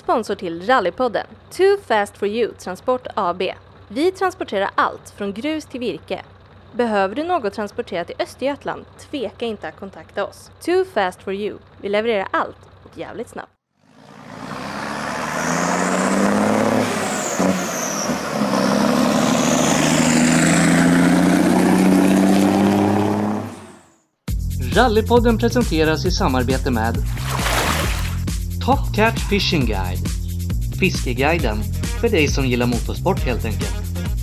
sponsor till Rallypodden, Too Fast For You Transport AB. Vi transporterar allt från grus till virke. Behöver du något transporterat till Östergötland? Tveka inte att kontakta oss. Too Fast For You. Vi levererar allt och jävligt snabbt. Rallypodden presenteras i samarbete med Top Catch Fishing Guide. Fiskeguiden för dig som gillar motorsport helt enkelt.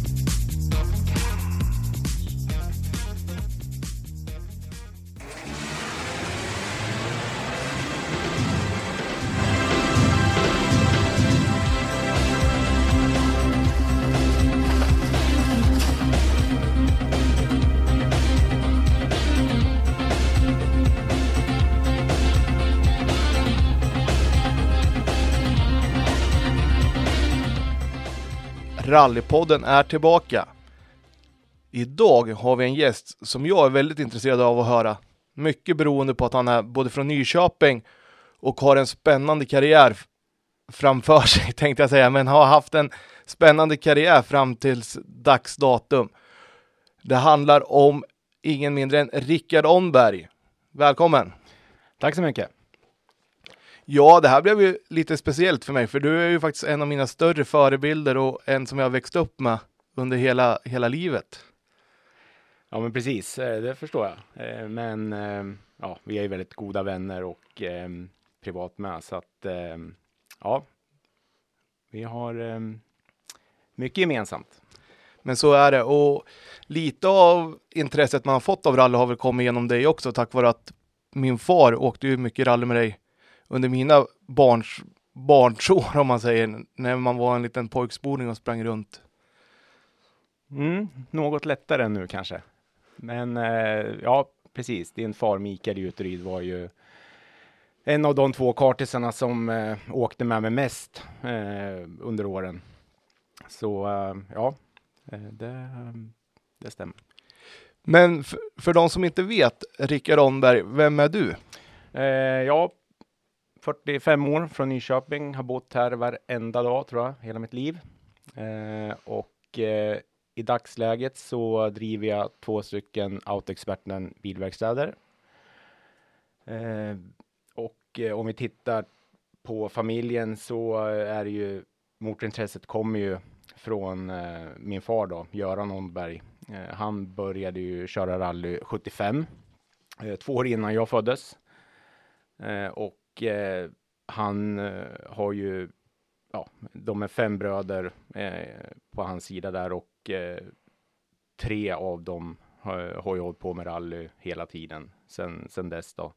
Rallypodden är tillbaka. Idag har vi en gäst som jag är väldigt intresserad av att höra. Mycket beroende på att han är både från Nyköping och har en spännande karriär framför sig, tänkte jag säga. Men har haft en spännande karriär fram tills dagsdatum. Det handlar om ingen mindre än Rickard Åhnberg. Välkommen! Tack så mycket! Ja, det här blev ju lite speciellt för mig, för du är ju faktiskt en av mina större förebilder och en som jag har växt upp med under hela livet. Ja, men precis, det förstår jag. Men ja, vi är ju väldigt goda vänner och privat med, så att ja, vi har mycket gemensamt. Men så är det, och lite av intresset man har fått av rally har väl kommit genom dig också, tack vare att min far åkte ju mycket rally med dig under mina barnsår, om man säger, när man var en liten pojkspoling och sprang runt. Något lättare än nu kanske. Men ja, precis. Din far Mikael Juteryd var ju en av de två kartisarna som åkte med mig mest under åren. Så ja, det stämmer. Men för de som inte vet, Rickard Åhnberg, vem är du? Ja, 45 år från Nyköping, har bott här varenda dag tror jag, hela mitt liv. I dagsläget så driver jag 2 stycken Autoexperten bilverkstäder. Om vi tittar på familjen så är det ju, motorintresset kommer ju från min far då, Göran Åhnberg. Han började ju köra rally 75, 2 år innan jag föddes. Han har ju, ja, de är 5 bröder på hans sida där, och 3 av dem har ju hållit på med rally hela tiden sen dess då.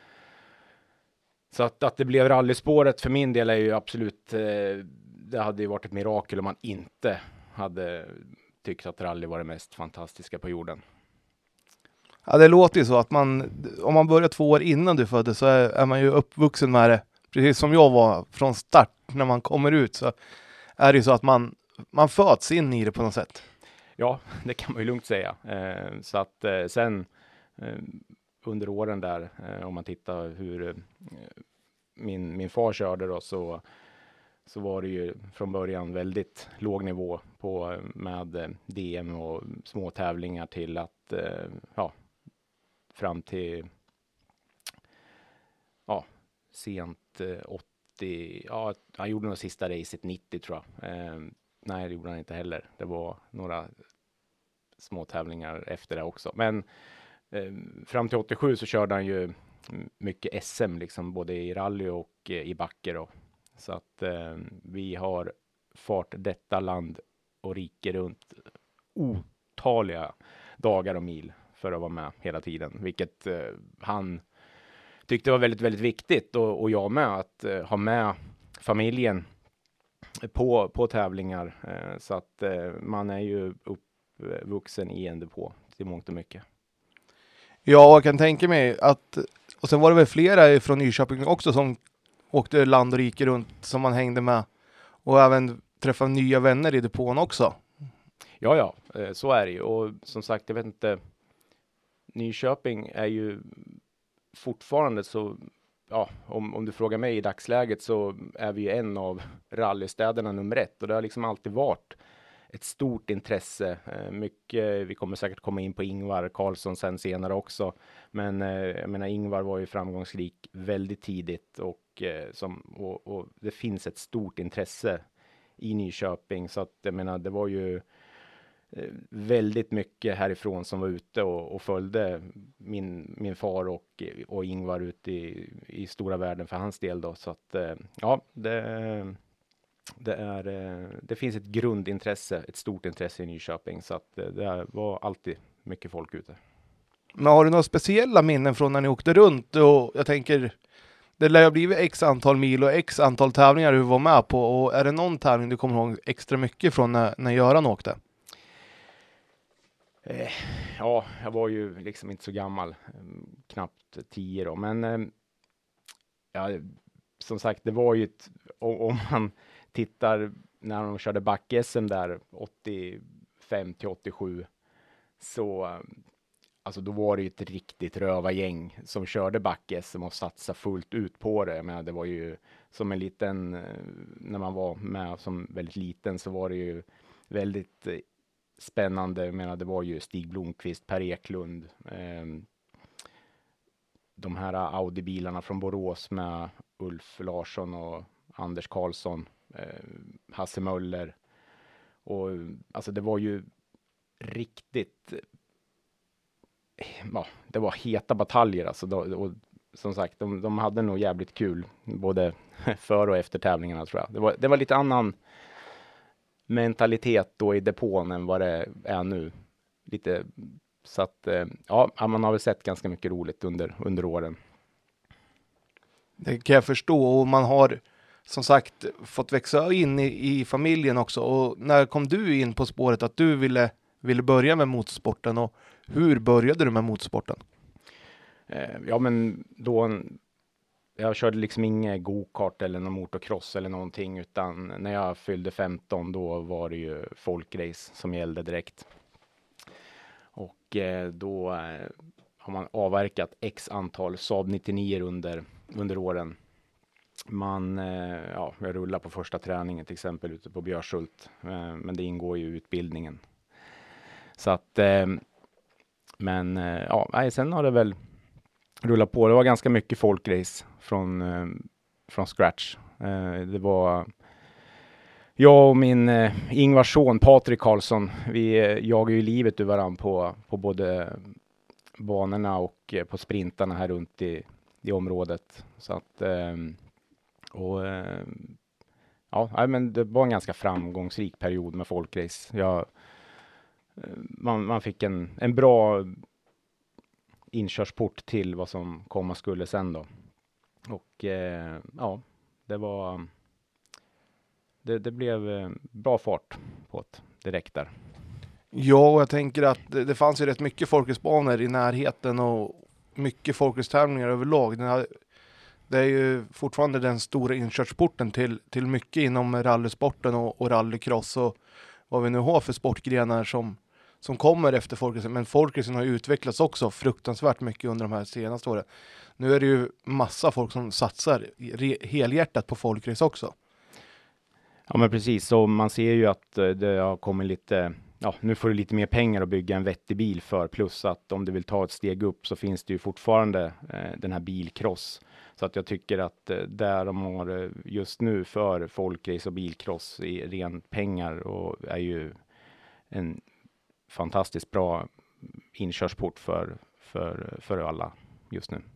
Så att det blev rallyspåret för min del är ju absolut, det hade ju varit ett mirakel om man inte hade tyckt att rally var det mest fantastiska på jorden. Ja, det låter ju så att om man börjar 2 år innan du föddes så är man ju uppvuxen med det. Precis som jag var från start när man kommer ut, så är det ju så att man föds in i det på något sätt. Ja, det kan man ju lugnt säga. Så att sen under åren där, om man tittar hur min far körde då, så var det ju från början väldigt låg nivå med DM och små tävlingar till att ja, fram till ja, sent 80, ja, han gjorde nog sista racet 90 tror jag. Nej, det gjorde han inte heller. Det var några små tävlingar efter det också. Men fram till 87 så körde han ju mycket SM liksom, både i rally och i backer då. Så att vi har fart detta land och rike runt otaliga dagar och mil för att vara med hela tiden. Vilket han tyckte var väldigt, väldigt viktigt, och jag med, att ha med familjen på tävlingar. Så att man är ju uppvuxen i en depå till mångt och mycket. Ja, jag kan tänka mig att, och sen var det väl flera från Nyköping också som åkte land och rike runt som man hängde med, och även träffade nya vänner i depån också. Ja, så är det ju. Och som sagt, jag vet inte, Nyköping är ju fortfarande så ja, om du frågar mig i dagsläget så är vi ju en av rallystäderna nummer 1 och det har liksom alltid varit ett stort intresse. Mycket, vi kommer säkert komma in på Ingvar Karlsson sen senare också. Men jag menar, Ingvar var ju framgångsrik väldigt tidigt och det finns ett stort intresse i Nyköping. Så att jag menar, det var ju väldigt mycket härifrån som var ute och följde min far och Ingvar ut i stora världen för hans del då. Så att ja, det finns ett grundintresse, ett stort intresse i Nyköping, så att det var alltid mycket folk ute. Men har du några speciella minnen från när ni åkte runt? Och jag tänker, det lär ha blivit x antal mil och x antal tävlingar du var med på. Och är det någon tävling du kommer ihåg extra mycket från när Göran åkte? Ja, jag var ju liksom inte så gammal, knappt 10 då, men ja, som sagt, det var ju om man tittar när de körde back-SM där 85 till 87, så alltså då var det ju ett riktigt rövargäng som körde back-SM och satsade fullt ut på det. Jag menar, det var ju som en liten, när man var med som väldigt liten så var det ju väldigt spännande. Jag menar, det var ju Stig Blomqvist, Per Eklund, de här Audi-bilarna från Borås med Ulf Larsson och Anders Karlsson, Hasse Möller. Och alltså det var ju riktigt, ja, det var heta bataljer alltså. Och som sagt, de hade nog jävligt kul både för och efter tävlingarna, tror jag. Det var lite annan mentalitet då i depån än vad det är nu. Lite, så att ja, man har väl sett ganska mycket roligt under åren. Det kan jag förstå, och man har som sagt fått växa in i familjen också. Och när kom du in på spåret att du ville börja med motorsporten, och hur började du med motorsporten? Ja, men då jag körde liksom ingen go-kart eller någon motocross eller någonting, utan när jag fyllde 15 då var det ju folkrace som gällde direkt. Och då har man avverkat x antal Saab 99 under åren. Jag rullar på första träningen till exempel ute på Björshult, men det ingår ju i utbildningen. Så att, men ja, sen har det väl rullat på. Det var ganska mycket folkrace från scratch. Det var jag och min Ingvars son Patrik Karlsson. Vi jagar ju livet ur varandra på både banorna och på sprintarna här runt i området. Så att ja, men det var en ganska framgångsrik period med folkrace. Man fick en bra inkörsport till vad som komma skulle sen då. Och ja, det blev bra fart på det direkt där. Ja, och jag tänker att det fanns ju rätt mycket folkracebanor i närheten och mycket folkracetävlingar överlag. Det är ju fortfarande den stora inkörsporten till mycket inom rallysporten och rallycross och vad vi nu har för sportgrenar som kommer efter folkracen. Men folkracen har ju utvecklats också fruktansvärt mycket under de här senaste åren. Nu är det ju massa folk som satsar helhjärtat på folkrace också. Ja, men precis. Så man ser ju att det har kommit lite, ja, nu får du lite mer pengar att bygga en vettig bil för. Plus att om du vill ta ett steg upp så finns det ju fortfarande den här bilcross. Så att jag tycker att där de har just nu för folkrace och bilcross i ren pengar och är ju en fantastiskt bra inkörsport för alla just nu.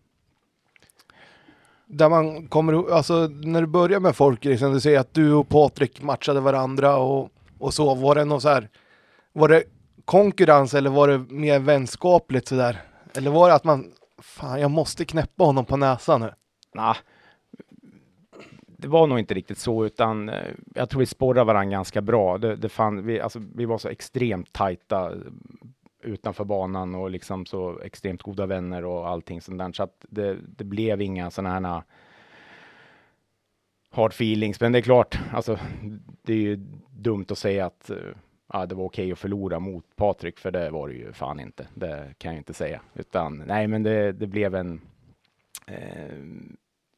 Där man kommer, alltså när du börjar med folkracen, du säger att du och Patrik matchade varandra och så, var det något så här, var det konkurrens eller var det mer vänskapligt så där? Eller var det att fan, jag måste knäppa honom på näsan nu? Nej, det var nog inte riktigt så, utan jag tror vi sporrade varandra ganska bra. Vi var så extremt tajta utanför banan och liksom så extremt goda vänner och allting sånt där. Så att det blev inga sådana här hard feelings. Men det är klart, alltså, det är ju dumt att säga att det var okej att förlora mot Patrik, för det var det ju fan inte. Det kan jag inte säga. Utan nej, men det blev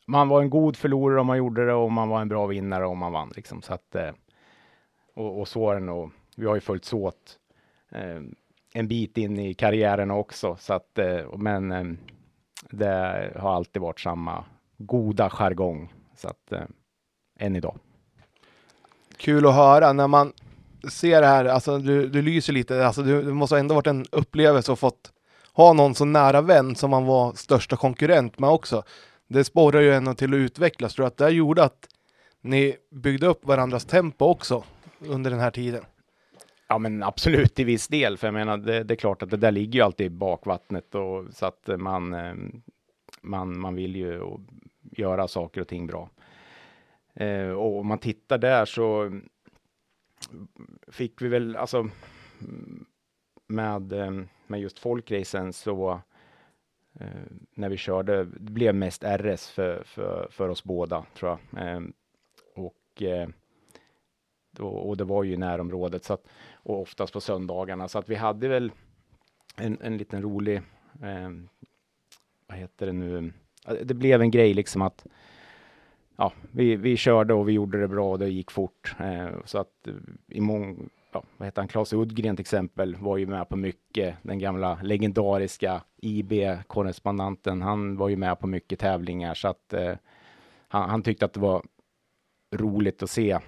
man var en god förlorare om man gjorde det och man var en bra vinnare om man vann. Liksom. Så att, och så är det nog. Vi har ju följts åt en bit in i karriären också. Så att, men det har alltid varit samma goda jargong. Så att, än idag. Kul att höra när man ser det här. Alltså du lyser lite. Alltså det måste ändå varit en upplevelse att fått ha någon så nära vän som man var största konkurrent med också. Det sporrar ju ändå till att utvecklas. Tror att det gjorde att ni byggde upp varandras tempo också under den här tiden? Ja, men absolut till viss del. För jag menar, det är klart att det där ligger ju alltid i bakvattnet. Och, så att man vill ju göra saker och ting bra. Och om man tittar där så fick vi väl, alltså med just folkracen så när vi körde, det blev mest RS för oss båda, tror jag. Och det var ju i närområdet, så att, och oftast på söndagarna. Så att vi hade väl en liten rolig, vad heter det nu? Det blev en grej liksom att ja, vi körde och vi gjorde det bra och det gick fort. Så att vad heter han? Claes Udgren till exempel var ju med på mycket. Den gamla legendariska IB-korrespondanten. Han var ju med på mycket tävlingar. Så att han tyckte att det var roligt att se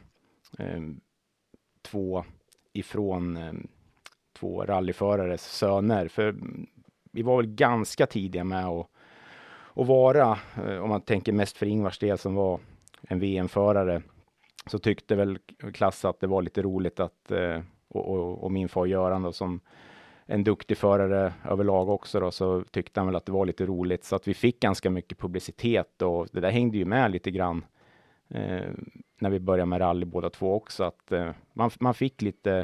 två rallyförares söner. För vi var väl ganska tidiga med att vara, om man tänker mest för Ingvars del som var en VM-förare, så tyckte väl Klass att det var lite roligt att, och min far Göran då, som en duktig förare överlag också då, så tyckte han väl att det var lite roligt, så att vi fick ganska mycket publicitet och det där hängde ju med lite grann när vi började med rally båda två också, att man fick lite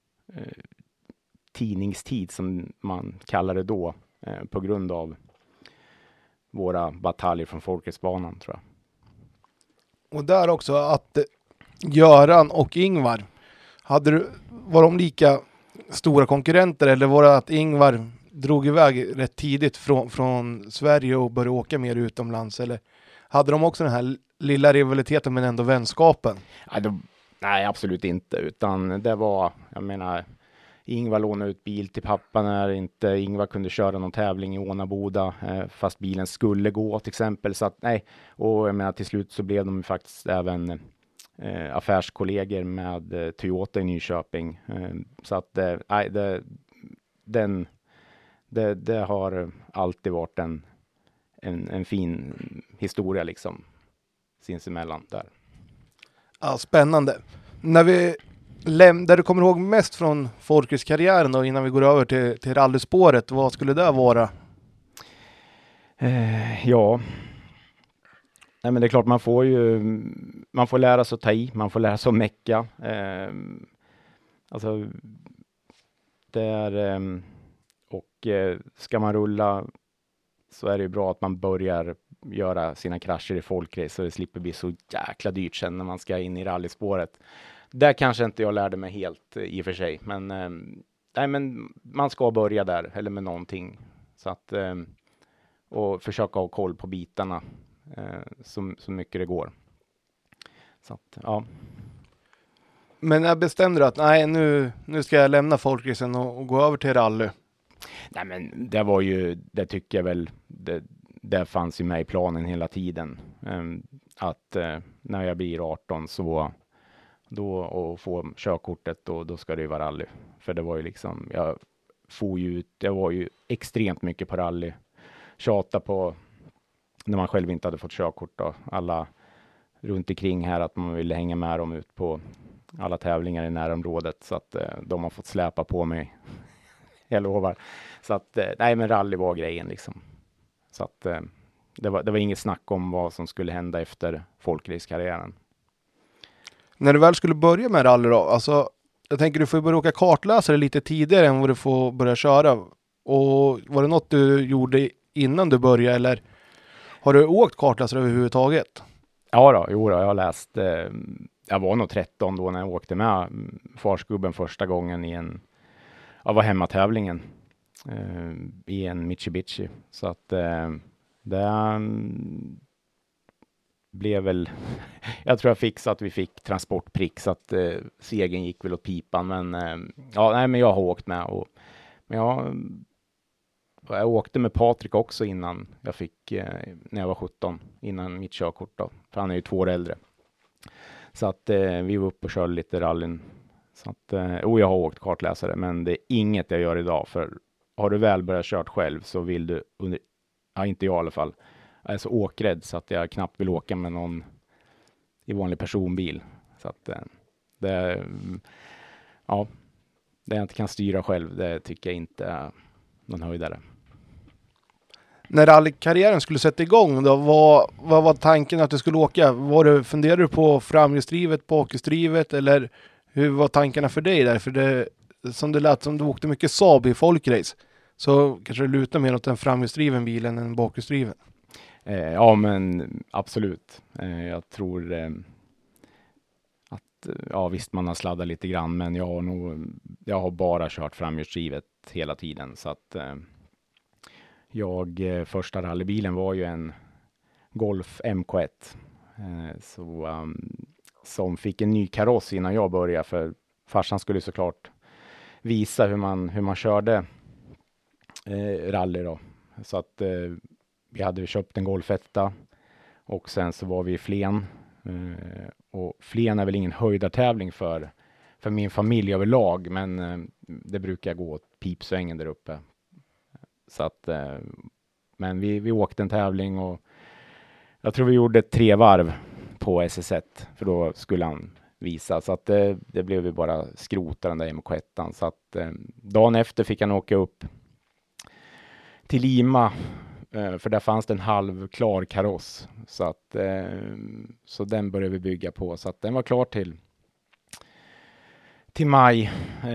tidningstid som man kallar det då, på grund av våra bataljer från Folkracebanan, tror jag. Och där också att Göran och Ingvar, var de lika stora konkurrenter, eller var det att Ingvar drog iväg rätt tidigt från Sverige och började åka mer utomlands, eller hade de också den här lilla rivaliteten men ändå vänskapen? Nej, absolut inte, utan det var, jag menar, Ingvar lånade ut bil till pappa när inte Ingvar kunde köra någon tävling i Ånaboda, fast bilen skulle gå till exempel. Så att, nej, och jag menar, till slut så blev de faktiskt även affärskollegor med Toyota i Nyköping. Så att nej, det har alltid varit en fin historia liksom sinsemellan där. Ja, spännande. Där du kommer ihåg mest från Folkrace-karriären då, innan vi går över till rallyspåret, vad skulle det vara? Ja. Nej, men det är klart man får lära sig att ta i, man får lära sig att mecka. Alltså det är och ska man rulla så är det ju bra att man börjar göra sina krascher i folkrace så det slipper bli så jäkla dyrt sen när man ska in i rallyspåret. Där kanske inte jag lärde mig helt i och för sig, men nej, men man ska börja där eller med någonting, så att och försöka ha koll på bitarna så mycket det går. Så att, ja. Men jag bestämde att nej, nu ska jag lämna folkracen och gå över till rally. Nej, men det tycker jag väl, det fanns ju med i planen hela tiden, att när jag blir 18 så då och få körkortet då ska det ju vara rally. För det var ju liksom, jag var ju extremt mycket på rally. Tjata på när man själv inte hade fått körkort då. Alla runt omkring här att man ville hänga med dem ut på alla tävlingar i närområdet, så att de har fått släpa på mig. Jag lovar. Så att nej, men rally var grejen liksom. Så att det var inget snack om vad som skulle hända efter folkracekarriären. När du väl skulle börja med rally då, alltså jag tänker du får börja åka kartläsare lite tidigare än vad du får börja köra. Och var det något du gjorde innan du började, eller har du åkt kartläsare överhuvudtaget? Ja då, jag har läst, jag var nog 13 då när jag åkte med farsgubben första gången i var hemmatävlingen i en Mitsubishi. Så att blev väl, jag tror jag fick så att vi fick transportprick så att segern gick väl åt pipan. Men men jag har åkt med men jag åkte med Patrik också innan jag fick, när jag var 17, innan mitt körkort då, för han är ju 2 år äldre. Så att vi var uppe och körde lite rallyn. Så att, jag har åkt kartläsare, men det är inget jag gör idag, för har du väl börjat kört själv så vill du, inte jag i alla fall, jag är så åkrädd så att jag knappt vill åka med någon i vanlig personbil. Så att det jag inte kan styra själv, det tycker jag inte är någon höjdare. När rallykarriären skulle sätta igång då, vad var tanken att du skulle åka? Funderade du på framhjulsdrivet, bakhjulsdrivet, eller hur var tankarna för dig där? För det som det lät som du åkte mycket Saab i folkrace, så kanske det lutar mer åt en framhjulsdriven bil än en bakhjulsdriven. Ja, men absolut. Jag tror att visst man har sladdat lite grann, men jag har bara kört framhjulsdrivet hela tiden, så att första rallybilen var ju en Golf MK1 som fick en ny kaross innan jag började, för farsan skulle såklart visa hur man körde rally då. Så att vi hade köpt en Golf 1 och sen så var vi i Flen. Och Flen är väl ingen höjdartävling för min familj överlag, men det brukar gå åt pipsvängen där uppe. Så att, men vi åkte en tävling och jag tror vi gjorde 3 varv på SS1, för då skulle han visa. Så att det blev vi bara skrota den där MK1. Så att dagen efter fick han åka upp till Lima, för där fanns det en halvklar kaross. Så att så den började vi bygga på. Så att den var klar till maj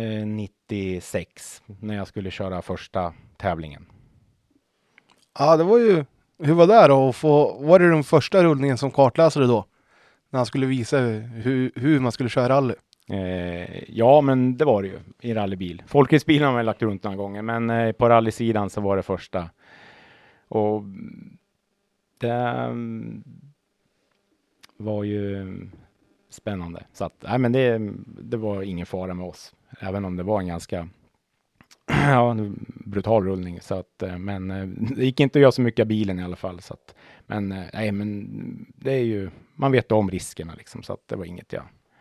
96 när jag skulle köra första tävlingen. Ja, det var ju, hur var det då? Var det den första rullningen som kartläsare då? När han skulle visa hur man skulle köra rally? Ja, men det var det ju i rallybil. Folkracebilen har man lagt runt några gånger, men på rallysidan så var det första. Och det var ju spännande. Så att, men det var ingen fara med oss. Även om det var en ganska brutal rullning. Så att, men det gick inte att göra så mycket av bilen i alla fall. Så att, men det är ju, man vet om riskerna liksom. Så att det var inget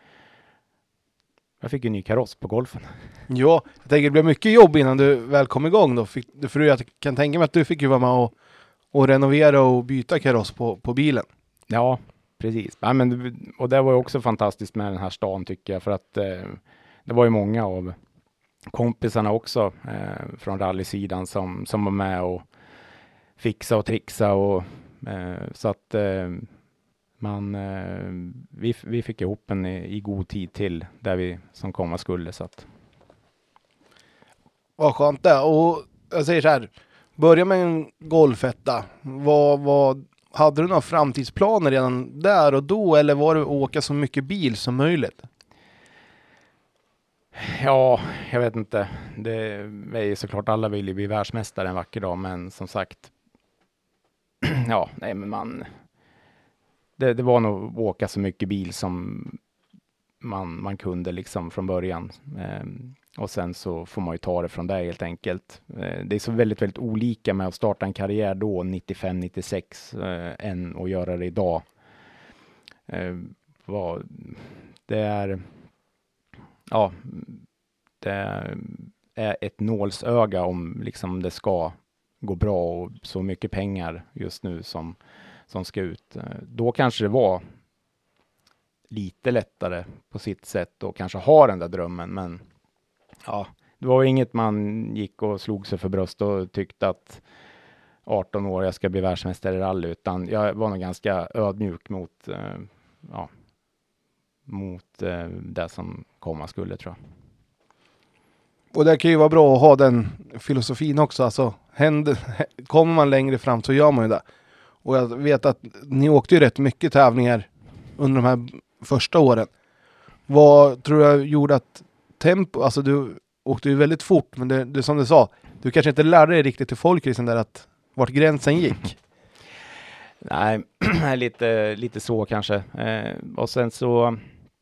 jag fick en ny kaross på Golfen. Ja, jag tänker det blev mycket jobb innan du väl kom igång då. För jag kan tänka mig att du fick ju vara med och renovera och byta kaross på bilen. Ja, precis. Ja, och det var ju också fantastiskt med den här stan tycker jag. För att det var ju många av kompisarna också från rallysidan som var med och fixa och trixa. Och, så att vi fick ihop en i god tid till där vi som komma skulle. Så att. Vad skönt det. Och jag säger så här, börja med en Golf 1. Vad hade du några framtidsplaner redan där och då, eller var det att åka så mycket bil som möjligt? Ja, jag vet inte. Det är ju såklart, alla vill ju bli världsmästare en vacker dag, men som sagt det var nog att åka så mycket bil som man kunde liksom från början. Och sen så får man ju ta det från där helt enkelt. Det är så väldigt, väldigt olika med att starta en karriär då 95-96 än att göra det idag. Det är ett nålsöga om liksom det ska gå bra och så mycket pengar just nu som ska ut. Då kanske det var lite lättare på sitt sätt och kanske ha den där drömmen, men det var inget man gick och slog sig för bröst och tyckte att 18 år jag ska bli världsmästare i rally, utan jag var nog ganska ödmjuk mot det som komma skulle, tror jag. Och det kan ju vara bra att ha den filosofin också. Alltså, kommer man längre fram så gör man ju det. Och jag vet att ni åkte ju rätt mycket tävlingar under de här första åren. Vad tror jag gjorde att alltså du åkte ju väldigt fort, men det som du sa, du kanske inte lärde dig riktigt till folkracen där att vart gränsen gick. Nej, lite så kanske. Och sen så,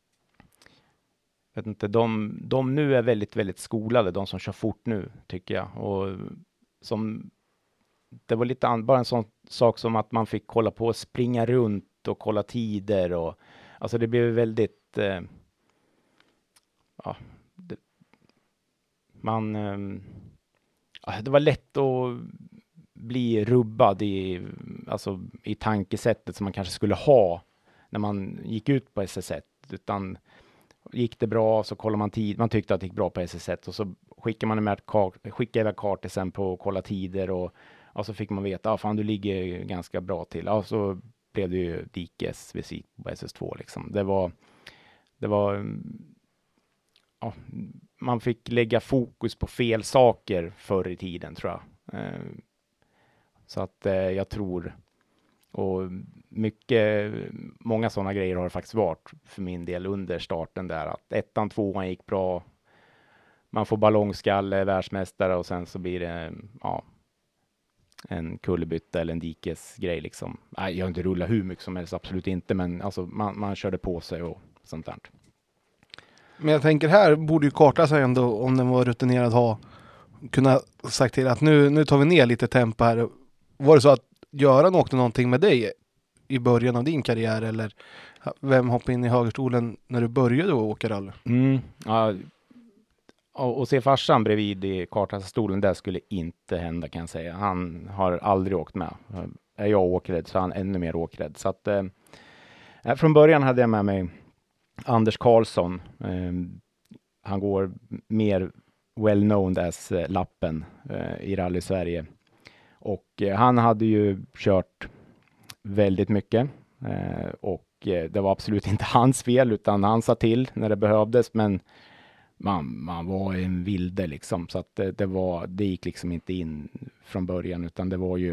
vet inte, de nu är väldigt, väldigt skolade, de som kör fort nu, tycker jag. Och det var lite bara en sån sak som att man fick kolla på, springa runt och kolla tider. Och, alltså det blev väldigt, det var lätt att bli rubbad i tankesättet som man kanske skulle ha när man gick ut på SS1. Utan gick det bra så kollar man tid. Man tyckte att det gick bra på SS1 och så skickar man iväg kartisen på att kolla tider och så fick man veta, fan du ligger ganska bra till. Ja, så blev det ju dikes visit på SS2 liksom. Det var man fick lägga fokus på fel saker förr i tiden, tror jag. Så att jag tror, och många sådana grejer har det faktiskt varit för min del under starten där, att 1:an, 2:an gick bra, man får ballongskalle, världsmästare och sen så blir det en kullerbytta eller en dikesgrej liksom. Nej, jag har inte rullat hur mycket som helst, absolut inte, men alltså man körde på sig och sånt där. Men jag tänker, här borde ju karta sig ändå, om den var rutinerad, kunna sagt till att nu tar vi ner lite tempo här. Var det så att Göran åkte någonting med dig i början av din karriär, eller vem hoppade in i högerstolen när du började åka rally? Och se farsan bredvid i kartstolen, det skulle inte hända, kan jag säga. Han har aldrig åkt med. Är jag åkrädd så är han ännu mer åkrädd. Så att från början hade jag med mig Anders Karlsson. Han går mer well known as Lappen i Rally Sverige. Och han hade ju kört väldigt mycket. Och det var absolut inte hans fel, utan han sa till när det behövdes. Men man var en vilde liksom. Så att det gick liksom inte in från början, utan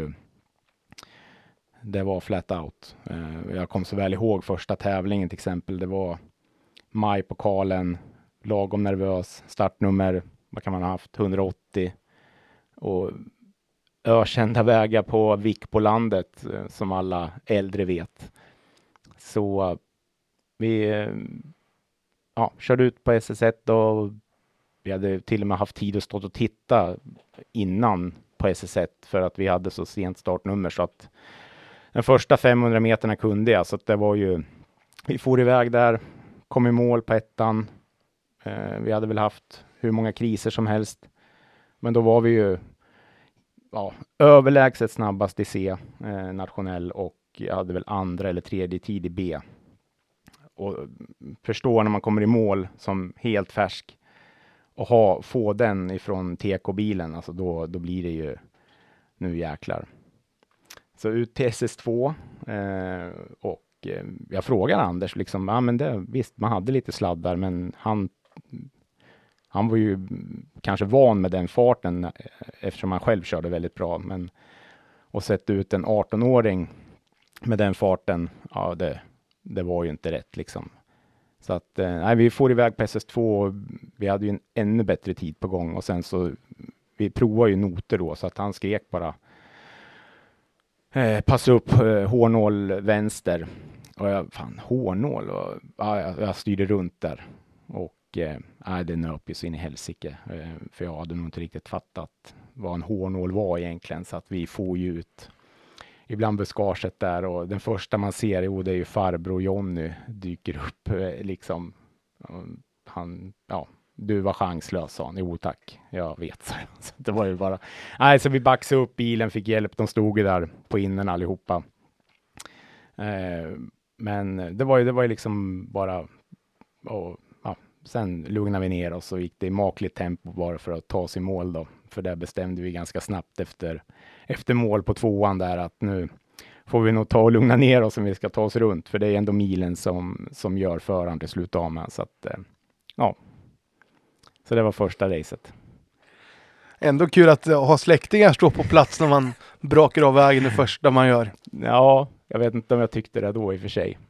det var flat out. Jag kom så väl ihåg första tävlingen till exempel. Det var majpokalen, lagom nervös, startnummer, vad kan man ha haft, 180, och ökända vägar på Vick på landet, som alla äldre vet. Så vi körde ut på SS1 och vi hade till och med haft tid att stå och titta innan på SS1 för att vi hade så sent startnummer, så att den första 500 meterna kunde jag, så att det var ju, vi for iväg där, kom i mål på 1:an. Vi hade väl haft hur många kriser som helst, men då var vi ju överlägset snabbast i C nationell, och jag hade väl andra eller tredje tid i B. Och förstå när man kommer i mål som helt färsk och få den ifrån TK-bilen, alltså då blir det ju, nu jäklar. Så ut till SS2 och jag frågar Anders liksom, men visst, man hade lite sladdar, men han var ju kanske van med den farten eftersom han själv körde väldigt bra, men att sätta ut en 18-åring med den farten, det var ju inte rätt liksom. Så att vi får iväg på SS2 och vi hade ju en ännu bättre tid på gång, och sen så vi provade ju noter då, så att han skrek bara passa upp hårnål vänster, och hårnål, och jag styrde runt där, och det nöp ju så in i helsike, för jag hade nog inte riktigt fattat vad en hårnål var egentligen, så att vi får ju ut ibland buskaget där, och den första man ser, det är ju farbror Jonny dyker upp liksom. Du var chanslös, sa han. Jo tack, jag vet. Så det var ju bara, så vi baxade upp bilen, fick hjälp, de stod ju där på innen allihopa. Men det var ju liksom bara, sen lugnade vi ner oss och gick det i makligt tempo bara för att ta oss i mål då. För där bestämde vi ganska snabbt efter mål på 2:an där, att nu får vi nog ta och lugna ner oss om vi ska ta oss runt. För det är ändå milen som gör föraren till slut av med. Så att, så det var första racet. Ändå kul att ha släktingar stå på plats när man brakar av vägen det första man gör. Ja, jag vet inte om jag tyckte det då i och för sig.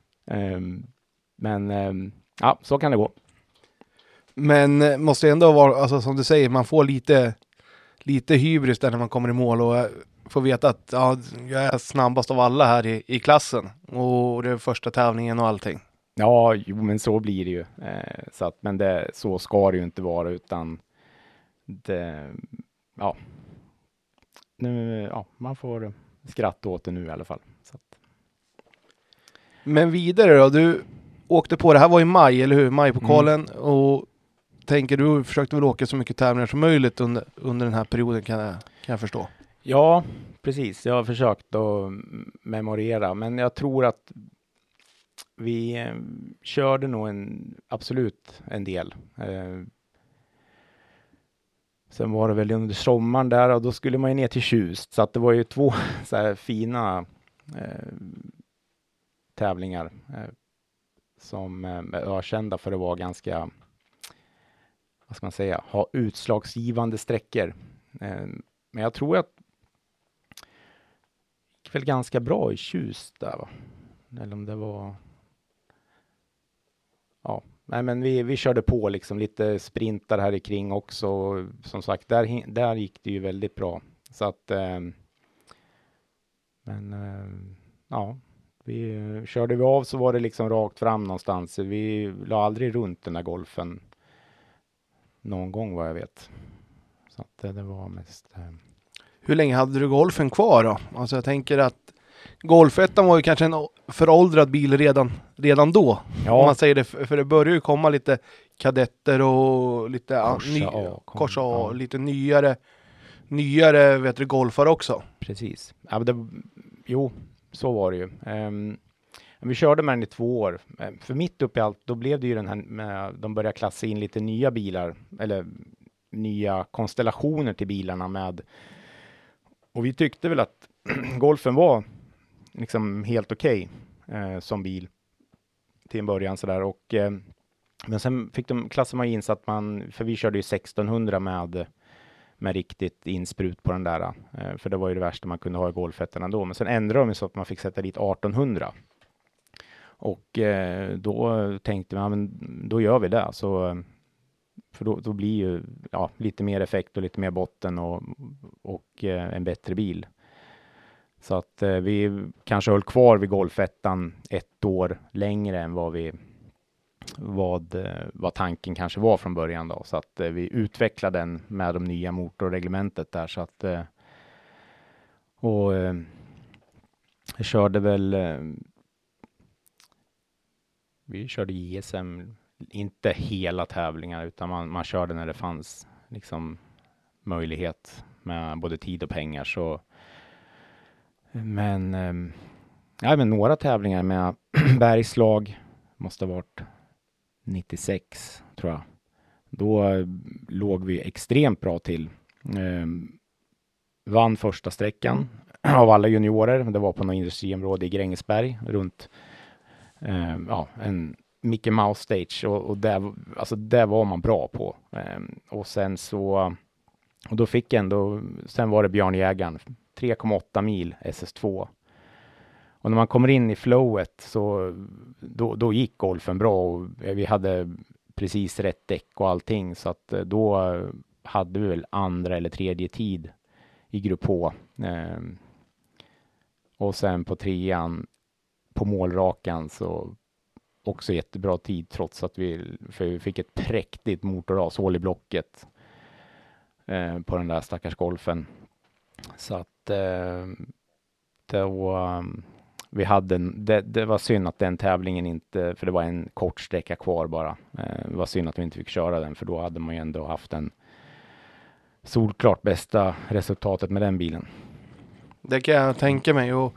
Men så kan det gå. Men måste ändå vara, alltså som du säger, man får lite hybris där när man kommer i mål, och får veta att ja, jag är snabbast av alla här i klassen. Och det är första tävlingen och allting. Ja, jo, men så blir det ju. Så att, men så ska det ju inte vara, utan det, ja. Nu, ja, man får skratta åt det nu i alla fall. Så att. Men vidare då, du åkte på, det här var i maj, eller hur? Majpokalen, och tänker du försökte väl åka så mycket tävlingar som möjligt under den här perioden, kan jag förstå. Ja, precis. Jag har försökt att memorera, men jag tror att vi körde nog absolut en del. Sen var det väl under sommaren där, och då skulle man ju ner till Tjust. Så att det var ju 2 så här fina tävlingar som är ökända för att vara ganska, vad ska man säga, ha utslagsgivande sträckor. Men jag tror att det gick väl ganska bra i Tjust där, va? Eller om det var... Ja, nej, men vi körde på liksom lite sprintar här i kring också. Och som sagt, där gick det ju väldigt bra. Så att... ja, körde vi av så var det liksom rakt fram någonstans. Vi la aldrig runt den där golfen någon gång, vad jag vet. Så att det var mest... Hur länge hade du golfen kvar då? Alltså jag tänker att golfettan var ju kanske en föråldrad bil redan då. Ja. Om man säger det, för det börjar ju komma lite kadetter och lite Corsa A, lite nyare vet du, golfar också. Precis. Ja, jo, så var det ju. Vi körde med den i 2 år. För mitt uppe i allt, då blev det ju den här, de började klassa in lite nya bilar, eller nya konstellationer till bilarna med. Och vi tyckte väl att golfen var liksom helt okej som bil till en början sådär. Och men sen klassade man in så att för vi körde ju 1600 med riktigt insprut på den där. För det var ju det värsta man kunde ha i golfetterna då. Men sen ändrade de så att man fick sätta dit 1800. Och då tänkte man, men då gör vi det. Så, för då blir ju lite mer effekt och lite mer botten och en bättre bil. Så att vi kanske höll kvar vid golfettan 1 år längre än vad tanken kanske var från början då. Så att vi utvecklade den med de nya motorreglementet där. Så att jag körde väl vi körde JSM, inte hela tävlingar, utan man körde när det fanns liksom möjlighet med både tid och pengar. Så men några tävlingar med Bergslag måste ha varit 96 tror jag. Då låg vi extremt bra till. Vann första sträckan av alla juniorer. Det var på något industriområde i Grängesberg runt en Mickey Mouse stage, och där var man bra på. Och sen så, och då fick sen var det Björn Jägaren 3,8 mil SS2. Och när man kommer in i flowet så då gick golfen bra, och vi hade precis rätt däck och allting, så att då hade vi väl 2:a eller 3:e tid i grupp H. Och sen på 3:an på målrakan så också jättebra tid, trots att vi fick ett präktigt motorrashål i blocket på den där stackars golfen. Så att vi hade det var synd att den tävlingen inte, för det var en kort sträcka kvar bara. Det var synd att vi inte fick köra den, för då hade man ju ändå haft en solklart bästa resultatet med den bilen. Det kan jag tänka mig. Och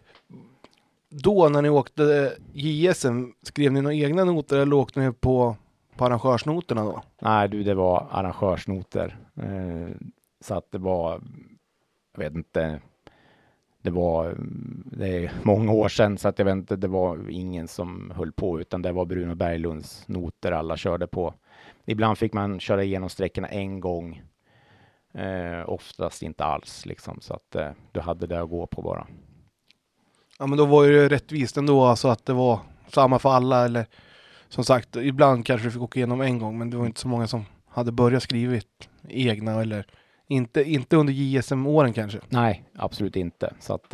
då när ni åkte JSM, skrev ni några egna noter eller åkte ni på arrangörsnoterna då? Nej, det var arrangörsnoter. Så att det var, jag vet inte, det är många år sedan, så att jag vet inte, det var ingen som höll på, utan det var Bruno Berglunds noter alla körde på. Ibland fick man köra igenom sträckorna en gång, oftast inte alls liksom, så att du hade det att gå på bara. Ja, men då var ju rättvist ändå, alltså att det var samma för alla, eller som sagt, ibland kanske du fick åka igenom en gång, men det var inte så många som hade börjat skrivit egna eller Inte under JSM-åren kanske. Nej, absolut inte. Så att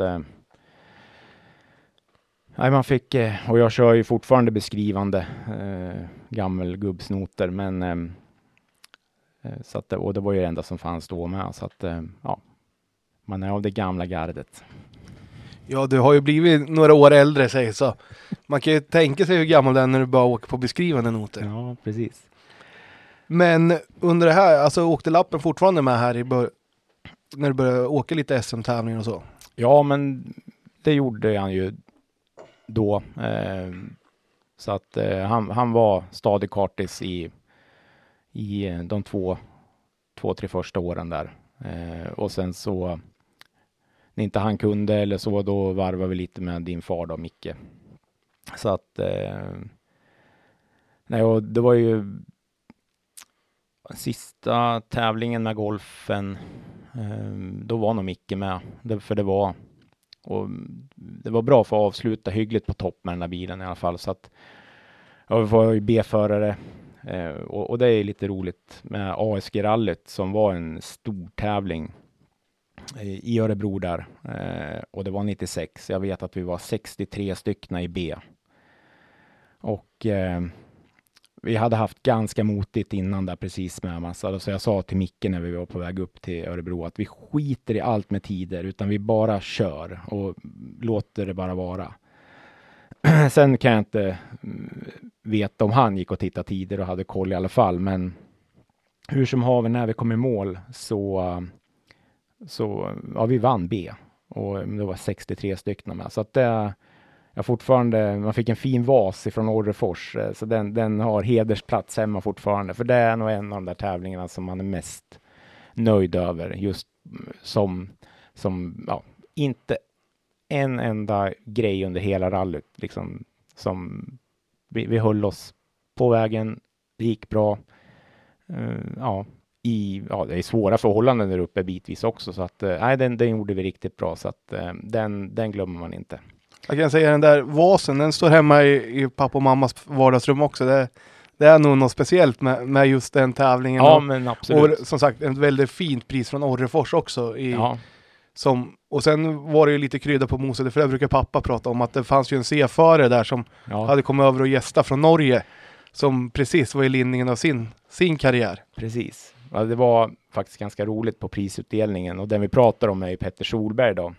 nej, man fick, och jag kör ju fortfarande beskrivande gammel gubbsnoter, men så att, och det var ju det enda som fanns då med, så att ja, man är av det gamla gardet. Ja, du har ju blivit några år äldre, säger så. Man kan ju tänka sig hur gammal du är när du bara åker på beskrivande noter. Ja, precis. Men under det här, alltså åkte lappen fortfarande med här när du började åka lite SM-tävlingar och så? Ja, men det gjorde han ju då. Så att han var stadig kartis i de två, tre första åren där. Och sen så när inte han kunde eller så, då varvade vi lite med din far då, Micke. Så att nej, och det var ju sista tävlingen med golfen, då var nog Micke med. För det var bra för att avsluta hyggligt på topp med den här bilen i alla fall. Så att jag var ju B-förare. Och det är lite roligt med ASG-rallyt som var en stor tävling i Örebro där. Och det var 96. Jag vet att vi var 63 stycken i B. Och vi hade haft ganska motigt innan där precis med massa. Så jag sa till Micke när vi var på väg upp till Örebro att vi skiter i allt med tider, utan vi bara kör och låter det bara vara. Sen kan jag inte veta om han gick och tittade tider och hade koll i alla fall, men hur som haver, när vi kom i mål så ja, vi vann B och det var 63 stycken med. Så att jag fortfarande, man fick en fin vas ifrån Orrefors, så den har hedersplats hemma fortfarande, för det är nog en av de där tävlingarna som man är mest nöjd över, just som ja, inte en enda grej under hela rallyt liksom, som vi höll oss på vägen, det gick bra. Ja, det är svåra förhållanden där uppe bitvis också, så att nej, den gjorde vi riktigt bra, så att den glömmer man inte. Jag kan säga den där vasen, den står hemma i pappa och mammas vardagsrum också. Det är nog något speciellt med just den tävlingen. Ja, men absolut. Och som sagt, ett väldigt fint pris från Orrefors också. Ja. Och sen var det ju lite krydda på moset, för det brukar pappa prata om att det fanns ju en C-förare där som hade kommit över och gästa från Norge, som precis var i linjen av sin karriär. Precis. Ja, det var faktiskt ganska roligt på prisutdelningen, och den vi pratar om är ju Petter Solberg då.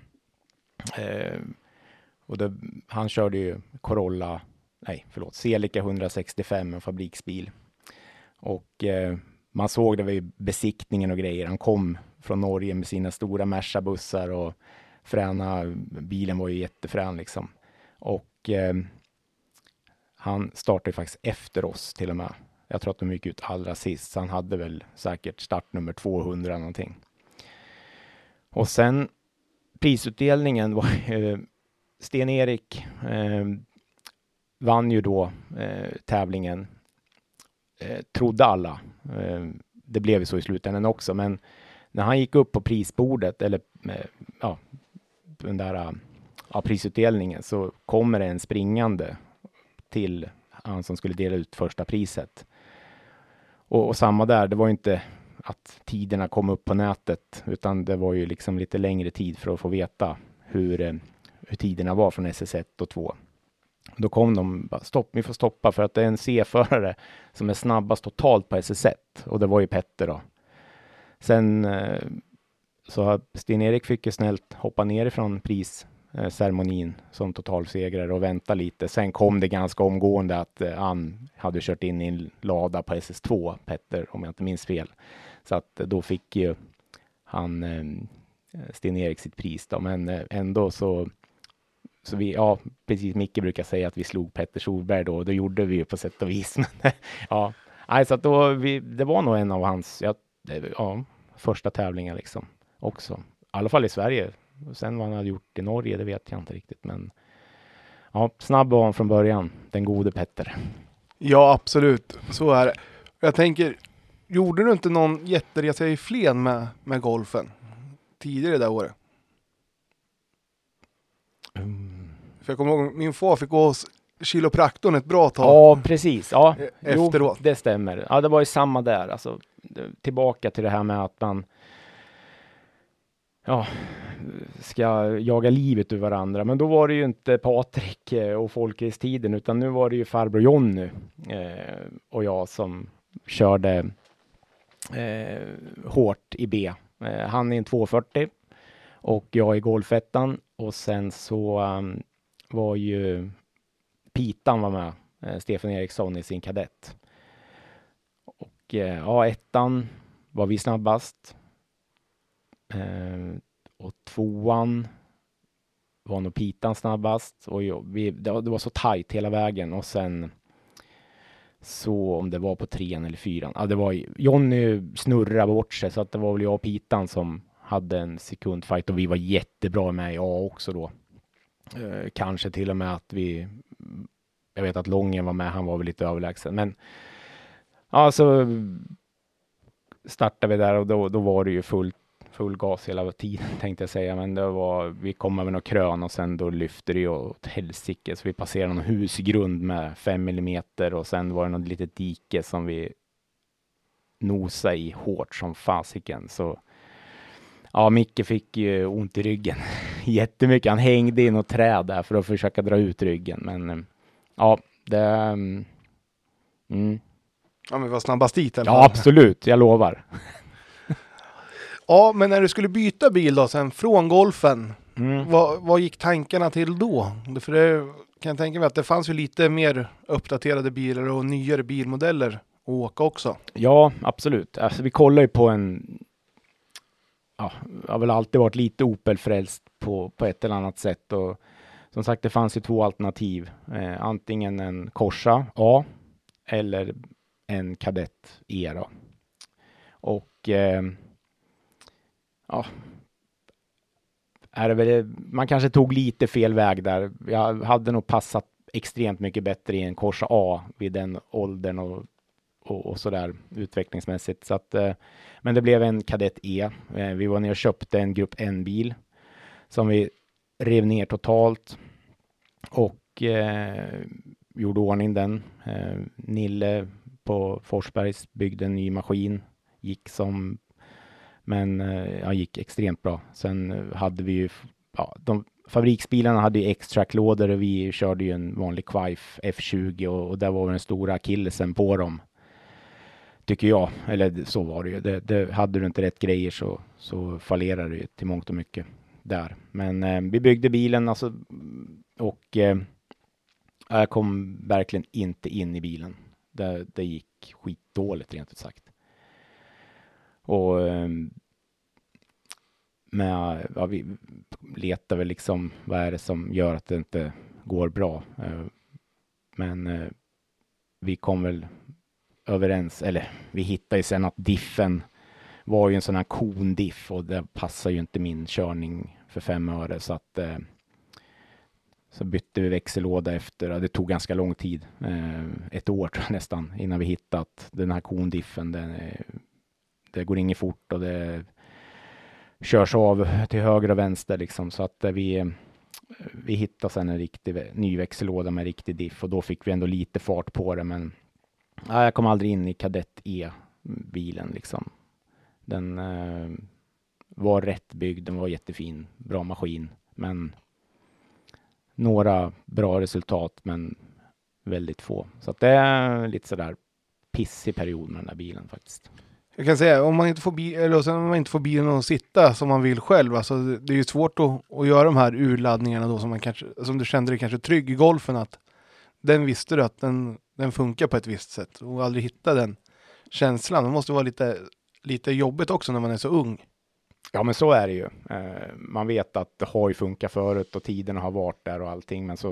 Och han körde ju Celica 165, en fabriksbil. Och man såg det vid besiktningen och grejer. Han kom från Norge med sina stora Merca-bussar och bilen var ju jättefrän liksom. Och han startade faktiskt efter oss till och med. Jag tror att de gick ut allra sist, så han hade väl säkert startnummer 200 någonting. Och sen prisutdelningen var Sten-Erik vann ju då tävlingen, trodde alla. Det blev ju så i slutändan också, men när han gick upp på prisbordet, eller den där prisutdelningen, så kommer det en springande till han som skulle dela ut första priset. Och samma där, det var ju inte att tiderna kom upp på nätet, utan det var ju liksom lite längre tid för att få veta hur tiderna var från SS1 och 2. Då kom de bara, vi får stoppa för att det är en C-förare som är snabbast totalt på SS1, och det var ju Petter då. Sen så Sten-Erik fick ju snällt hoppa ner ifrån prisceremonin som totalsegrare och vänta lite. Sen kom det ganska omgående att han hade kört in i en lada på SS2, Petter, om jag inte minns fel. Så att då fick ju han Sten-Erik sitt pris då, men ändå så vi, precis, Micke brukar säga att vi slog Petter Solberg då, och det gjorde vi ju på sätt och vis. Men ja, så att då det var nog en av hans första tävlingar liksom också. I alla fall i Sverige. Sen vad han hade gjort i Norge, det vet jag inte riktigt, men ja, snabb var han från början, den gode Petter. Ja, absolut. Så är det. Jag tänker, gjorde du inte någon jätteresa i Flen med golfen tidigare det året? För jag kommer ihåg, min far fick gå hos kiropraktorn ett bra tag. Ja, precis. Ja, efteråt. Det stämmer. Ja, det var ju samma där. Alltså, tillbaka till det här med att man ska jaga livet ur varandra. Men då var det ju inte Patrik och folkracetiden, utan nu var det ju farbror Jonny och jag som körde hårt i B. Han är en 240 och jag i golfettan, och sen så var ju Pitan var med, Stefan Eriksson i sin kadett. Och ettan var vi snabbast. Och tvåan var nog Pitan snabbast. Och det var så tajt hela vägen. Och sen så om det var på 3:an eller 4:an. Ja, det var Jonny snurrade bort sig, så att det var väl jag och Pitan som hade en sekundfight, och vi var jättebra med i A också då. Kanske till och med att jag vet att Lången var med, han var väl lite överlägsen. Men ja, så startade vi där, och då var det ju full gas hela tiden, tänkte jag säga. Men vi kom över någon krön, och sen då lyfte det ju åt helsike. Så vi passerade någon husgrund med 5 millimeter, och sen var det något litet dike som vi nosade i hårt som fasiken. Så ja, Micke fick ju ont i ryggen jättemycket. Han hängde i något träd där för att försöka dra ut ryggen. Men ja, det... Ja, men var snabbast dit eller? Ja, absolut. Jag lovar. Ja, men när du skulle byta bil då sen från golfen, vad gick tankarna till då? För det kan jag tänka mig att det fanns ju lite mer uppdaterade bilar och nyare bilmodeller att åka också. Ja, absolut. Alltså, vi kollar ju på jag har väl alltid varit lite Opel-frälst på ett eller annat sätt. Och som sagt, det fanns ju 2 alternativ. Antingen en Corsa A eller en Kadett E då. Och man kanske tog lite fel väg där. Jag hade nog passat extremt mycket bättre i en Corsa A vid den åldern och sådär utvecklingsmässigt. Så att, men det blev en Kadett E. Vi var ner och köpte en Grupp N-bil som vi rev ner totalt och gjorde ordning den. Nille på Forsbergs byggde en ny maskin. Gick extremt bra. Sen hade vi ju fabriksbilarna hade ju X-Track-lådor, och vi körde ju en vanlig Quaife F20 och där var den stora akillesen på dem. Tycker jag. Eller så var det ju. Det hade du inte rätt grejer så fallerade det ju till mångt och mycket där. Men vi byggde bilen alltså, och jag kom verkligen inte in i bilen. Det gick skitdåligt rent ut sagt. Och vi letar väl liksom vad är det som gör att det inte går bra. Men vi kom väl överens, eller vi hittade ju sen att diffen var ju en sån här kondiff, och det passar ju inte min körning för 5 öre, så att så bytte vi växellåda efter, och det tog ganska lång tid, 1 år tror jag, nästan, innan vi hittat den här kondiffen. Det går inget fort och det körs av till höger och vänster liksom, så att vi hittade sen en riktig ny växellåda med riktig diff, och då fick vi ändå lite fart på det. Men jag kom aldrig in i Kadett E-bilen liksom. Den var rätt byggd, den var jättefin, bra maskin, men några bra resultat, men väldigt få. Så att det är lite sådär pissig period med den där bilen faktiskt. Jag kan säga, om man inte får bilen att sitta som man vill själv, alltså det är ju svårt att göra de här urladdningarna då som du kände dig kanske trygg i golfen, att den visste du att den funkar på ett visst sätt, och aldrig hitta den känslan. Det måste vara lite jobbigt också när man är så ung. Ja, men så är det ju. Man vet att det har ju funkat förut och tiderna har varit där och allting, men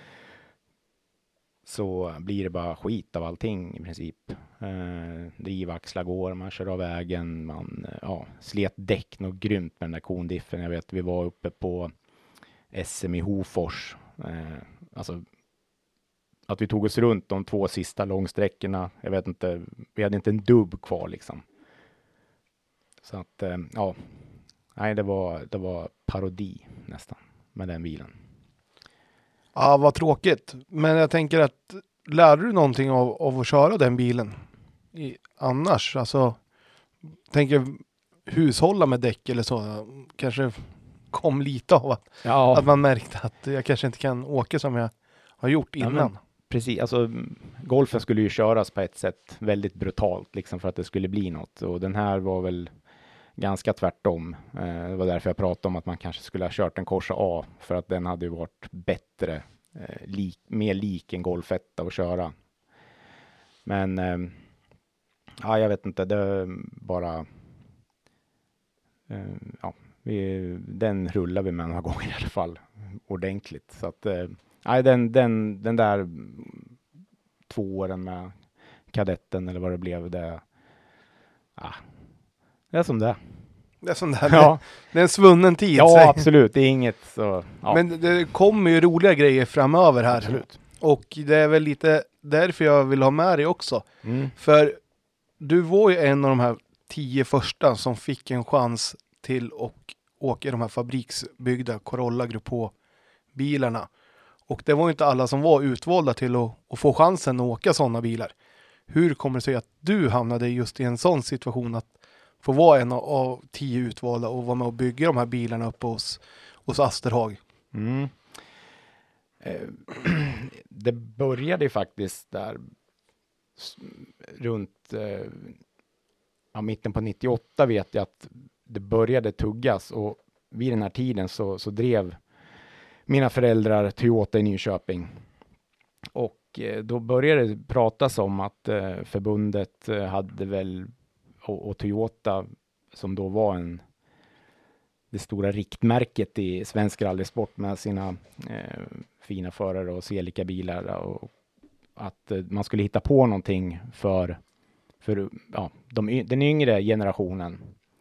så blir det bara skit av allting i princip. Drivaxlar går, man kör av vägen, man slet däck något grymt med den där kondiffen. Jag vet, vi var uppe på SM i Hofors. Alltså att vi tog oss runt de 2 sista långsträckorna. Jag vet inte, vi hade inte en dubb kvar liksom. Så att nej, det var parodi nästan med den bilen. Ja, vad tråkigt. Men jag tänker att lärde du någonting av att köra den bilen annars? Alltså, tänker hushålla med däck eller så. Kanske kom lite av att man märkte att jag kanske inte kan åka som jag har gjort innan. Ja, precis, alltså golfen skulle ju köras på ett sätt väldigt brutalt liksom för att det skulle bli något. Och den här var väl ganska tvärtom. Det var därför jag pratade om att man kanske skulle ha kört en Corsa A för att den hade ju varit bättre, mer lik en Golf 1 att köra. Men ja, jag vet inte, det är bara den rullar vi med några gånger i alla fall ordentligt. Så att den där 2 åren med kadetten eller vad det blev, det är som det. Det är som det här. Ja. Det är en svunnen tid. Ja, absolut. Det är inget så. Ja. Men det kommer ju roliga grejer framöver här. Absolut. Och det är väl lite därför jag vill ha med dig också. För du var ju en av de här 10 första som fick en chans till att åka de här fabriksbyggda Corolla Grupp H-bilarna. Och det var ju inte alla som var utvalda till att få chansen att åka sådana bilar. Hur kommer det sig att du hamnade just i en sån situation att få vara en av 10 utvalda och vara med och bygga de här bilarna uppe hos Asterhag? Det började ju faktiskt där runt mitten på 98 vet jag att det började tuggas, och vid den här tiden så drev mina föräldrar Toyota i Nyköping. Och då började det pratas om att förbundet hade väl, och Toyota som då var det stora riktmärket i svensk rallysport med sina fina förare och selika bilar, och att man skulle hitta på någonting för den yngre generationen.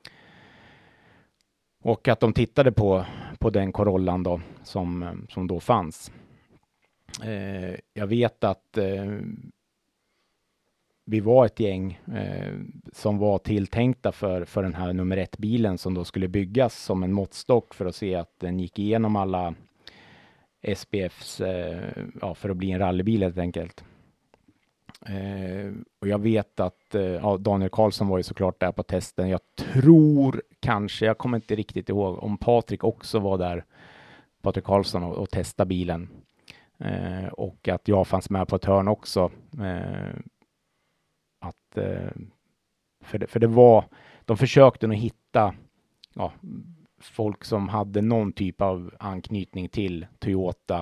Och att de tittade på den Corollan då, som då fanns. Jag vet att vi var ett gäng som var tilltänkta för den här nummer 1-bilen som då skulle byggas som en måttstock för att se att den gick igenom alla SPFs för att bli en rallybil helt enkelt. Och jag vet att Daniel Karlsson var ju såklart där på testen. Jag tror kanske, jag kommer inte riktigt ihåg om Patrik också var där, Patrik Karlsson, och testade bilen. Och att jag fanns med på ett hörn också. För det var, de försökte nog hitta folk som hade någon typ av anknytning till Toyota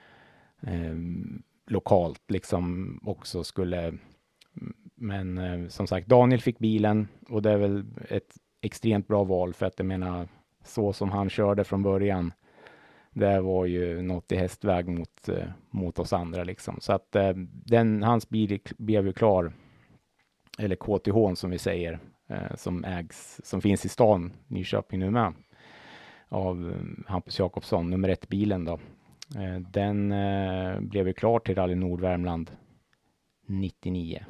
lokalt liksom också skulle, men som sagt, Daniel fick bilen, och det är väl ett extremt bra val, för att jag menar, så som han körde från början, det var ju något i hästväg mot oss andra liksom. Så att hans bil blev ju klar, eller KTH som vi säger, som finns i stan Nyköping nu med, av Hampus Jakobsson, nummer 1-bilen då. Den blev ju klar till Rally Nordvärmland 99.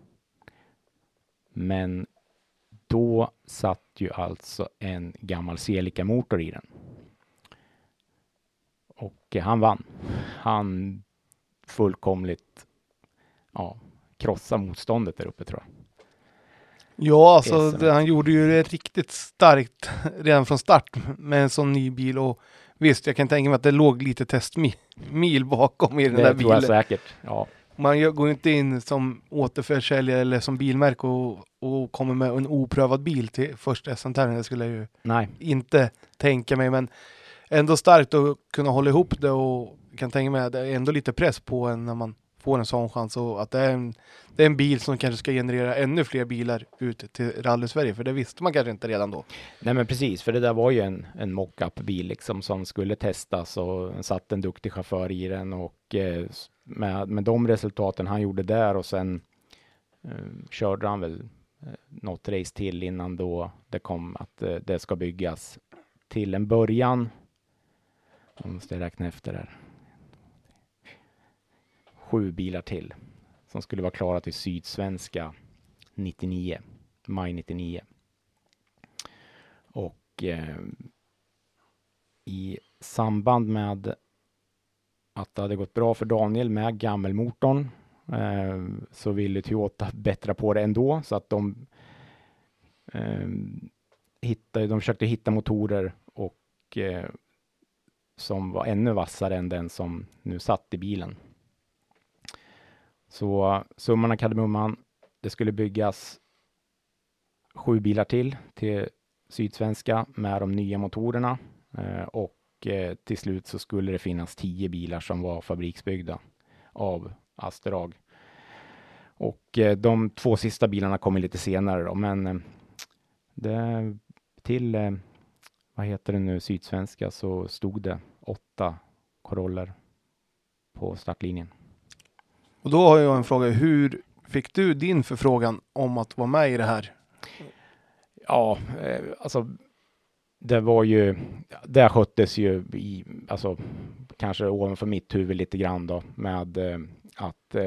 Men då satt ju alltså en gammal Celica-motor i den. Och han vann. Han fullkomligt krossade motståndet där uppe, tror jag. Ja, alltså han gjorde ju det riktigt starkt redan från start med en sån ny bil, och visst, jag kan tänka mig att det låg lite testmil bakom i den där bilen. Det tror jag säkert, ja. Man går inte in som återförsäljare eller som bilmärke och kommer med en oprövad bil till första SM-tävlingen. Det skulle jag ju inte tänka mig, men ändå starkt att kunna hålla ihop det, och kan tänka mig att det är ändå lite press på en när man får en sån chans, och att det är en bil som kanske ska generera ännu fler bilar ut till Rally Sverige, för det visste man kanske inte redan då. Nej, men precis, för det där var ju en mock-up-bil liksom som skulle testas, och satt en duktig chaufför i den, och med de resultaten han gjorde där, och sen körde han väl något race till innan då det kom att det ska byggas till en början. Jag måste räkna efter där. 7 bilar till som skulle vara klara till Sydsvenska 99, maj 99. Och i samband med att det hade gått bra för Daniel med gammelmotorn, så ville Toyota bättra på det ändå, så att de de försökte hitta motorer och som var ännu vassare än den som nu satt i bilen. Så summan av kardemumman, det skulle byggas 7 bilar till Sydsvenska med de nya motorerna och till slut så skulle det finnas 10 bilar som var fabriksbyggda av Asterag. Och de 2 sista bilarna kommer lite senare då, men det till Sydsvenska så stod det 8 Coroller på startlinjen. Och då har jag en fråga, hur fick du din förfrågan om att vara med i det här? Ja, alltså det var ju, det sköttes ju alltså kanske ovanför mitt huvud lite grann då, med att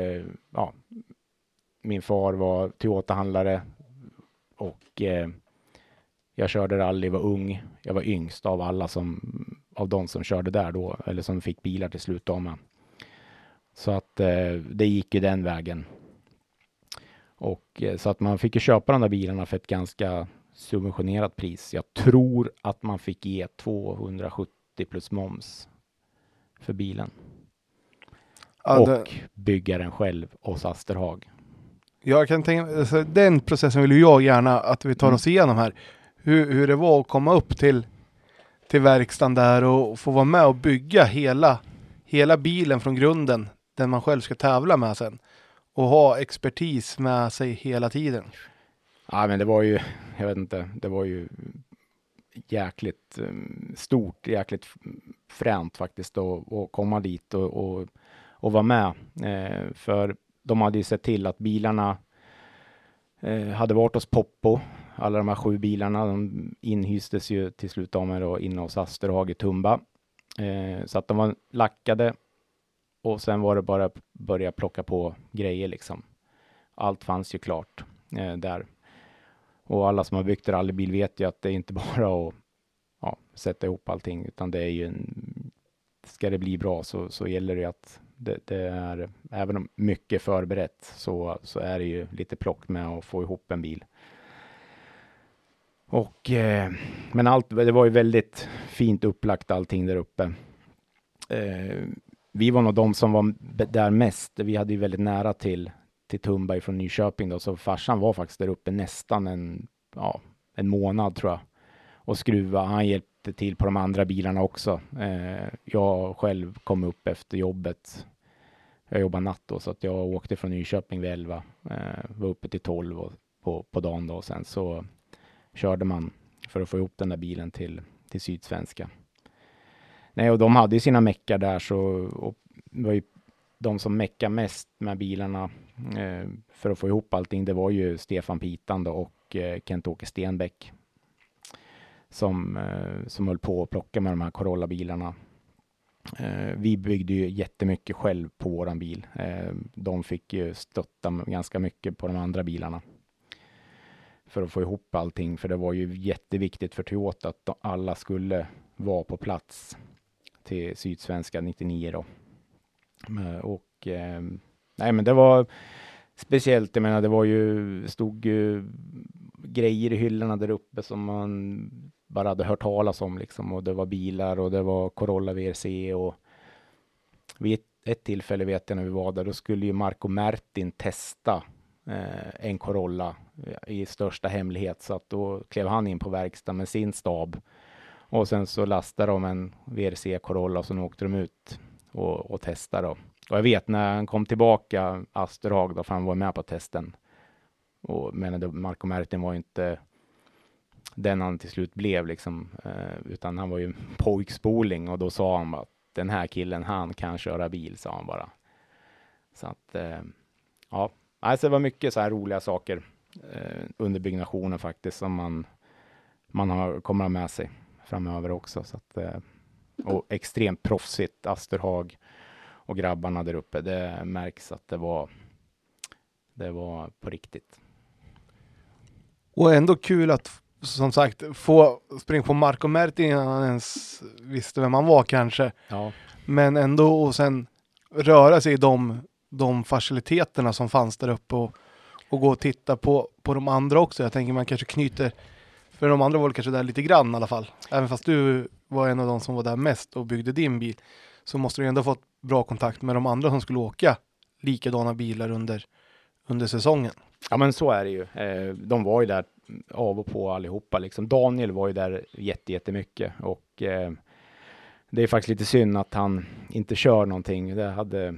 min far var Toyota-handlare och jag körde rally, var ung. Jag var yngst av alla av de som körde där då, eller som fick bilar till slut då med. Så att det gick ju den vägen. Och så att man fick ju köpa de där bilarna för ett ganska subventionerat pris. Jag tror att man fick ge 270 plus moms för bilen. Ja, och bygga den själv hos Asterhag. Jag kan tänka, alltså, den processen vill ju jag gärna att vi tar oss igenom här. Hur det var att komma upp till verkstaden där och få vara med och bygga hela bilen från grunden, den man själv ska tävla med sen. Och ha expertis med sig hela tiden. Ja, men det var ju, jag vet inte, det var ju jäkligt stort, jäkligt fränt faktiskt att komma dit och vara med. För de hade ju sett till att bilarna hade varit hos Poppo. Alla de här 7 bilarna, de inhystes ju till slut av mig då inne hos Asterhag i Tumba. Så att de var lackade och sen var det bara att börja plocka på grejer liksom. Allt fanns ju klart där. Och alla som har byggt rallybil vet ju att det är inte bara att sätta ihop allting, utan det är ju ska det bli bra så gäller det att det är, även om mycket förberett så är det ju lite plock med att få ihop en bil. Och men det var ju väldigt fint upplagt allting där uppe. Vi var nog de som var där mest. Vi hade ju väldigt nära till Tumba ifrån Nyköping då, så farsan var faktiskt där uppe nästan en månad tror jag. Och skruva, han hjälpte till på de andra bilarna också. Jag själv kom upp efter jobbet. Jag jobbar natt då, så att jag åkte från Nyköping vid 11. Var uppe till 12 på dagen då, och sen så körde man för att få ihop den där bilen till Sydsvenska. Nej, och de hade ju sina meckar där, så och var ju de som meckade mest med bilarna för att få ihop allting, det var ju Stefan Pitan då och Kent-Åke Stenbäck som höll på att plocka med de här Corolla-bilarna. Vi byggde ju jättemycket själv på våran bil. De fick ju stötta ganska mycket på de andra bilarna för att få ihop allting, för det var ju jätteviktigt för Toyota att alla skulle vara på plats till Sydsvenska 99 då. Och nej, men det var speciellt, jag menar, det var ju, stod ju grejer i hyllorna där uppe som man bara hade hört talas om liksom, och det var bilar och det var Corolla VRC, och vid ett tillfälle vet jag när vi var där, då skulle ju Marco Mertin testa en Corolla i största hemlighet, så att då klev han in på verkstaden med sin stab och sen så lastade de en VRC Corolla och så åkte de ut och testade då. Och jag vet när han kom tillbaka, Asterhag då, för han var med på testen, och menade Marco Mertin var ju inte den han till slut blev liksom, utan han var ju pojkspoling, och då sa han att den här killen, han kan köra bil, sa han bara. Så att ja, alltså det var mycket så här roliga saker under byggnationen faktiskt, som man kommer ha med sig framöver också. Så att, och extremt proffsigt, Asterhag och grabbarna där uppe. Det märks att det var på riktigt. Och ändå kul att, som sagt, få springa på Marco Mertin innan han ens visste vem han var kanske. Ja. Men ändå, och sen röra sig i de faciliteterna som fanns där uppe och gå och titta på de andra också. Jag tänker man kanske knyter För de andra var väl kanske där lite grann i alla fall. Även fast du var en av de som var där mest och byggde din bil, så måste du ändå fått bra kontakt med de andra som skulle åka likadana bilar under säsongen. Ja, men så är det ju. De var ju där av och på allihopa. Liksom. Daniel var ju där jättemycket. Och det är faktiskt lite synd att han inte kör någonting. Det hade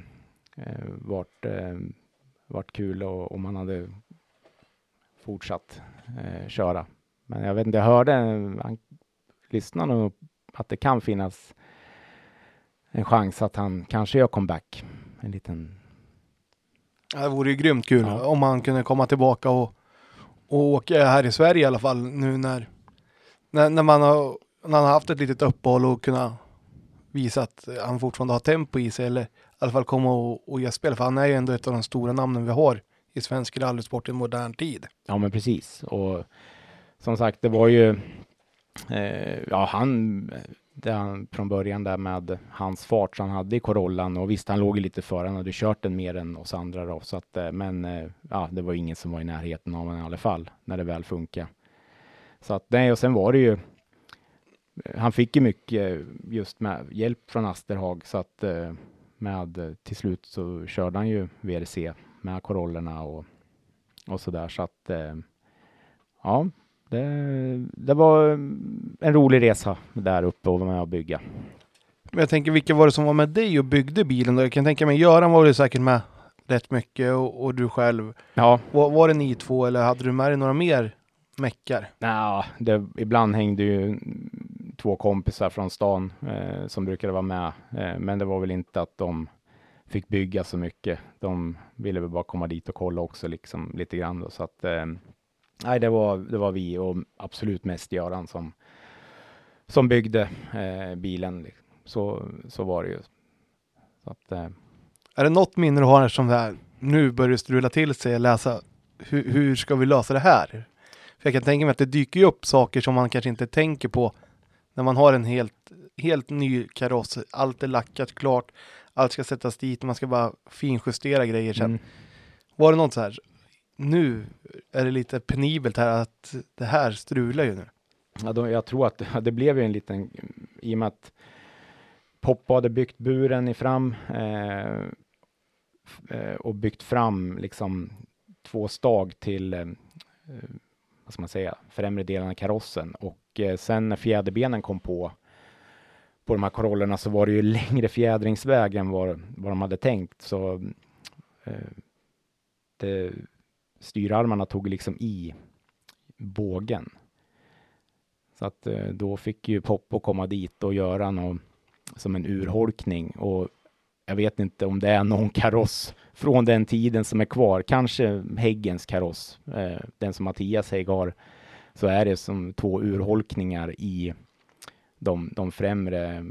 varit kul om man hade fortsatt köra. Men jag vet inte, jag hörde, han lyssnade nog att det kan finnas en chans att han kanske gör comeback. En liten... Det vore ju grymt kul om han kunde komma tillbaka och åka här i Sverige i alla fall nu när man har haft ett litet uppehåll och kunna visa att han fortfarande har tempo i sig, eller i alla fall komma och gästspela, för han är ju ändå ett av de stora namnen vi har i svensk rallysport i modern tid. Ja, men precis. Och som sagt, det var ju han från början där med hans fart som han hade i Corollan, och visst, han låg ju lite för, han hade kört den mer än oss andra då, så att, men det var ingen som var i närheten av honom i alla fall när det väl funkar. Så att och sen var det ju, han fick ju mycket just med hjälp från Asterhag, så att till slut så körde han ju VRC med Corollerna och sådär, så att det var en rolig resa där uppe och vara med och bygga. Men jag tänker, vilka var det som var med dig och byggde bilen då? Jag kan tänka mig, Göran var det säkert med rätt mycket, och du själv. Ja. Var det ni två, eller hade du med dig några mer meckar? Ja, ibland hängde ju 2 kompisar från stan som brukade vara med. Men det var väl inte att de fick bygga så mycket. De ville väl bara komma dit och kolla också liksom, lite grann då. Så att nej, det var vi, och absolut mest Göran som byggde bilen. Så var det ju. Så att, är det något minne du har som där, nu börjar strula till sig, läsa hur ska vi lösa det här? För jag kan tänka mig att det dyker ju upp saker som man kanske inte tänker på när man har en helt ny kaross. Allt är lackat klart, allt ska sättas dit, man ska bara finjustera grejer sen. Var det något så här, nu är det lite penibelt här att det här strular ju nu? Ja, jag tror att det blev ju en liten, i och med att Poppa hade byggt buren i fram och byggt fram liksom 2 stag till vad ska man säga, främre delen av karossen, och sen när fjäderbenen kom på de här Corollerna, så var det ju längre fjädringsväg än vad de hade tänkt, så styrarmarna tog liksom i bågen, så att då fick ju Poppo komma dit och göra något som en urholkning, och jag vet inte om det är någon kaross från den tiden som är kvar. Kanske Häggens kaross, den som Mattias Hägg har, så är det som 2 urholkningar i de främre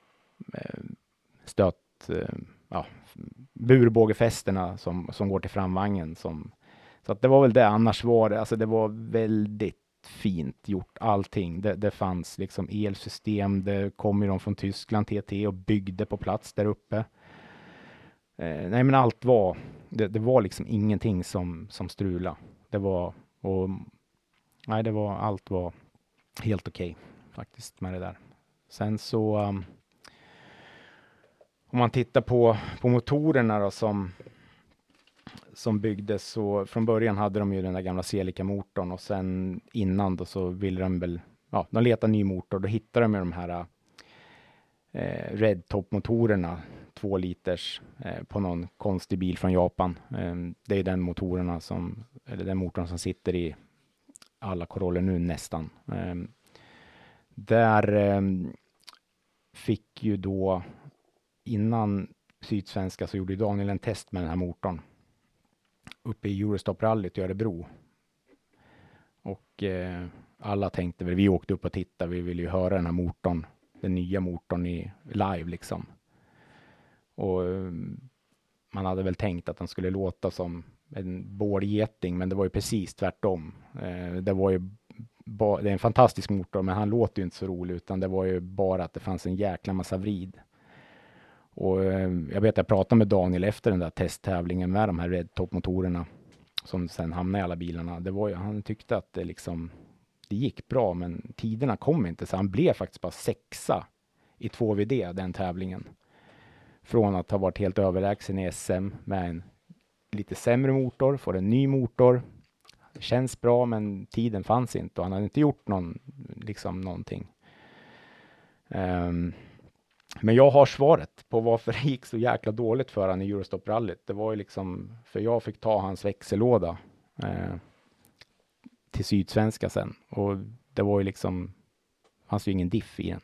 burbågefästena som går till framvagnen. Så att det var väl det. Annars var det, alltså det var väldigt fint gjort allting. Det fanns liksom elsystem, det kom ju de från Tyskland, TT, och byggde på plats där uppe. Nej, men allt var, det var liksom ingenting som strula. Allt var helt okej faktiskt med det där. Sen så om man tittar på motorerna då, som byggdes, så från början hade de ju den där gamla Celica-motorn, och sen innan då så ville de väl, de letade ny motor, då hittade de ju de här Red Top-motorerna, 2 liters på någon konstig bil från Japan. Det är den motorn som sitter i alla Coroller nu nästan. Där fick ju då, innan Sydsvenska, så gjorde Daniel en test med den här motorn uppe i Eurostop-rallyt i Örebro. Och alla tänkte väl, vi åkte upp och tittade, vi ville ju höra den här motorn, den nya motorn i live liksom. Och man hade väl tänkt att den skulle låta som en bårgeting, men det var ju precis tvärtom. Det är en fantastisk motor, men han låter ju inte så rolig, utan det var ju bara att det fanns en jäkla massa vrid. Och jag vet att jag pratade med Daniel efter den där testtävlingen med de här Red Top-motorerna som sen hamnade i alla bilarna. Han tyckte att det gick bra, men tiderna kom inte. Så han blev faktiskt bara 6:a i 2VD den tävlingen. Från att ha varit helt överlägsen i SM med en lite sämre motor, får en ny motor. Det känns bra, men tiden fanns inte och han hade inte gjort någonting. Men jag har svaret på varför det gick så jäkla dåligt för han i Eurostop-rallyt. Det var ju liksom, för jag fick ta hans växellåda till Sydsvenska sen. Och det var ju liksom, fanns ju ingen diff i den.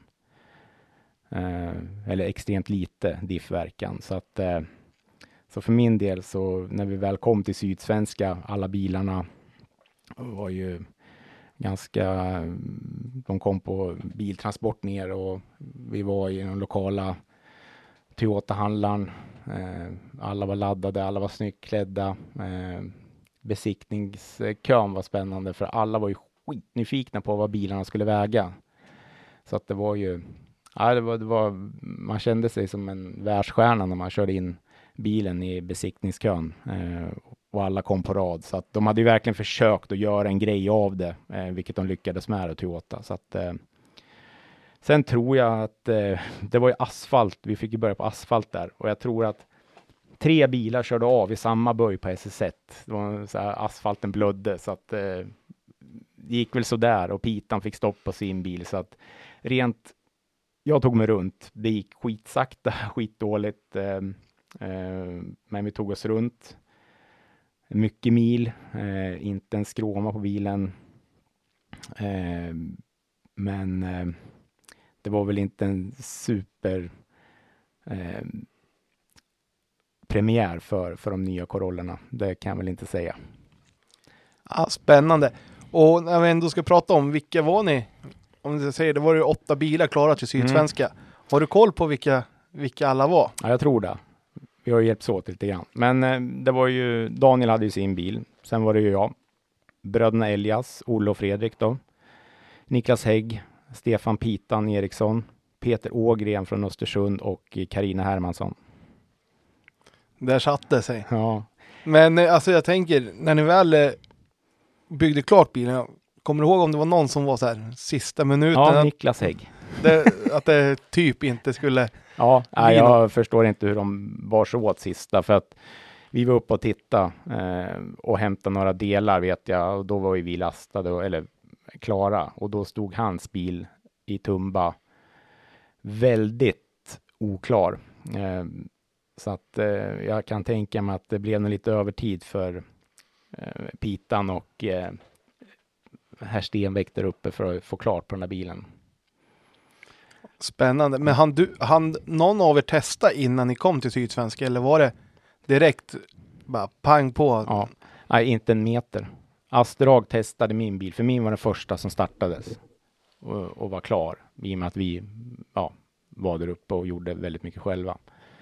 Eller extremt lite diffverkan. Så för min del, så när vi väl kom till Sydsvenska, alla bilarna var ju ganska, de kom på biltransport ner och vi var i den lokala Toyota-handlaren. Alla var laddade, alla var snyggt klädda. Besiktningskön var spännande för alla var ju skitnyfikna på vad bilarna skulle väga. Så att det var ju, ja, det var, man kände sig som en världsstjärna när man körde in bilen i besiktningskön. Och alla kom på rad. Så att de hade ju verkligen försökt att göra en grej av det. Vilket de lyckades med, Toyota. Så att, sen tror jag att det var ju asfalt. Vi fick ju börja på asfalt där. Och jag tror att 3 bilar körde av i samma böj på SS1. Det var så här, asfalten blödde. Så att det gick väl så där. Och Pitan fick stopp på sin bil. Så att rent, jag tog mig runt. Det gick skitsakta, skitdåligt. Men vi tog oss runt. Mycket mil, inte en skråma på bilen. Men det var väl inte en super premiär för de nya Corollerna. Det kan jag väl inte säga. Ja, spännande. Och när vi ändå ska prata om, vilka var ni? Om du säger, det var ju 8 bilar klara till Sydsvenska. Har du koll på vilka alla var? Ja, jag tror det. Vi har hjälpts åt lite grann. Men det var ju, Daniel hade ju sin bil. Sen var det ju jag. Bröderna Elias, Olle och Fredrik då. Niklas Hägg, Stefan Pitan Eriksson, Peter Ågren från Östersund och Carina Hermansson. Där satt det sig. Ja. Men alltså jag tänker, när ni väl byggde klart bilen, kommer du ihåg om det var någon som var så här sista minuten? Ja, Niklas Hägg. Att det typ inte skulle... Ja, jag förstår inte hur de var så åt sista, för att vi var uppe och tittade och hämtade några delar, vet jag, och då var vi lastade eller klara, och då stod hans bil i Tumba väldigt oklar. Så att jag kan tänka mig att det blev nog lite övertid för Pitan och herr Stenbeck där uppe för att få klart på den här bilen. Spännande. Men hann någon av er testa innan ni kom till Sydsvenska, eller var det direkt bara pang på? Ja, nej, inte en meter. Astrag testade min bil, för min var den första som startades och var klar, i och med att vi var där uppe och gjorde väldigt mycket själva.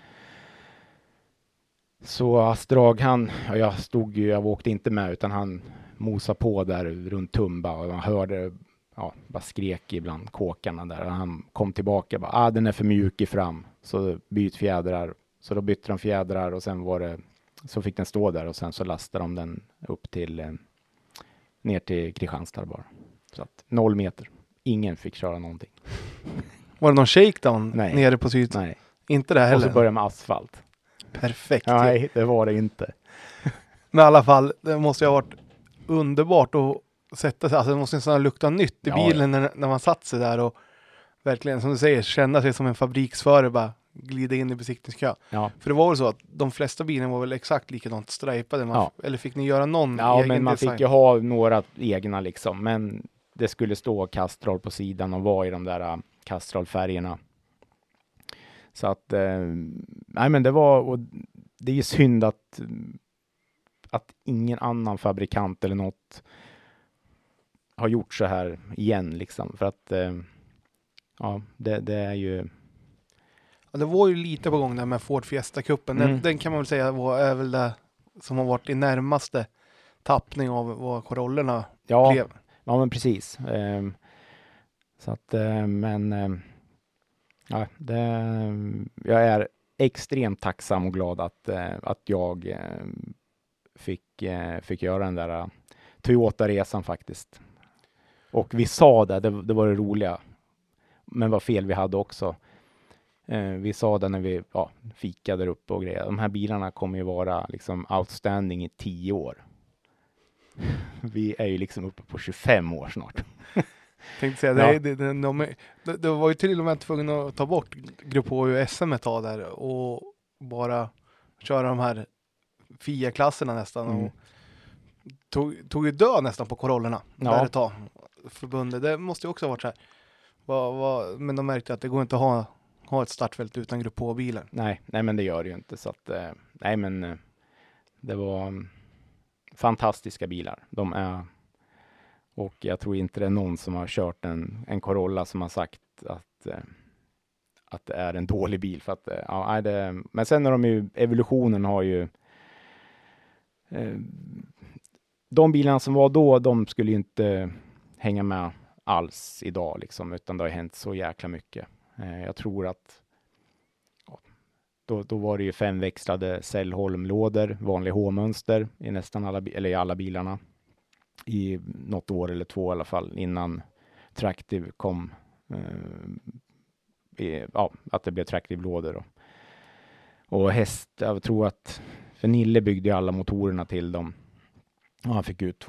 Så Astrag, jag åkte inte med, utan han mosade på där runt Tumba och man hörde bara skrek ibland kåkarna där. Han kom tillbaka och bara, den är för mjuk i fram. Så byt fjädrar. Så då bytte de fjädrar och sen så fick den stå där och sen så lastade de den upp till ner till Kristianstad bara. Så att 0 meter. Ingen fick köra någonting. Var det någon shakedown nere på Syd? Nej. Inte det heller? Och så började med asfalt. Perfekt. Nej, det var det inte. Men i alla fall, det måste ju ha varit underbart att sätta sig. Alltså det måste nästan lukta nytt i bilen när man satt sig där och verkligen, som du säger, känna sig som en fabriksförare, bara glida in i besiktningskö. Ja. För det var väl så att de flesta bilarna var väl exakt likadant stripade. Eller fick ni göra någon egen men man design? fick ju ha några egna liksom. Men det skulle stå Castrol på sidan och vara i de där Castrol-färgerna. Så att, nej men det var, och det är ju synd att ingen annan fabrikant eller något har gjort så här igen liksom. För att, det är ju... Ja, det var ju lite på gång där med Ford Fiesta-cupen. Den kan man väl säga är väl det som har varit i närmaste tappning av vad Corollerna blev. Ja, men precis. Så att, jag är extremt tacksam och glad att jag fick göra den där Toyota-resan faktiskt. Och vi sa det var det roliga. Men vad fel vi hade också. Vi sa det när vi fikade där uppe och grejer. De här bilarna kommer ju vara liksom outstanding i 10 år. Vi är ju liksom uppe på 25 år snart. Tänkte säga, det var ju till och med tvungen att ta bort Grupp H och SM ett tag där och bara köra de här FIA-klasserna nästan. Och tog ju död nästan på Corollerna. Där ett tag. Förbundet, det måste ju också ha varit så här. Men de märkte att det går inte att ha ett startfält utan Grupp H-bilar. Nej, men det gör det ju inte. Så att, det var fantastiska bilar. De är, och jag tror inte det är någon som har kört en Corolla som har sagt att det är en dålig bil. För att, men sen har evolutionen har ju de bilarna som var då, de skulle ju inte hänga med alls idag liksom, utan det har hänt så jäkla mycket. Jag tror att då var det ju 5-växlade Sällholm-lådor, vanlig H-mönster i nästan alla bilarna i något år eller 2 i alla fall innan Tractive kom, att det blev Tractive-lådor då. Och jag tror att för Nille byggde ju alla motorerna till dem. Och han fick ut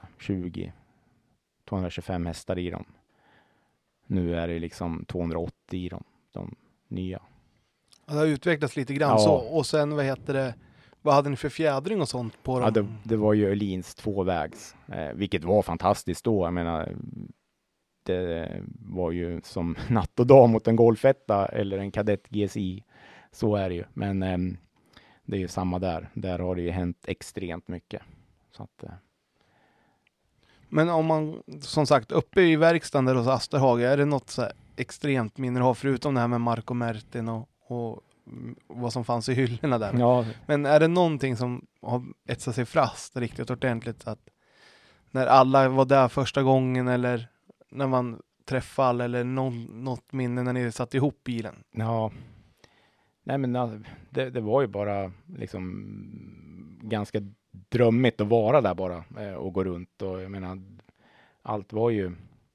225 hästar i dem. Nu är det liksom 280 i dem, de nya. Det har utvecklats lite grann så. Och sen, vad hade ni för fjädring och sånt på dem? Ja, det var ju Öhlins 2-vägs, vilket var fantastiskt då. Jag menar, det var ju som natt och dag mot en Golfetta eller en Kadett GSI. Så är det ju. Men det är ju samma där. Där har det ju hänt extremt mycket. Så att, Men om man, som sagt, uppe i verkstaden där hos Asterhage, är det något så här extremt minne har förutom det här med Marco Mertin och vad som fanns i hyllorna där? ja, Men är det någonting som har etsat sig fast riktigt ordentligt, att när alla var där första gången eller när man träffade alla, eller något minne när ni satt ihop bilen? ja. Nej, men det var ju bara liksom ganska drömmigt att vara där bara och gå runt. Och jag menar, allt var ju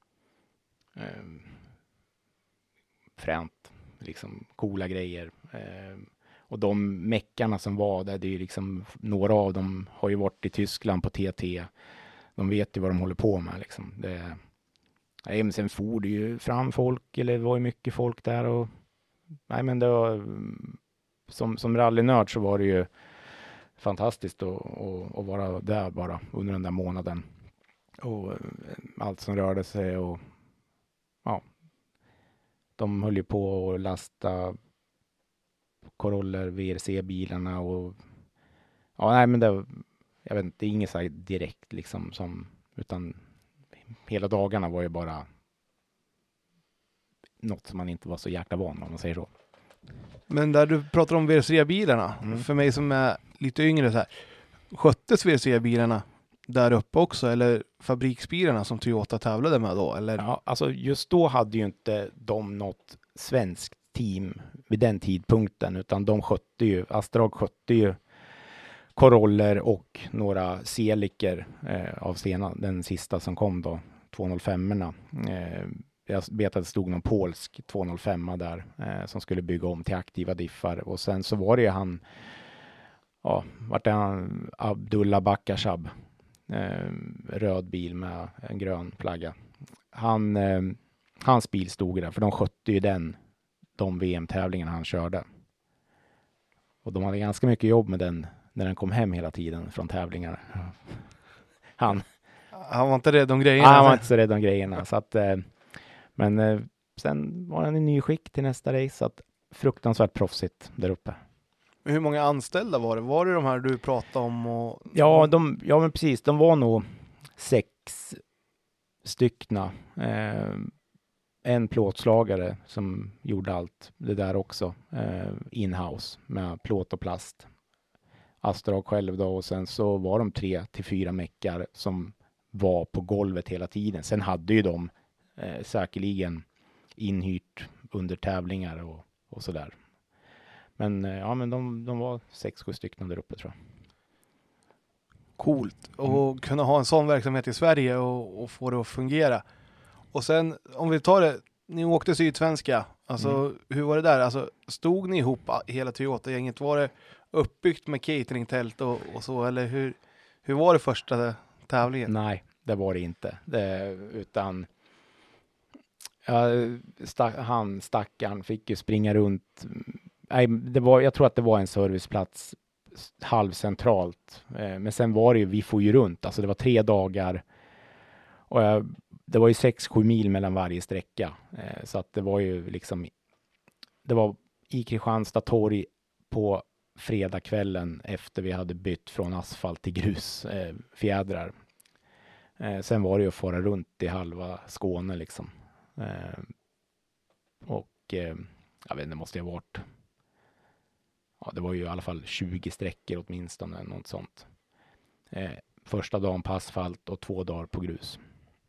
fränt, liksom coola grejer. Och de meckarna som var där, det är ju liksom, några av dem har ju varit i Tyskland på TT. De vet ju vad de håller på med liksom. Men sen for det ju fram folk, eller det var ju mycket folk där. Och nej, men det var, som rallynörd så var det ju fantastiskt att vara där bara under den där månaden. Och allt som rörde sig, och de höll ju på att lasta Coroller, VRC-bilarna och men jag vet inte, det är inget så här direkt liksom utan hela dagarna var ju bara något som man inte var så jäkla van, om man säger så. Men där du pratar om VRC-bilarna, för mig som är lite yngre så här, sköttes VRC-bilarna där uppe också, eller fabriksbilarna som Toyota tävlade med då? Eller? Ja, alltså just då hade ju inte de något svenskt team vid den tidpunkten, utan de Astrag skötte ju Coroller och några Celiker av den sista som kom då, 205-erna. Jag vet att det stod någon polsk 205 där som skulle bygga om till aktiva diffar. Och sen så var det ju vart är han? Abdullah Bakashab. Röd bil med en grön flagga. Hans bil stod där, för de skötte ju de VM-tävlingarna han körde. Och de hade ganska mycket jobb med den när den kom hem hela tiden från tävlingar. Han var inte rädd om grejerna? Han var inte så rädd om grejerna. Så att, men sen var han i ny skick till nästa race. Så att fruktansvärt proffsigt där uppe. Men hur många anställda var det? Var det de här du pratade om? Ja, men precis. De var nog 6 styckna. En plåtslagare som gjorde allt det där också. In-house med plåt och plast. Astrag själv då. Och sen så var de 3 till 4 meckar som var på golvet hela tiden. Sen hade ju de säkerligen inhyrt under tävlingar och sådär. Men men de var 6-7 stycken där uppe, tror jag. Coolt. Och kunna ha en sån verksamhet i Sverige och få det att fungera. Och sen, om vi tar det, ni åkte Sydsvenska. Alltså, hur var det där? Alltså, stod ni ihop hela Toyota-gänget? Var det uppbyggt med cateringtält och så? Eller hur var det första tävlingen? Nej, det var det inte. Utan han stackaren fick ju springa runt. Nej, jag tror att det var en serviceplats halvcentralt. Men sen var det ju, vi får ju runt. Alltså det var 3 dagar. Och det var ju 6-7 mil mellan varje sträcka. Så att det var ju liksom, det var i Kristianstad torg på fredagskvällen efter vi hade bytt från asfalt till grusfjädrar. Sen var det ju att fara runt i halva Skåne liksom. Jag vet inte, det måste ha varit. Ja, det var ju i alla fall 20 sträckor åtminstone, något sånt. Första dagen på asfalt och 2 dagar på grus.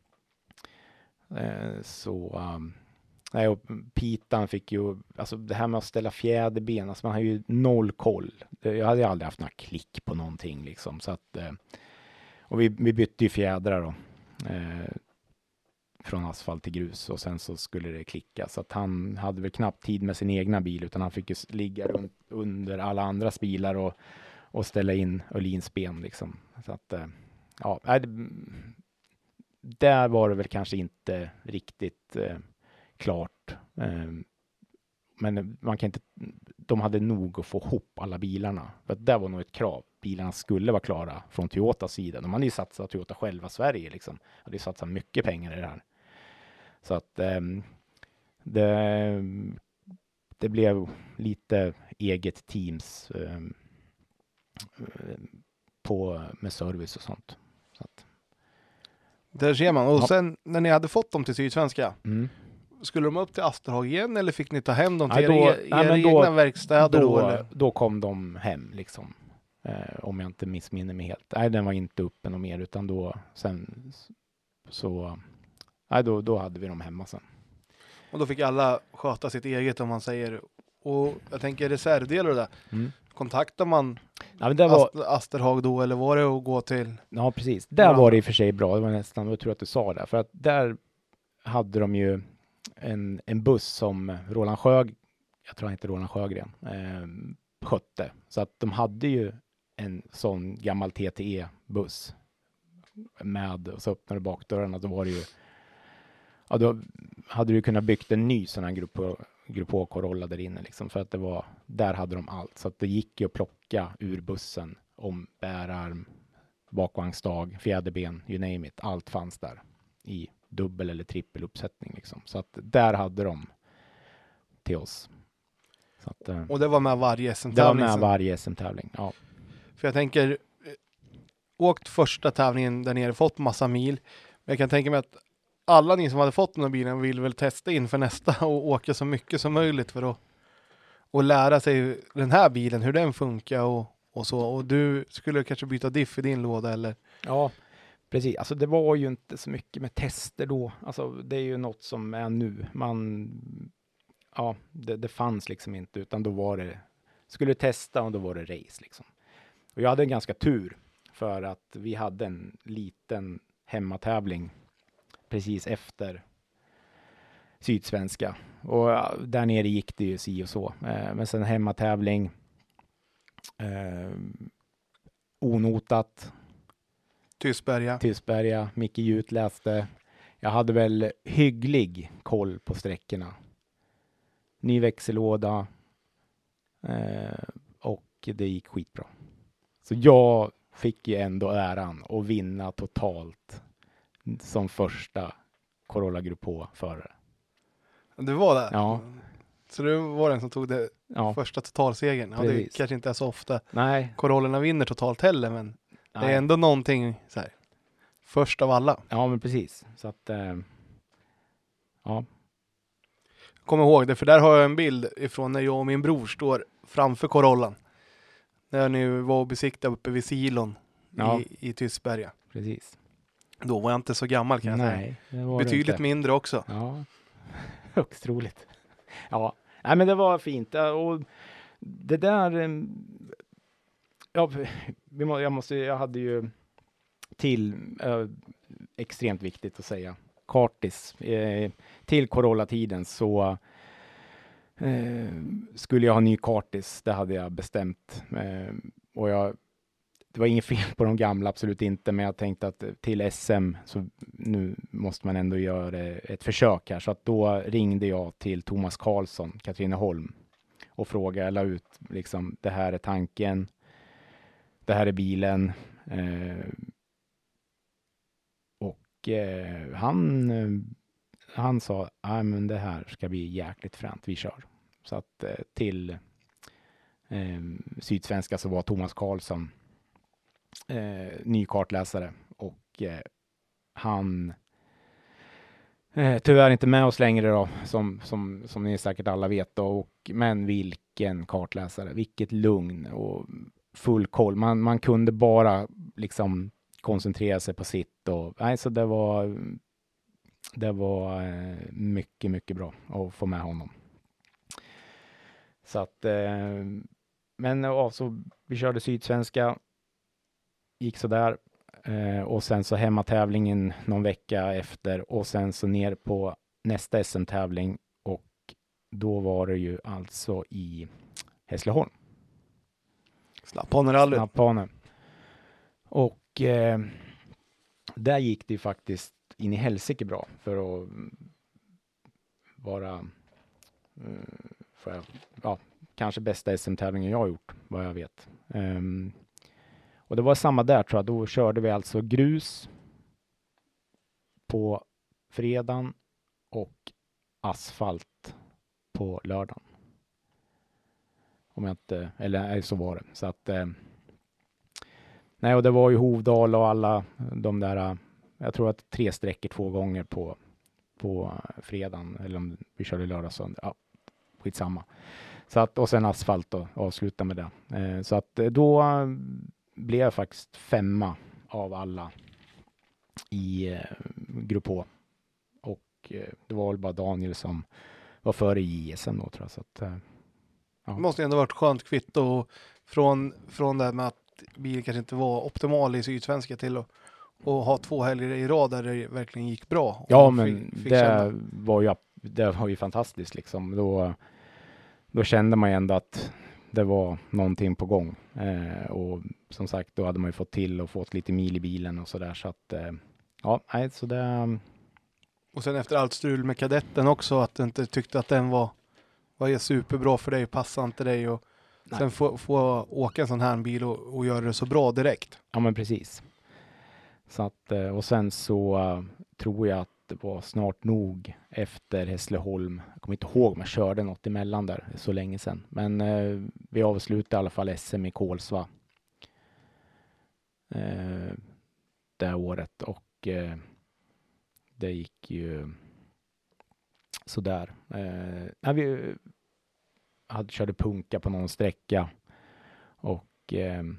Och Pitan fick ju, alltså det här med att ställa fjäderben, alltså man har ju noll koll. Jag hade aldrig haft några klick på någonting liksom, så att och vi bytte ju fjädrar då. Från asfalt till grus och sen så skulle det klicka, så att han hade väl knappt tid med sin egna bil, utan han fick ju ligga runt under alla andras bilar och ställa in Öhlins ben liksom. Så att ja, där var det väl kanske inte riktigt klart. Men man kan inte, de hade nog att få ihop alla bilarna. För att det var nog ett krav. Bilarna skulle vara klara från Toyotas sida. De hade ju satsat Toyota själva Sverige liksom. Hade ju satsat mycket pengar i det här. Så att det blev lite eget teams med service och sånt. Så att, där ser man. Och sen när ni hade fått dem till Sydsvenska, skulle de upp till Asterhag igen eller fick ni ta hem dem till era egna verkstäder? Då kom de hem liksom. Om jag inte missminner mig helt. Nej, den var inte uppe något mer, utan då hade vi dem hemma sen. Och då fick alla sköta sitt eget, om man säger. Och jag tänker reservdelar där. Kontaktar man Asterhag då, eller var det att gå till? Ja, precis. Där var det i och för sig bra. Det var nästan, jag tror att du sa det. För att där hade de ju en buss som Roland Sjögren skötte. Så att de hade ju en sån gammal TTE-buss med, och så öppnade bakdörrarna, då var det ju, ja, då hade du kunnat byggt en ny sån här Grupp H Corolla där inne liksom, för att där hade de allt, så att det gick ju att plocka ur bussen om bärarm, bakvagnsstag, fjäderben, you name it, allt fanns där i dubbel eller trippel uppsättning liksom, så att där hade de till oss. Så att, och det var med varje SM-tävling? Det var med varje SM-tävling, ja. För jag tänker, åkt första tävlingen där nere, fått massa mil. Men jag kan tänka mig att alla ni som hade fått den här bilen vill väl testa inför nästa och åka så mycket som möjligt för att lära sig den här bilen, hur den funkar och så. Och du skulle kanske byta diff i din låda, eller? Ja, precis. Alltså det var ju inte så mycket med tester då. Alltså det är ju något som är nu. Det fanns liksom inte, utan då var det, skulle testa och då var det race liksom. Och jag hade en ganska tur, för att vi hade en liten hemmatävling precis efter Sydsvenska. Och där nere gick det ju si och så. Men sen hemmatävling, onotat. Tystberga, Micke Jut läste. Jag hade väl hygglig koll på sträckorna. Ny växellåda. Och det gick skitbra. Så jag fick ju ändå äran att vinna totalt som första Corolla Grupp H-förare. Du var där? Ja. Så du var den som tog det första totalsegern? Ja, det kanske inte är så ofta Corollorna vinner totalt heller, men det är ändå någonting så här, först av alla. Ja, men precis. Så att, ja. Kom ihåg det, för där har jag en bild ifrån när jag och min bror står framför Corollan. När ni var och besiktade uppe vid silon i Tystberga. Precis. Då var jag inte så gammal, kan jag säga. Betydligt mindre också. Ja, högst roligt. Ja, nej, men det var fint. Och det där, jag hade ju till, extremt viktigt att säga, kartis. Till Corolla-tiden så skulle jag ha ny kartis, det hade jag bestämt. Och det var inget fel på de gamla, absolut inte, men jag tänkte att till SM så nu måste man ändå göra ett försök här. Så att då ringde jag till Thomas Karlsson, Katrineholm, och frågade, la ut liksom, det här är tanken, det här är bilen. Han sa, men det här ska bli jäkligt fränt, vi kör. Så att till Sydsvenska så var Thomas Karlsson ny kartläsare, och han tyvärr inte med oss längre då, som ni säkert alla vet då, men vilken kartläsare, vilket lugn och full koll. Man kunde bara liksom koncentrera sig på sitt, och så det var mycket, mycket bra att få med honom. Så att men så vi körde Sydsvenska, gick så där, och sen så hemmatävlingen någon vecka efter, och sen så ner på nästa SM-tävling, och då var det ju alltså i Hässleholm. Snapphanerallyt. Och där gick det faktiskt in i helsike bra för att vara kanske bästa SM-tävlingen jag har gjort, vad jag vet. Och det var samma där, tror jag. Då körde vi alltså grus på fredagen och asfalt på lördagen. Om jag inte, eller så var det. Så att och det var ju Hovdal och alla de där, jag tror att 3 sträckor 2 gånger på fredagen, eller om vi körde lördag söndag. Ja, skitsamma. Så att, och sen asfalt och avsluta med det. Så att då blev jag faktiskt 5 av alla i grupp H. Och det var väl bara Daniel som var före i JSM då, tror jag. Så att, Det måste ändå varit skönt kvitto från det här med att bilen kanske inte var optimal i Sydsvenska till att ha 2 helger i rad där det verkligen gick bra. Ja, men det var ju fantastiskt liksom. Då kände man ju ändå att det var någonting på gång. Och som sagt, då hade man ju fått lite mil i bilen och sådär. Så att, så det... Och sen efter allt strul med kadetten också, att du inte tyckte att den var superbra för dig, passade inte dig, och sen få åka en sån här bil och göra det så bra direkt. Ja, men precis. Så att, och sen så tror jag att det var snart nog efter Hässleholm. Jag kommer inte ihåg om jag körde något emellan där så länge sedan. Men vi avslutade i alla fall SM i Kolsva det året, och det gick ju sådär. Vi körde punka på någon sträcka, och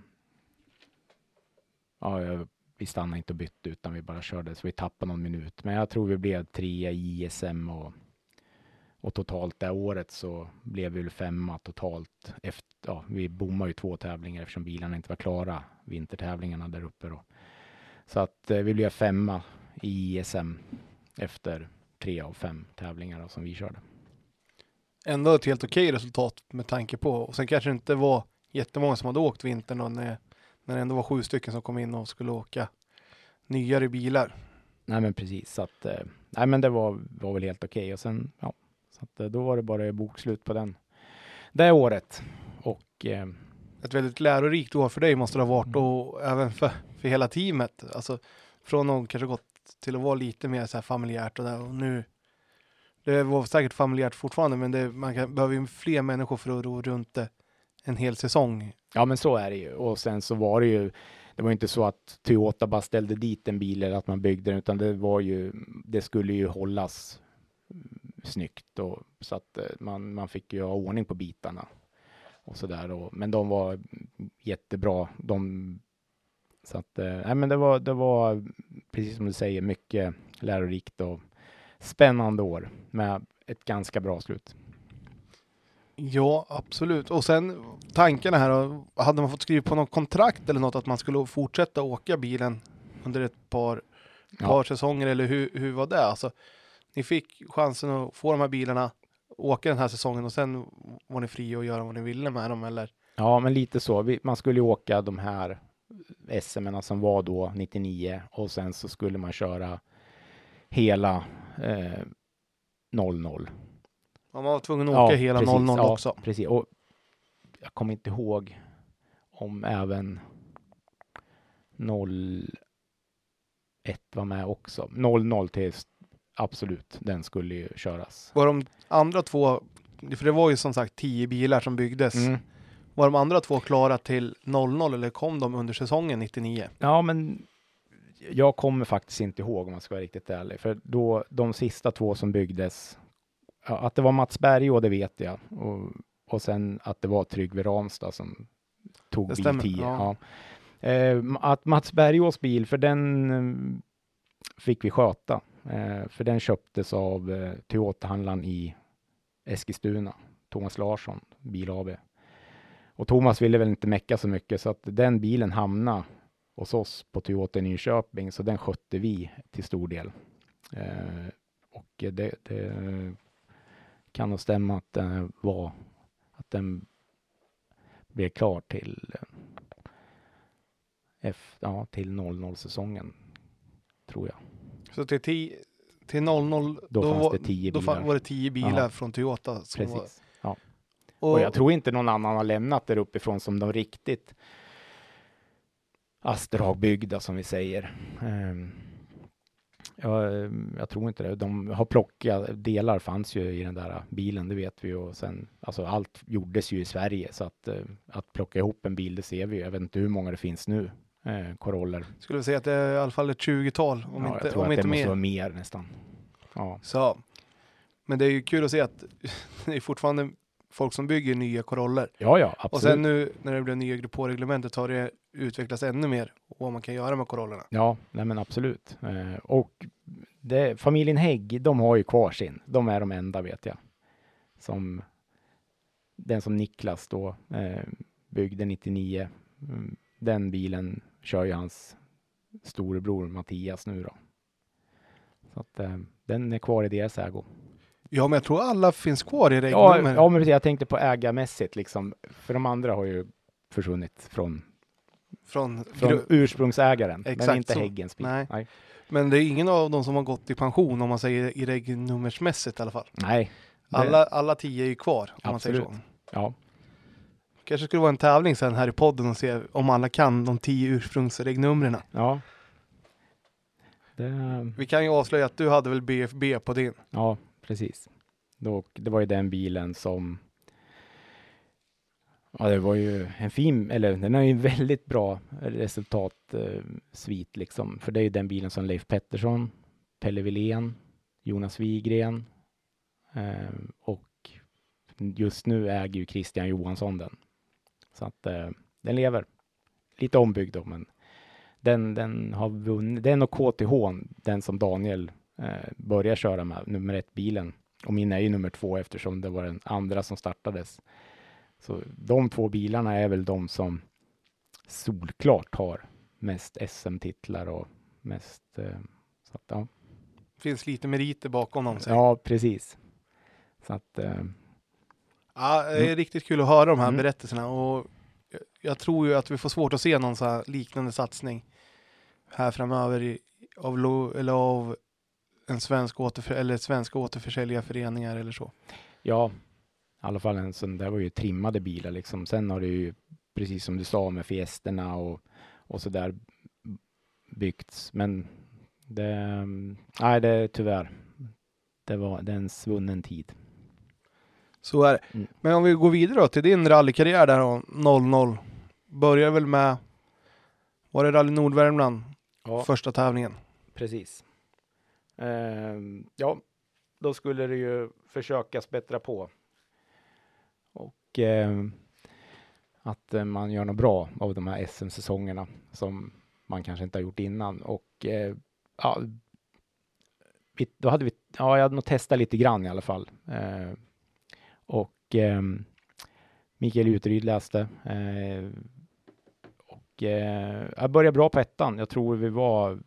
vi stannade inte och bytte, utan vi bara körde, så vi tappade någon minut. Men jag tror vi blev 3 i ISM, och totalt det året så blev vi 5 totalt. Vi bommade ju 2 tävlingar eftersom bilarna inte var klara, vintertävlingarna där uppe då. Så att vi blev 5 i ISM efter 3 av 5 tävlingar då, som vi körde. Ändå ett helt okej resultat med tanke på, och sen kanske det inte var jättemånga som hade åkt vintern, och när det ändå var 7 stycken som kom in och skulle åka nyare bilar. Nej, men precis. Så att, men det var väl helt okej. Och sen, så att, då var det bara bokslut på det året. Och ett väldigt lärorikt år för dig måste det ha varit, och även för hela teamet. Alltså från att kanske gått till att vara lite mer så här familjärt och där, och nu det var säkert familjärt fortfarande, men man behöver ju fler människor för att ro runt det en hel säsong. Ja, men så är det ju. Och sen så var det var inte så att Toyota bara ställde dit en bil eller att man byggde den, utan det skulle ju hållas snyggt, och så att man fick ju ha ordning på bitarna och så där. Men de var jättebra. Så att men det var precis som du säger, mycket lärorikt och spännande år med ett ganska bra slut. Ja, absolut. Och sen tankarna här då, hade man fått skriva på något kontrakt eller något att man skulle fortsätta åka bilen under ett par säsonger, eller hur var det? Alltså, ni fick chansen att få de här bilarna, åka den här säsongen och sen var ni fria att göra vad ni ville med dem, eller? Ja, men lite så. Man skulle ju åka de här SM-erna som var då 99 och sen så skulle man köra hela 00. Man var tvungen att åka hela precis, 00 också. Ja, precis. Och jag kommer inte ihåg om även 01 var med också. 00 till absolut, den skulle ju köras. Var de andra två, för det var ju som sagt 10 bilar som byggdes. Var de andra två klara till 00 eller kom de under säsongen 99? Ja, men jag kommer faktiskt inte ihåg om man ska vara riktigt ärlig. För då, de sista två som byggdes, att det var Mats Berg, det vet jag. Och sen att det var Tryggve Ramstad som tog bil 10. Ja. Att Mats Bergås bil, för den fick vi sköta. För den köptes av Toyota-handlaren i Eskilstuna, Thomas Larsson, Bil AB. Och Thomas ville väl inte mecka så mycket, så att den bilen hamnade hos oss på Toyota i Nyköping, så den skötte vi till stor del. Och det kan nog stämma att den blev klar till till 00-säsongen, tror jag. Så till 00 då fanns det 10 bilar. Då var det 10 bilar från Toyota. Precis. Ja. Och jag tror inte någon annan har lämnat där uppifrån som de riktigt Asterhag-byggda, som vi säger. Jag tror inte det. De har plockat, delar fanns ju i den där bilen, det vet vi. Och sen, alltså allt gjordes ju i Sverige, så att plocka ihop en bil, det ser vi. Jag vet inte hur många det finns nu, Coroller. Skulle säga att det är i alla fall ett 20-tal, om inte, jag tror om att inte det mer. måste vara mer nästan. Ja. Så. Men det är ju kul att se att det är fortfarande folk som bygger nya Coroller. Ja, absolut. Och sen nu när det blir nya Grupp H-reglementet har det utvecklats ännu mer vad man kan göra med Corollerna. Ja, nej men absolut. Och familjen Hägg, de har ju kvar sin. De är de enda, vet jag. Den som Niklas då byggde 99. Den bilen kör ju hans storebror Mattias nu då. Så att den är kvar i deras ägo. Ja, men jag tror alla finns kvar i regnummer. Ja, men jag tänkte på ägarmässigt liksom. För de andra har ju försvunnit från ursprungsägaren. Exakt, men inte så. Häggens bil. Nej. Men det är ingen av dem som har gått i pension, om man säger i regnummersmässigt i alla fall. Nej. Alla 10 är ju kvar, om man säger så. Ja. Kanske skulle vara en tävling sen här i podden och se om alla kan de 10 ursprungsregnumren. Ja. Vi kan ju avslöja att du hade väl BFB på din. Ja, precis. Det var ju den bilen som... Ja, det var ju en fin... Eller den har ju en väldigt bra resultatsvit liksom. För det är ju den bilen som Leif Pettersson, Pelle Wilén, Jonas Wigren och just nu äger ju Christian Johansson den. Så att den lever. Lite ombyggd då, men den har vunnit. Den och KTH, den som Daniel börjar köra med, nummer 1 bilen. Och min är ju nummer 2 eftersom det var den andra som startades. Så de 2 bilarna är väl de som solklart har mest SM-titlar och mest... så att, ja. Finns lite meriter bakom dem. Ja, precis. Så att... Ja, det är riktigt kul att höra de här berättelserna. Och jag tror ju att vi får svårt att se någon så här liknande satsning här framöver av en svenska återförsäljarföreningar eller så. Ja, i alla fall en sån där var ju trimmade bilar liksom. Sen har det ju, precis som du sa, med fiesterna och så där byggts. Men det tyvärr. Det är en svunnen tid. Så är det. Men om vi går vidare då till din rallykarriär där då, 00. Börjar väl med, var det Rally Nordvärmland? Ja. Första tävlingen. Precis. Ja, då skulle det ju försökas bättra på. Och att man gör något bra av de här SM-säsongerna som man kanske inte har gjort innan. Och ja, jag hade nog testat lite grann i alla fall. Och Mikael Uteryd läste. Jag började bra på ettan. Jag tror vi var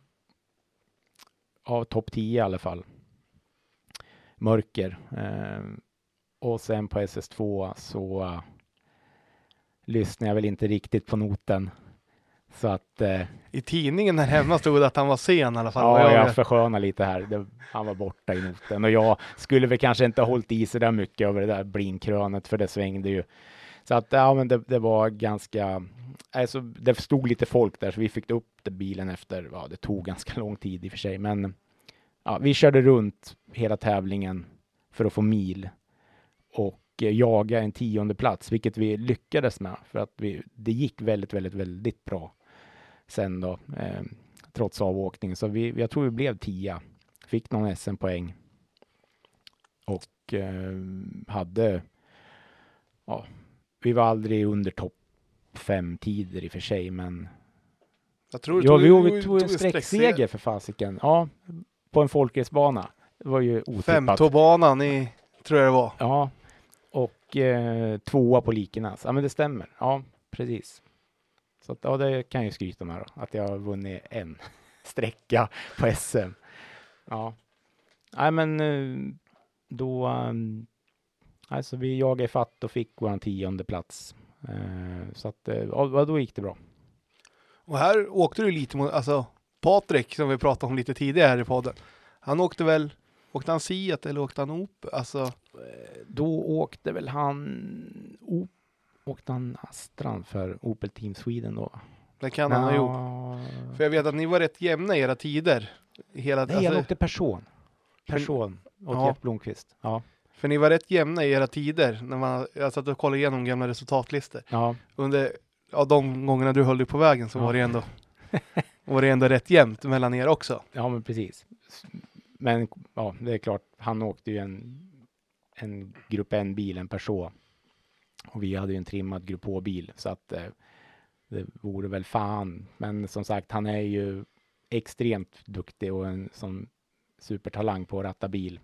topp 10 i alla fall. Mörker. Och sen på SS2 så lyssnade jag väl inte riktigt på noten. Så att... I tidningen här hemma stod det att han var sen i alla fall. Ja, jag förskönar lite här. Han var borta i noten. Och jag skulle väl kanske inte ha hållit i sig där mycket över det där blinkrönet, för det svängde ju. Så att, ja, men det var ganska... Alltså, det stod lite folk där, så vi fick upp bilen efter... Ja, det tog ganska lång tid i och för sig. Men ja, vi körde runt hela tävlingen för att få mil. Och jaga en 10:e plats, vilket vi lyckades med. För att det gick väldigt, väldigt, väldigt bra sen då, trots avåkningen. Så jag tror vi blev 10. Fick någon SM-poäng. Och hade... Ja, vi var aldrig under topp 5 tider i och för sig, men... Jag tror vi tog en sträckseger för fasiken. Ja, på en folkrace-bana. Det var ju otippat. 5-banan tror jag det var. Ja, och 2 på Likenäs. Ja, men det stämmer. Ja, precis. Så att, ja, det kan jag ju skryta med då. Att jag har vunnit en sträcka på SM. Ja. Nej, men då... Alltså vi jagade fatt och fick vår 10:e plats. Så att, ja, då gick det bra. Och här åkte du lite mot... Alltså, Patrik, som vi pratade om lite tidigare här i podden. Han åkte han Siat eller åkte han Op? Alltså... Då åkte väl åkte han Astran för Opel Team Sweden då? Det kan han ha gjort. För jag vet att ni var rätt jämna i era tider. Jag åkte person och Jeff Blomqvist. Ja. För ni var rätt jämna i era tider. Jag satt och kollade igenom gamla resultatlistor. Ja. Under de gångerna du höll dig på vägen så var det ändå rätt jämnt mellan er också. Ja, men precis. Men ja, det är klart, han åkte ju en grupp N-bil, en Peugeot. Och vi hade ju en trimmad grupp H-bil. Så att det vore väl fan. Men som sagt, han är ju extremt duktig och en sån supertalang på att ratta bil.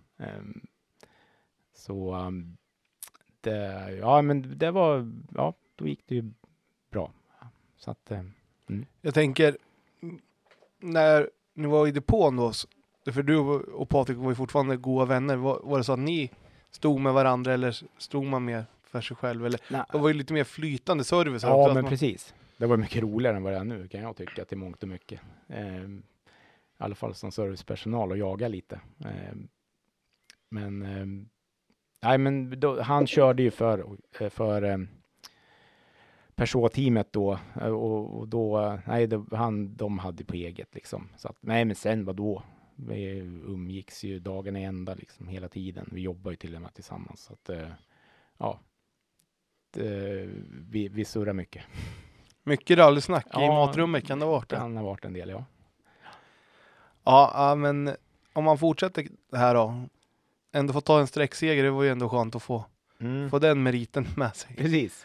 Då gick det ju bra. Så att, Jag tänker, när ni var i depån då, för du och Patrik var ju fortfarande goda vänner, var det så att ni stod med varandra eller stod man mer för sig själv? Eller, det var ju lite mer flytande service. Ja, också, men precis. Det var mycket roligare än vad det är nu, kan jag tycka, till mångt och mycket. I alla fall som servicepersonal och jaga lite. Men han körde ju för Peugeot-teamet då, och då, de hade på eget liksom. Så att, men sen vadå? Vi umgicks ju dagen i ända liksom hela tiden. Vi jobbar ju till och med tillsammans. Så att, vi surrar mycket. Mycket rallysnack i matrummet kan det ha varit. Det kan ha varit en del, ja. Ja, men om man fortsätter det här då. Ändå få ta en sträckseger, det var ju ändå skönt att få den meriten med sig. Precis.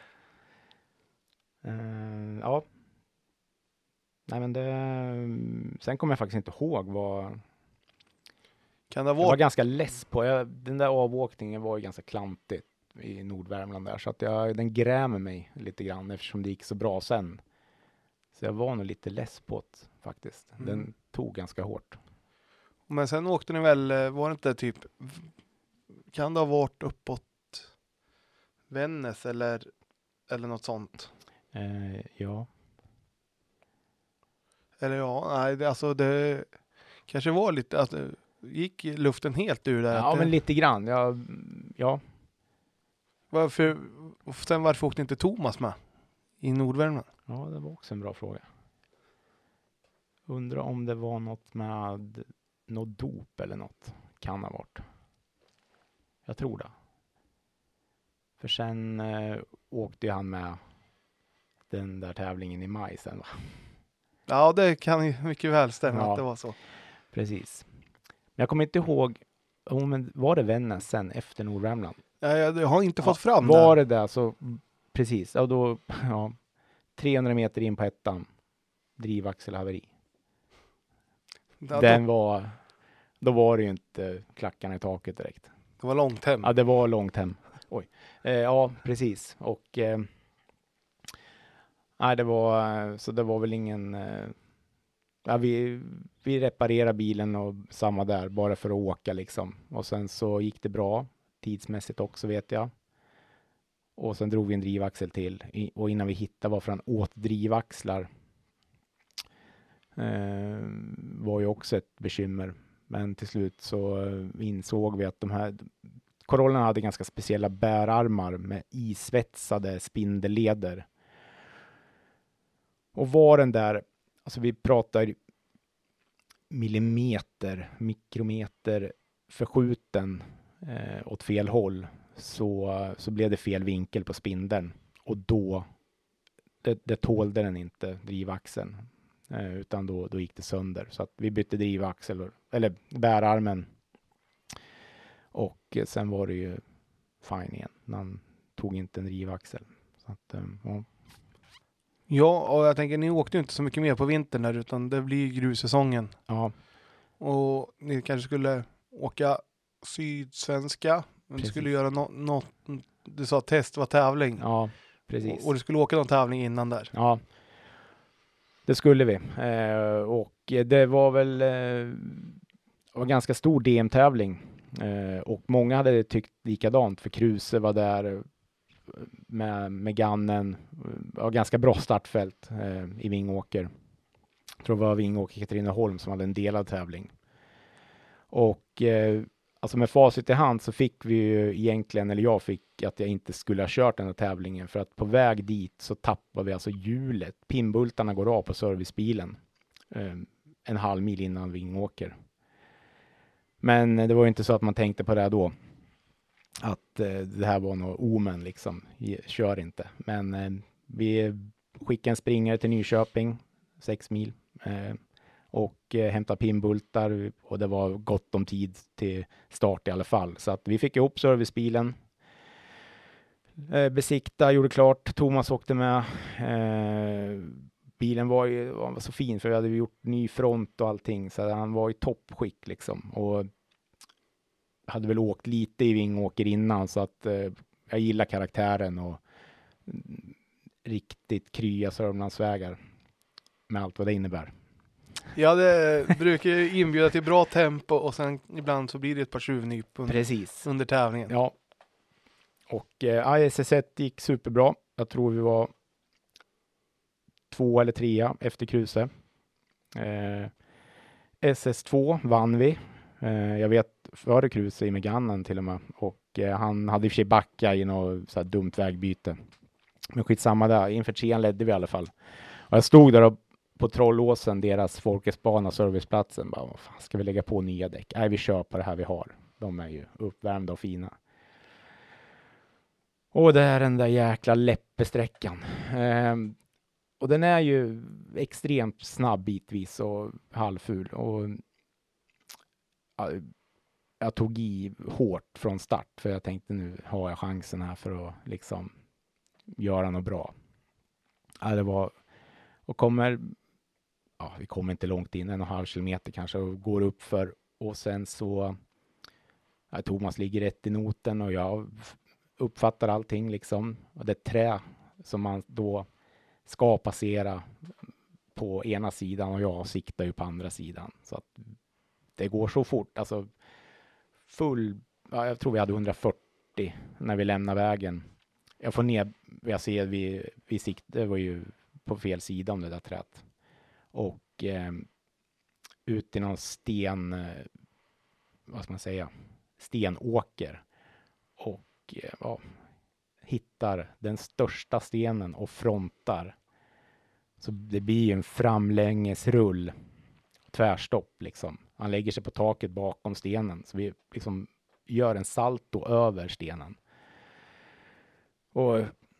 Ja. Nej, men sen kommer jag faktiskt inte ihåg vad... Kan det ha varit? Jag var ganska less på... Den där avåkningen var ju ganska klantigt i Nordvärmland där. Så att den grämer mig lite grann eftersom det gick så bra sen. Så jag var nog lite less på det faktiskt. Den tog ganska hårt. Men sen åkte ni väl, var det inte typ... Kan det ha varit uppåt Vännäs eller något sånt? Ja. Eller det kanske var lite, alltså, gick luften helt ur där? Ja, men lite grann. Ja. Varför åkte inte Thomas med i Nordvärmland? Ja, det var också en bra fråga. Undrar om det var något med något dop eller något. Kan ha varit. Jag tror det. För sen åkte han med den där tävlingen i maj sen, va? Ja, det kan ju mycket väl stämma att det var så. Precis. Men jag kommer inte ihåg, men var det Vännäs sen efter Nordvärmland? Jag har inte fått fram det. Var det där så, precis. Ja, då, 300 meter in på ettan. Drivaxelhaveri. Då var det ju inte klackarna i taket direkt. Det var långt hem. Ja, det var långt hem. Ja, precis. Och nej, det var väl ingen... Ja, vi reparerade bilen och samma där, bara för att åka liksom. Och sen så gick det bra, tidsmässigt också vet jag. Och sen drog vi en drivaxel till. Och innan vi hittade varför han åt drivaxlar var ju också ett bekymmer. Men till slut så insåg vi att de här Corollerna hade ganska speciella bärarmar med isvetsade spindelleder. Och var den där, alltså vi pratar mikrometer förskjuten åt fel håll, så blev det fel vinkel på spindeln. Och då det tålde den inte, drivaxeln. Utan då gick det sönder. Så att vi bytte drivaxel, eller bärarmen. Och sen var det ju fine igen. Man tog inte en drivaxel. Så att, ja. Ja, och jag tänker ni åkte ju inte så mycket mer på vintern där, utan det blir grussäsongen. Ja. Och ni kanske skulle åka sydsvenska. Men du skulle göra något, du sa test var tävling. Ja, precis. Och du skulle åka någon tävling innan där. Ja, det skulle vi. Och det var väl en ganska stor DM-tävling. Och många hade tyckt likadant, för Kruse var där med Gannen. Ganska bra startfält i Vingåker. Jag tror det var Vingåker Katrineholm som hade en delad tävling. Och alltså med facit i hand så fick vi ju egentligen, eller jag fick, att jag inte skulle ha kört den här tävlingen, för att på väg dit så tappar vi alltså hjulet. Pinnbultarna går av på servicebilen en halv mil innan Vingåker. Men det var ju inte så att man tänkte på det då. Att det här var något omen liksom. Kör inte. Men vi skickade en springare till Nyköping, 6 mil. Och hämtade pinnbultar. Och det var gott om tid till start i alla fall. Så att vi fick ihop servicebilen. Besikta, gjorde klart. Thomas åkte med. Bilen var så fin, för vi hade gjort ny front och allting. Så han var i toppskick liksom. Och hade väl åkt lite i Vingåker innan, så att jag gillar karaktären och riktigt krya Sörmlandsvägar med allt vad det innebär. Ja, det brukar ju inbjuda till bra tempo, och sen ibland så blir det ett par tjuvnyp under tävlingen. Ja. Och SS1 gick superbra. Jag tror vi var 2 eller 3 efter Kruse. SS2 vann vi. Jag vet före Kruse i Megannen till och med. Och han hade i och för sig backa i något så här dumt vägbyte. Men skitsamma där. Inför 3 ledde vi i alla fall. Och jag stod där på Trollåsen, deras Folkesbana, serviceplatsen. Bara, vad fan, ska vi lägga på nya däck? Nej, vi kör på det här vi har. De är ju uppvärmda och fina. Och det är den där jäkla läppesträckan. Och den är ju extremt snabb bitvis och halvful. Och jag tog i hårt från start, för jag tänkte nu har jag chansen här för att liksom göra något bra. Det var, och vi kommer inte långt in, 1,5 kilometer kanske, och går upp för, och sen så Thomas ligger rätt i noten och jag uppfattar allting liksom. Och det är trä som man då ska passera på ena sidan, och jag siktar ju på andra sidan. Så att det går så fort. Alltså jag tror vi hade 140 när vi lämnar vägen. Jag får ner, jag ser vi siktar, var ju på fel sida om det där träet. Och ut i någon stenåker. Och hittar den största stenen och frontar. Så det blir en framlängesrull. Tvärstopp liksom. Han lägger sig på taket bakom stenen. Så vi liksom gör en salto över stenen. Och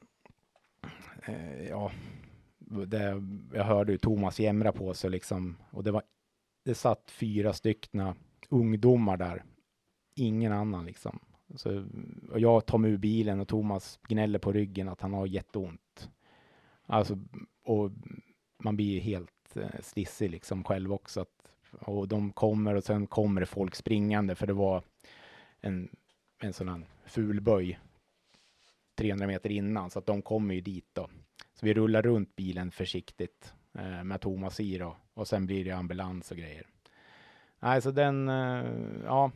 jag hörde ju Thomas jämra på sig liksom. Och det satt 4 stycken ungdomar där. Ingen annan liksom. Och jag tar mig ur bilen och Thomas gnäller på ryggen att han har jätteont. Alltså, och man blir helt stissig liksom själv också. Och de kommer, och sen kommer det folk springande, för det var en sån här fulböj 300 meter innan, så att de kommer ju dit då. Så vi rullar runt bilen försiktigt med Thomas i då, och sen blir det ambulans och grejer. Nej, så den, ja,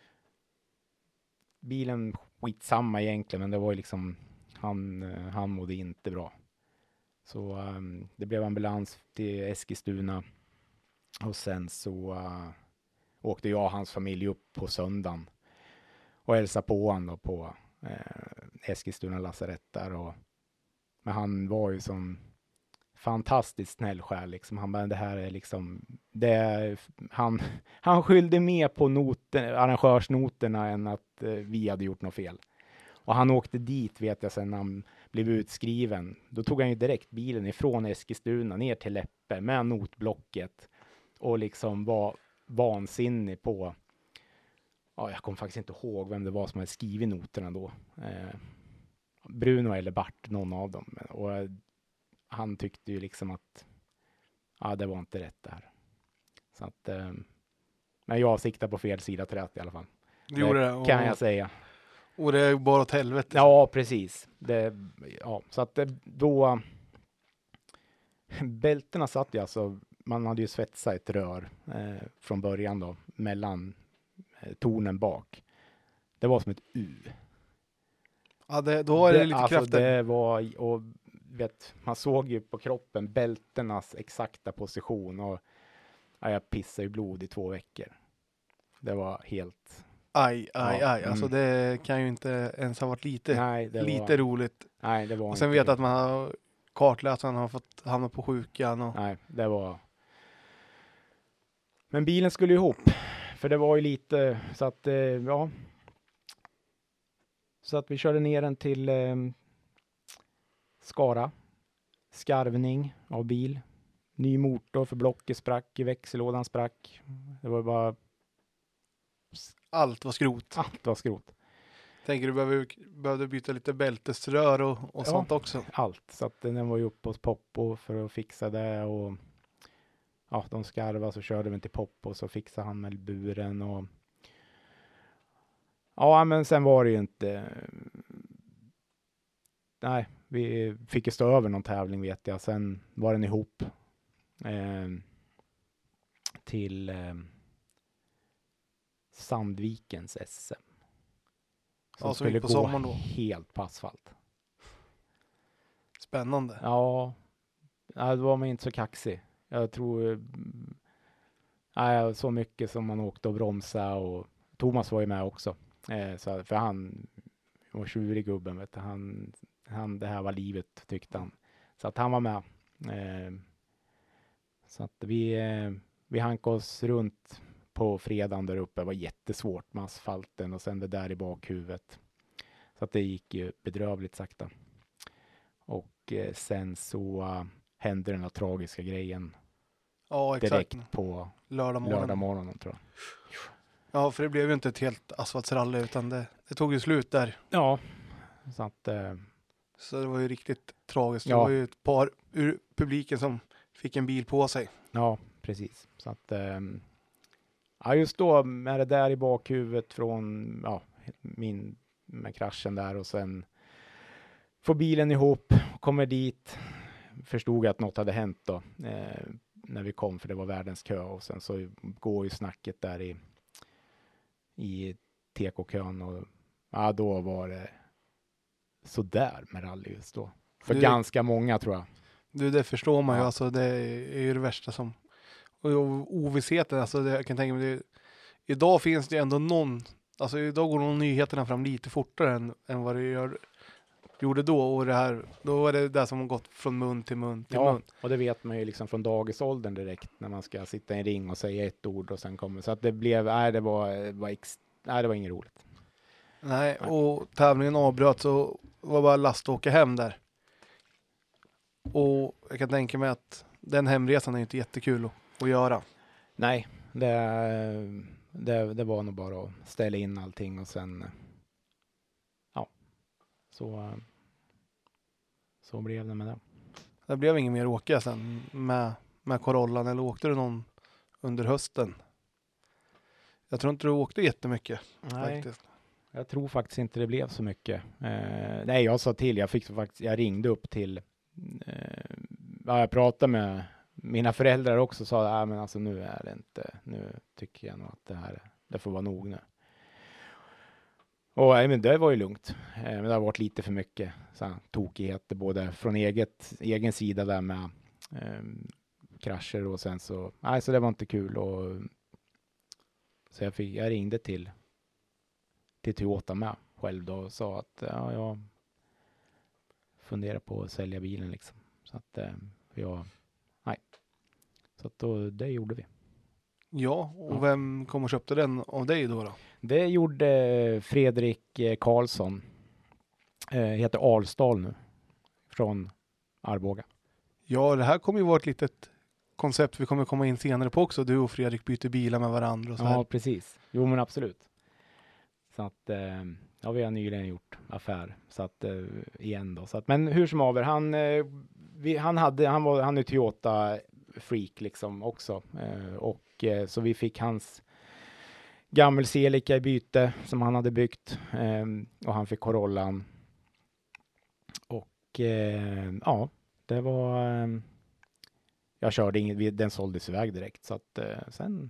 bilen skitsamma egentligen, men det var ju liksom, han mådde inte bra. Så det blev ambulans till Eskilstuna, och sen så åkte jag och hans familj upp på söndagen och hälsade på honom då på Eskilstuna lasarett där. Men han var ju som fantastiskt snäll själ liksom. Han bara, det här är liksom, han skyllde mer på arrangörsnoterna än att vi hade gjort något fel. Och han åkte dit, vet jag, sen när han blev utskriven. Då tog han ju direkt bilen ifrån Eskilstuna ner till Läppe med notblocket och liksom var vansinnig på, ja, jag kommer faktiskt inte ihåg vem det var som hade skrivit noterna då. Bruno eller Bart, någon av dem. Och han tyckte ju liksom att ja, det var inte rätt där. Så att, men jag siktar på fel sida till rätt i alla fall. Det gjorde det. Kan jag säga. Och det är bara åt helvete. Ja, precis. Så att då bältena satt ju alltså, man hade ju svetsat ett rör från början då, mellan tornen bak. Det var som ett U. Ja, då var det lite alltså krafter. Det var, och man såg ju på kroppen bältenas exakta position, och ja, jag pissade ju blod i 2 veckor. Det var helt... Aj. Alltså det kan ju inte ens ha varit lite roligt. Nej, det var och sen vet att man har kartläsaren har fått hamna på sjukan. Och... Nej, det var... Men bilen skulle ihop. För det var ju lite så att, ja. Så att vi körde ner den till Skara. Skarvning av bil. Ny motor för blocket sprack, växellådan sprack. Det var bara... Allt var skrot. Allt var skrot. Tänker du behövde byta lite bältesrör och sånt också? Allt. Så att den var ju uppe hos Poppo för att fixa det, och ja, de skarvade, så körde vi till Poppo, så fixade han med buren, och ja, men sen var det ju inte, nej, vi fick ju stå över någon tävling, vet jag. Sen var den ihop till Sandvikens SM. Som skulle på gå sommaren då. helt på asfalt. Spännande. Ja, då var man inte så kaxig. Jag tror så mycket som man åkte och bromsa, och Thomas var ju med också. För han var tjurig gubben, vet du. Han, det här var livet, tyckte han. Så att han var med. Så att vi hankade oss runt på fredagen där uppe. Det var jättesvårt med asfalten och sen det där i bakhuvudet. Så att det gick ju bedrövligt sakta. Och sen så hände den här tragiska grejen. Ja, exakt. Direkt på lördag morgonen, tror jag. Ja, för det blev ju inte ett helt asfaltsrally, utan det tog ju slut där. Ja, så att... Så det var ju riktigt tragiskt. Ja. Det var ju ett par ur publiken som fick en bil på sig. Ja, precis. Så att... ja, just då med det där i bakhuvudet från med kraschen där, och sen får bilen ihop, kommer dit, förstod att något hade hänt då när vi kom, för det var världens kö, och sen så går ju snacket där i TK-kön, och ja, då var det så där med rally just då. För ganska många, tror jag. Det förstår man ju, alltså det är ju det värsta som... Och ovissheten, alltså jag kan tänka mig, idag finns det ändå alltså idag går nog nyheterna fram lite fortare än vad det gjorde då, och då var det där som gått från mun till mun till mun. Och det vet man ju liksom från dagisåldern direkt, när man ska sitta i en ring och säga ett ord och sen kommer, så att det blev, det var inget roligt. Nej, och tävlingen avbröt, så var bara last och åka hem där. Och jag kan tänka mig att den hemresan är inte jättekul att göra. Nej, det var nog bara att ställa in allting, och sen så blev det med det. Det blev ingen mer åka sen med Corollan, eller åkte du någon under hösten? Jag tror inte du åkte jättemycket. Nej. Faktiskt. Jag tror faktiskt inte det blev så mycket. Nej, jag sa till. Jag ringde upp till... jag pratade med mina föräldrar också och sa men alltså nu är det inte... Nu tycker jag nog att det får vara nog nu. Och men det var ju lugnt. Men det har varit lite för mycket tokigheter både från egen sida där med krascher och sen så... Nej, så det var inte kul. Så jag ringde till Toyota med själv då och sa att jag funderar på att sälja bilen liksom. Så att Så att det gjorde vi. Ja, och vem kom och köpte den av dig då? Det gjorde Fredrik Karlsson. Heter Alsdal nu. Från Arboga. Ja, det här kommer ju vara ett litet koncept vi kommer komma in senare på också. Du och Fredrik byter bilar med varandra och så här. Ja, precis. Jo, men absolut. Så att vi har nyligen gjort affär. Så att igen då. Så att, men hur som haver, han är Toyota freak liksom också. Så vi fick hans gammel Celica i byte som han hade byggt. Och han fick Corollan. Och det var... jag körde inget, den såldes iväg direkt. Så att sen...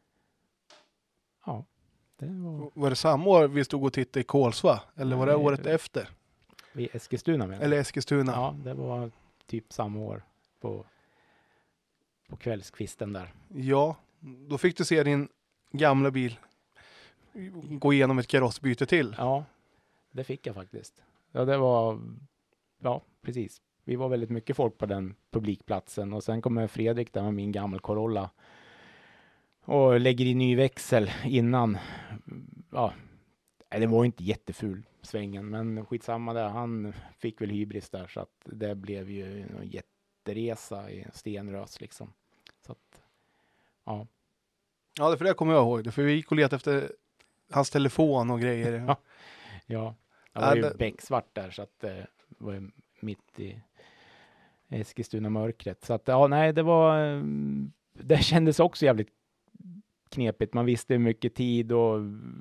Ja, det var... Var det samma år vi stod och tittade i Kolsva? Eller var det året efter? I Eskilstuna menar jag. Eller Eskilstuna? Ja, det var typ samma år på kvällskvisten där. Ja, då fick du se din gamla bil gå igenom ett karossbyte till. Ja, det fick jag faktiskt. Ja, det var... Ja, precis. Vi var väldigt mycket folk på den publikplatsen. Och sen kommer Fredrik där med min gammal Corolla. Och lägger i ny växel innan. Ja, det var inte jätteful svängen. Men skitsamma där. Han fick väl hybris där. Så att det blev ju en jätteresa i en stenrös liksom. Så att, ja. Ja, för det kommer jag ihåg. För vi gick och letade efter hans telefon och grejer. Ja, det var ju becksvart där. Så att det var ju mitt i Eskilstuna mörkret. Så att det kändes också jävligt knepigt. Man visste hur mycket tid och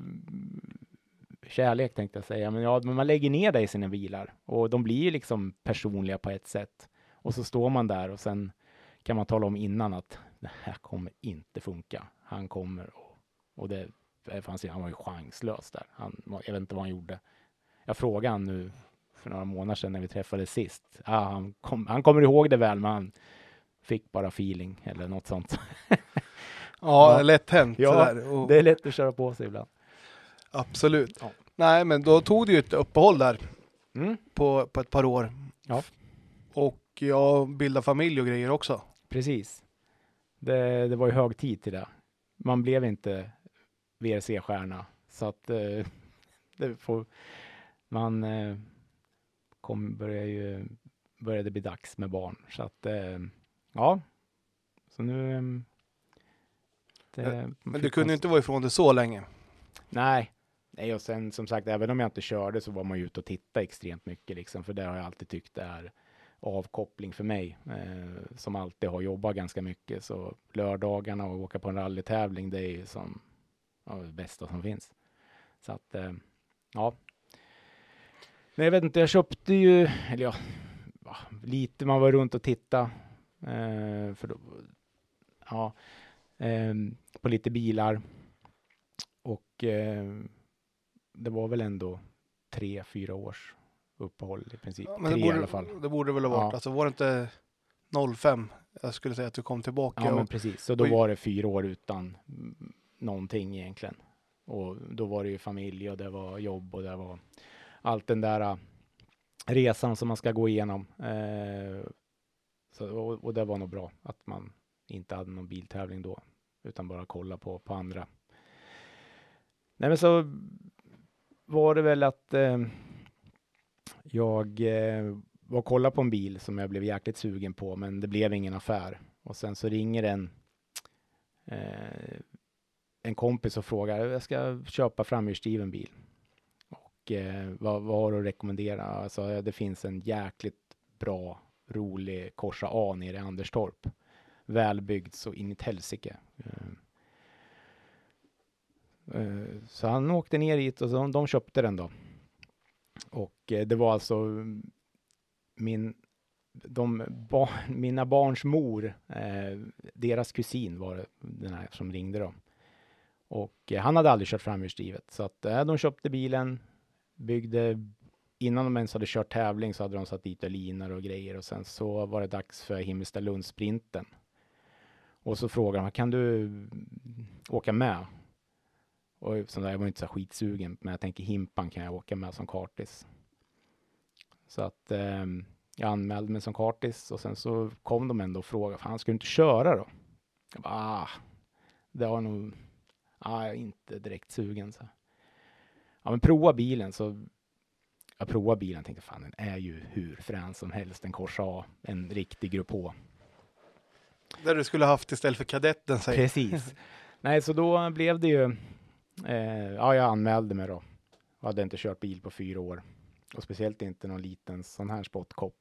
kärlek tänkte jag säga. Men man lägger ner det i sina bilar. Och de blir ju liksom personliga på ett sätt. Och så står man där och sen kan man tala om innan att det här kommer inte funka. Han kommer och det fanns han var ju chanslös där. Jag vet inte vad han gjorde. Jag frågade han nu för några månader sedan när vi träffades sist. Han kommer ihåg det väl, men han fick bara feeling eller något sånt. Ja, lätt hänt. Ja, det är lätt att köra på sig ibland. Absolut. Ja. Nej, men då tog du ju ett uppehåll där på ett par år. Ja. Och jag bildade familj och grejer också. Precis. Det var ju hög tid till det. Man blev inte VRC-stjärna. Så att började bli dags med barn. Så att ja. Så nu... Men du kunde inte vara ifrån det så länge. Nej, och sen som sagt, även om jag inte körde så var man ju ute och titta extremt mycket liksom, för det har jag alltid tyckt det är avkoppling för mig som alltid har jobbat ganska mycket, så lördagarna och åka på en rallytävling, det är ju som det bästa som finns. Så att ja. Men jag vet inte, jag köpte ju, eller ja, lite, man var runt och titta för då, ja, på lite bilar. Och det var väl ändå 3-4 års uppehåll i princip. Ja, men 3 i alla fall. Det borde väl ha varit. Ja. Alltså var det inte 05? Jag skulle säga att du kom tillbaka. Ja, men precis. Så då var det 4 år utan någonting egentligen. Och då var det ju familj och det var jobb och det var allt den där resan som man ska gå igenom. Och det var nog bra att man inte hade någon biltävling då, utan bara kolla på andra. Nej, men så var det väl att jag var och kollade på en bil som jag blev jäkligt sugen på, men det blev ingen affär. Och sen så ringer en kompis och frågar, jag ska köpa framhjulsdriven bil. Och vad har du att rekommendera? Alltså, det finns en jäkligt bra, rolig Corsa A nere i Anderstorp. Välbyggd så in i helsike. Så han åkte ner hit och de köpte den då. Och det var alltså mina barns mor, deras kusin var det, den här som ringde då. Och han hade aldrig kört framhjulsdrivet. Så att de köpte bilen, byggde, innan de ens hade kört tävling så hade de satt dit linor och grejer. Och sen så var det dags för Himmelstalund-sprinten. Och så frågade de, kan du åka med? Och så där, jag var inte så skitsugen, men jag tänker Himpan kan jag åka med som kartis. Så att jag anmälde mig som kartis och sen så kom de ändå och frågade, fan ska du inte köra då? Jag bara, det var nog, jag är inte direkt sugen. Så. Ja, men prova bilen. Så jag provade bilen och tänkte, fan den är ju hur frän som helst, en Corsa A, en riktig grupp H. Där du skulle haft istället för kadetten, säger. Precis. Nej, så då blev det ju, jag anmälde mig då. Jag hade inte kört bil på 4 år. Och speciellt inte någon liten sån här spotkopp.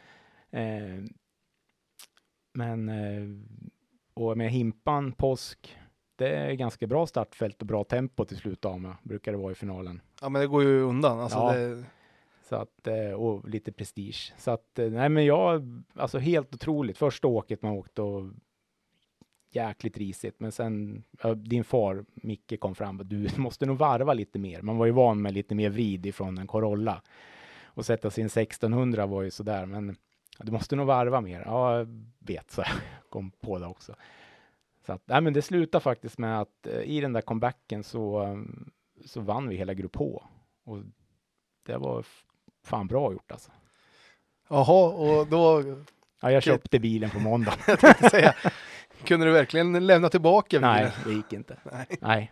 Och med Himpan, påsk, det är ganska bra startfält och bra tempo till slut av mig. Brukar det vara i finalen. Ja, men det går ju undan. Alltså Ja. det... Så att, och lite prestige. Så att, nej men alltså helt otroligt. Första åket man åkte och jäkligt risigt. Men sen, din far, Micke, kom fram och du måste nog varva lite mer. Man var ju van med lite mer vrid ifrån en Corolla. Och sätta sin 1600 var ju sådär. Men du måste nog varva mer. Ja, jag vet, så jag kom på det också. Så att, nej men det slutade faktiskt med att i den där comebacken så vann vi hela grupp H. Och det var fan bra gjort alltså. Jaha, och då Ja, jag köpte bilen på måndag. säga, kunde du verkligen lämna tillbaka bilen? Nej, det gick inte. Nej.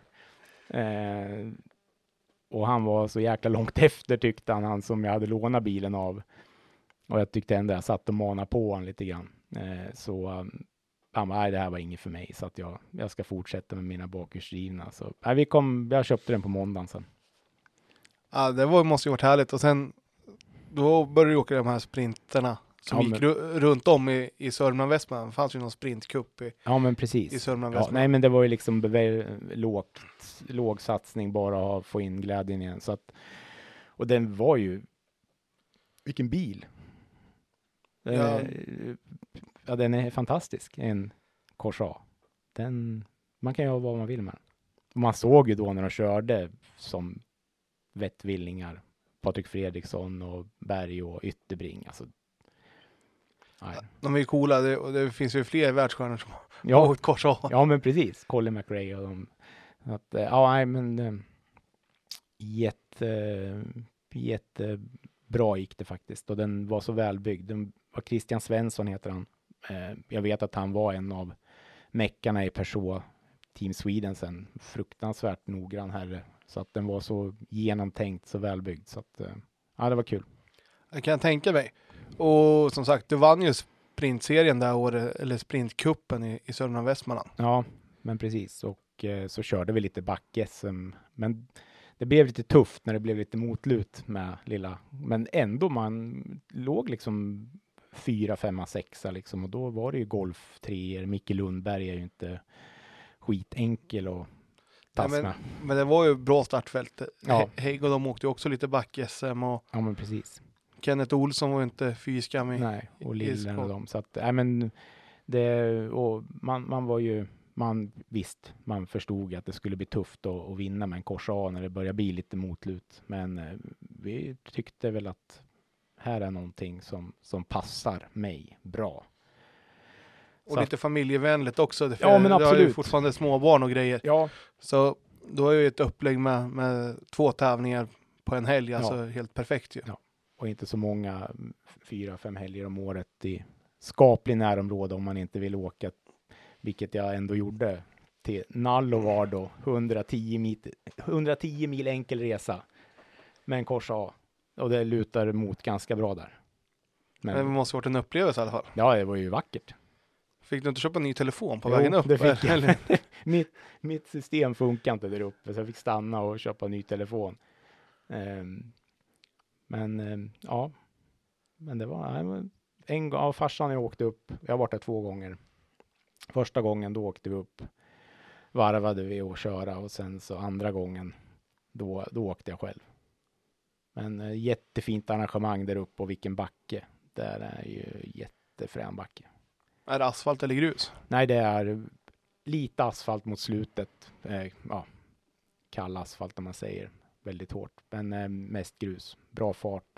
Och han var så jäkla långt efter, tyckte han som jag hade lånat bilen av. Och jag tyckte ändå jag satt och manade på honom lite grann. Så han bara, nej, det här var inget för mig. Så att jag ska fortsätta med mina bakhjulsdrivna. Så jag köpte den på måndagen sen. Ja, det måste ju varit härligt. Och sen då började du åka de här sprinterna som gick runt om i Sörmland Västmanland. Det fanns ju någon sprintcup i precis. i Sörmland Ja, Västmanland. nej, men det var ju liksom låg satsning bara att få in glädjen igen. Så att, och den var ju, vilken bil. Den är fantastisk. En Corsa. Man kan göra vad man vill med den. Och man såg ju då när de körde som vettvillingar. Patrik Fredriksson och Berg och Ytterbring. Alltså, nej. De är ju coola. Och det finns ju fler världsstjärnor som Ja. har åkt Corsa. Ja, men precis. Colin McRae och de. Jättebra gick det faktiskt. Och den var så välbyggd. Christian Svensson heter han. Jag vet att han var en av meckarna i Peugeot Team Sweden sen. Fruktansvärt noggrann herre. Så att den var så genomtänkt, så välbyggd. Så att, det var kul. Det kan jag tänka mig. Och som sagt, du vann ju sprintserien där året, eller sprintkuppen i Sörmland Västmanland. Ja, men precis. Och så körde vi lite back-SM. Men det blev lite tufft när det blev lite motlut med lilla. Men ändå, man låg liksom 4, 5, 6 liksom. Och då var det ju golf 3. Micke Lundberg är ju inte skitenkel och men det var ju bra startfält. Ja. Hägg och de åkte ju också lite back-SM. Och ja, men precis. Kenneth Olsson var ju inte fyskam i. Nej, och Lillen och dem. Så att, man förstod att det skulle bli tufft att vinna med en Corsa A när det började bli lite motlut. Men vi tyckte väl att här är någonting som passar mig bra. Och så lite familjevänligt också. Ja, men det har ju absolut. fortfarande småbarn och grejer. Ja, Så då är ju ett upplägg med 2 tävlingar på en helg. Alltså helt perfekt ju. Ja. Och inte så många 4-5 helger om året i skaplig närområde om man inte vill åka, vilket jag ändå gjorde till Nallovardo, 110 mil enkel resa med en Corsa A. Och det lutar mot ganska bra där. Men det måste ha varit en upplevelse i alla fall. Ja, det var ju vackert. Fick du inte köpa en ny telefon på vägen upp? Det fick jag. Eller? mitt system funkar inte där uppe, så jag fick stanna och köpa en ny telefon. Men det var en gång av farsan jag åkte upp. Jag har varit där 2 gånger. Första gången då åkte vi upp. varvade vi att köra och sen så andra gången då åkte jag själv. Men jättefint arrangemang där uppe och vilken backe. Där är ju jättefrän backe. Är det asfalt eller grus? Nej, det är lite asfalt mot slutet. Kall asfalt om man säger. Väldigt hårt. Men mest grus. Bra fart.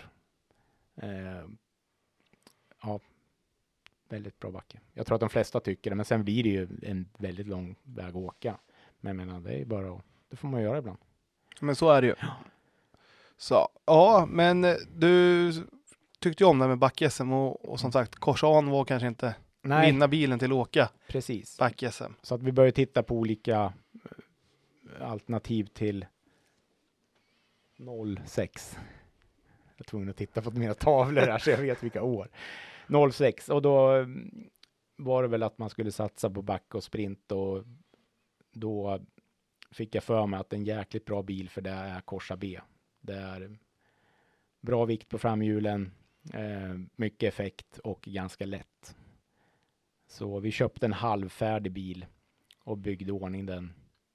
Väldigt bra backe. Jag tror att de flesta tycker det. Men sen blir det ju en väldigt lång väg att åka. Men jag menar, det är bara att, det får man göra ibland. Men så är det ju. Så, ja, men du tyckte ju om det med back-SM och som sagt, Korsan var kanske inte vinna bilen till att åka. Precis. Back-SM. Så att vi börjar titta på olika alternativ till 06. Jag är tvungen att titta på mina tavlor här så jag vet vilka år. 06. Och då var det väl att man skulle satsa på back och sprint och då fick jag för mig att en jäkligt bra bil för det är Corsa B. Det är bra vikt på framhjulen, mycket effekt och ganska lätt. Så vi köpte en halvfärdig bil och byggde ordning den.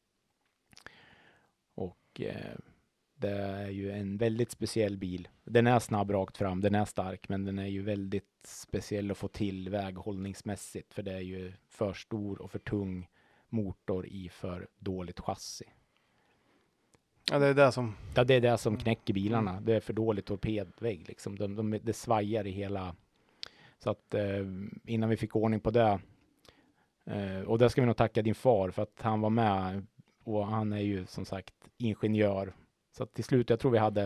Och det är ju en väldigt speciell bil. Den är snabb rakt fram, den är stark, men den är ju väldigt speciell att få till väghållningsmässigt. För det är ju för stor och för tung motor i för dåligt chassi. Ja, det är det som... Ja, det är det som knäcker bilarna. Det är för dålig torpedvägg liksom. Det svajar i hela... Så att innan vi fick ordning på det... och där ska vi nog tacka din far för att han var med. Och han är ju som sagt ingenjör. Så att till slut, jag tror vi hade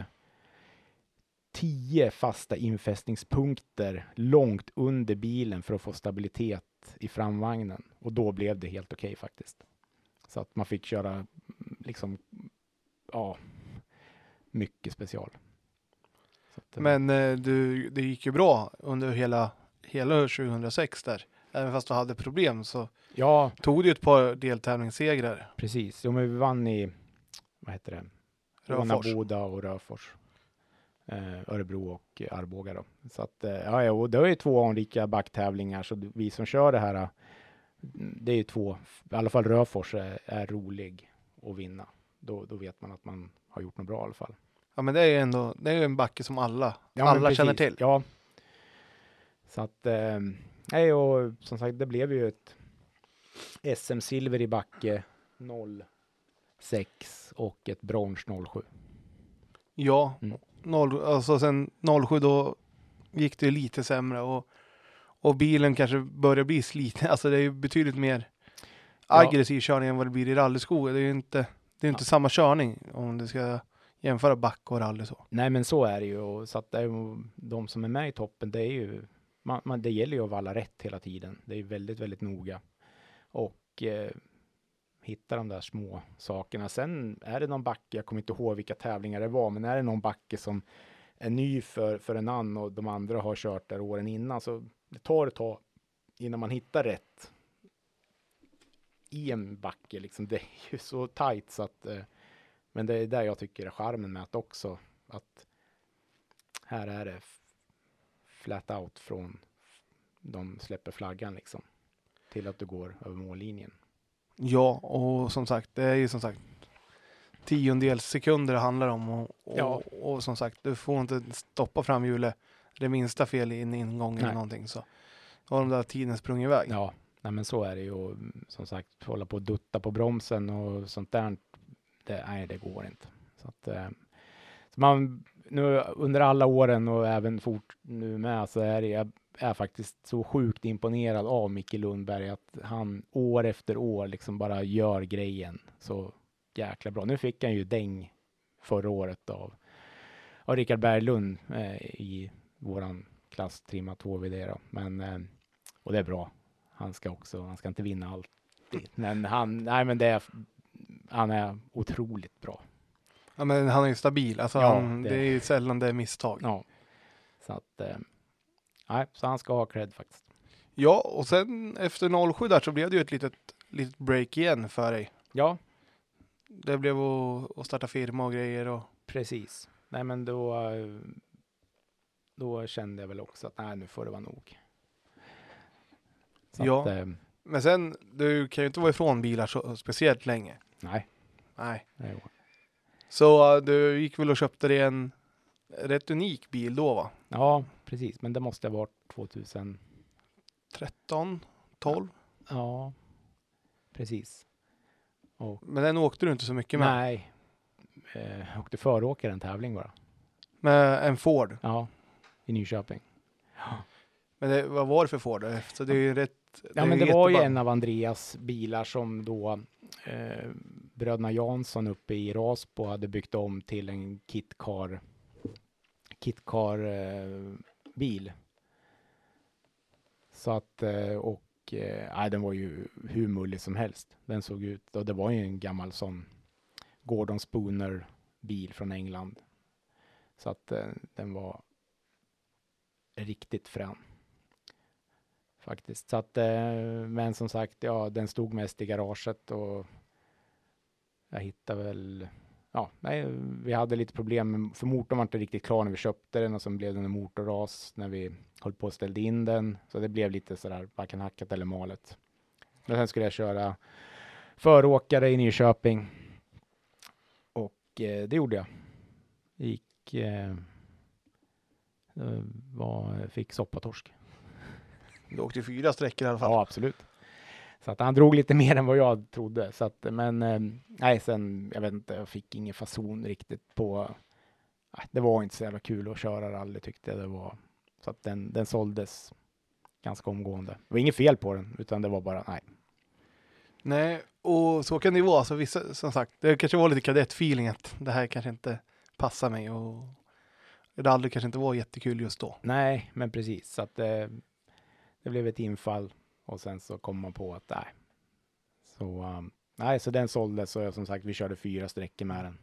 10 fasta infästningspunkter långt under bilen för att få stabilitet i framvagnen. Och då blev det helt okej faktiskt. Så att man fick köra liksom... Ja, mycket special. Så att, men det gick ju bra under hela 2006 där. Även fast du hade problem så tog du ett par deltävlingssegrar. Precis. Jo, men vi vann i, vad heter det? Boda och Röfors. Örebro och Arboga då. Så att, och det är ju 2 anrika backtävlingar. Så vi som kör det här, det är ju 2, i alla fall Röfors är rolig att vinna. Då vet man att man har gjort något bra i alla fall. Ja, men det är ju ändå en backe som alla känner till. Ja. Så att, och som sagt, det blev ju ett SM-silver i backe 06 och ett brons 07. Ja, alltså sen 07 då gick det lite sämre och bilen kanske börjar bli sliten. Alltså det är ju betydligt mer aggressiv körning än vad det blir i rallyskog. Det är ju inte samma körning om du ska jämföra back och rally så. Nej, men så är det ju. Och så att det är ju, de som är med i toppen, det är ju det gäller ju att valla rätt hela tiden. Det är ju väldigt, väldigt noga. Och hitta de där små sakerna. Sen är det någon backe, jag kommer inte ihåg vilka tävlingar det var, men är det någon backe som är ny för en annan och de andra har kört där åren innan, så det tar ett tag innan man hittar rätt i en backe. Liksom. Det är ju så tajt så att men det är där jag tycker är charmen med att också att här är det flat out från de släpper flaggan liksom till att du går över mållinjen. Ja, och som sagt, det är ju som sagt 10 sekunder det handlar om och som sagt, du får inte stoppa framhjulet det minsta fel i en ingång eller någonting så har de där tiden sprungit iväg. Ja, nej, men så är det ju. Och som sagt, hålla på och dutta på bromsen och sånt där, det går inte. Så att så man nu under alla åren och även fort nu med så jag är faktiskt så sjukt imponerad av Micke Lundberg att han år efter år liksom bara gör grejen så jäkla bra. Nu fick han ju däng förra året av Rickard Berglund i våran klass trimma 2VD då. Men och det är bra. Han ska inte vinna alltid. Men han är otroligt bra. Ja, men han är ju stabil. Alltså det är ju sällan det är misstag. Ja. Så att så han ska ha cred faktiskt. Ja, och sen efter 07 där så blev det ju ett litet break igen för dig. Ja. Det blev att starta firma och grejer och... Precis. Nej, men då kände jag väl också att nu får det vara nog. Så ja, Men sen, du kan ju inte vara ifrån bilar så speciellt länge. Nej. Nej. Det var... Så du gick väl och köpte dig en rätt unik bil då, va? Ja, precis. Men det måste ha varit 2000. 13, 12? Ja, precis. Men den åkte du inte så mycket med? Nej. Åkte föråkare en tävling bara. Med en Ford? Ja, i Nyköping. Men vad var det för Ford? Så det är ju rätt... Ja, men det var ju en av Andreas bilar som då bröderna Jansson uppe i Rasbo hade byggt om till en KitKar bil. Så att, den var ju hur mullig som helst. Den såg ut, och det var ju en gammal sån Gordon Spooner bil från England. Så att den var riktigt frän. Faktiskt. Så att, men som sagt, ja, den stod mest i garaget och jag hittade väl, vi hade lite problem, för motorn var inte riktigt klar när vi köpte den och så blev det en motorras när vi höll på att ställde in den. Så det blev lite sådär, varken hackat eller malet. Men sen skulle jag köra föråkare i Nyköping. Och det gjorde jag. Fick soppatorsk. Du åkte 4 sträckor i alla fall. Ja, absolut. Så att han drog lite mer än vad jag trodde. Så att, men sen, jag vet inte, jag fick ingen fason riktigt på. Det var inte så jävla kul att köra rally tyckte jag det var. Så att den såldes ganska omgående. Det var inget fel på den, utan det var bara, nej. Nej, och så kan det ju vara. Så vissa, som sagt, det kanske var lite kadettfeeling att det här kanske inte passar mig och rally kanske inte var jättekul just då. Nej, men precis. Så att det blev ett infall och sen så kom man på att nej. Så den såldes och som sagt vi körde 4 sträckor med den.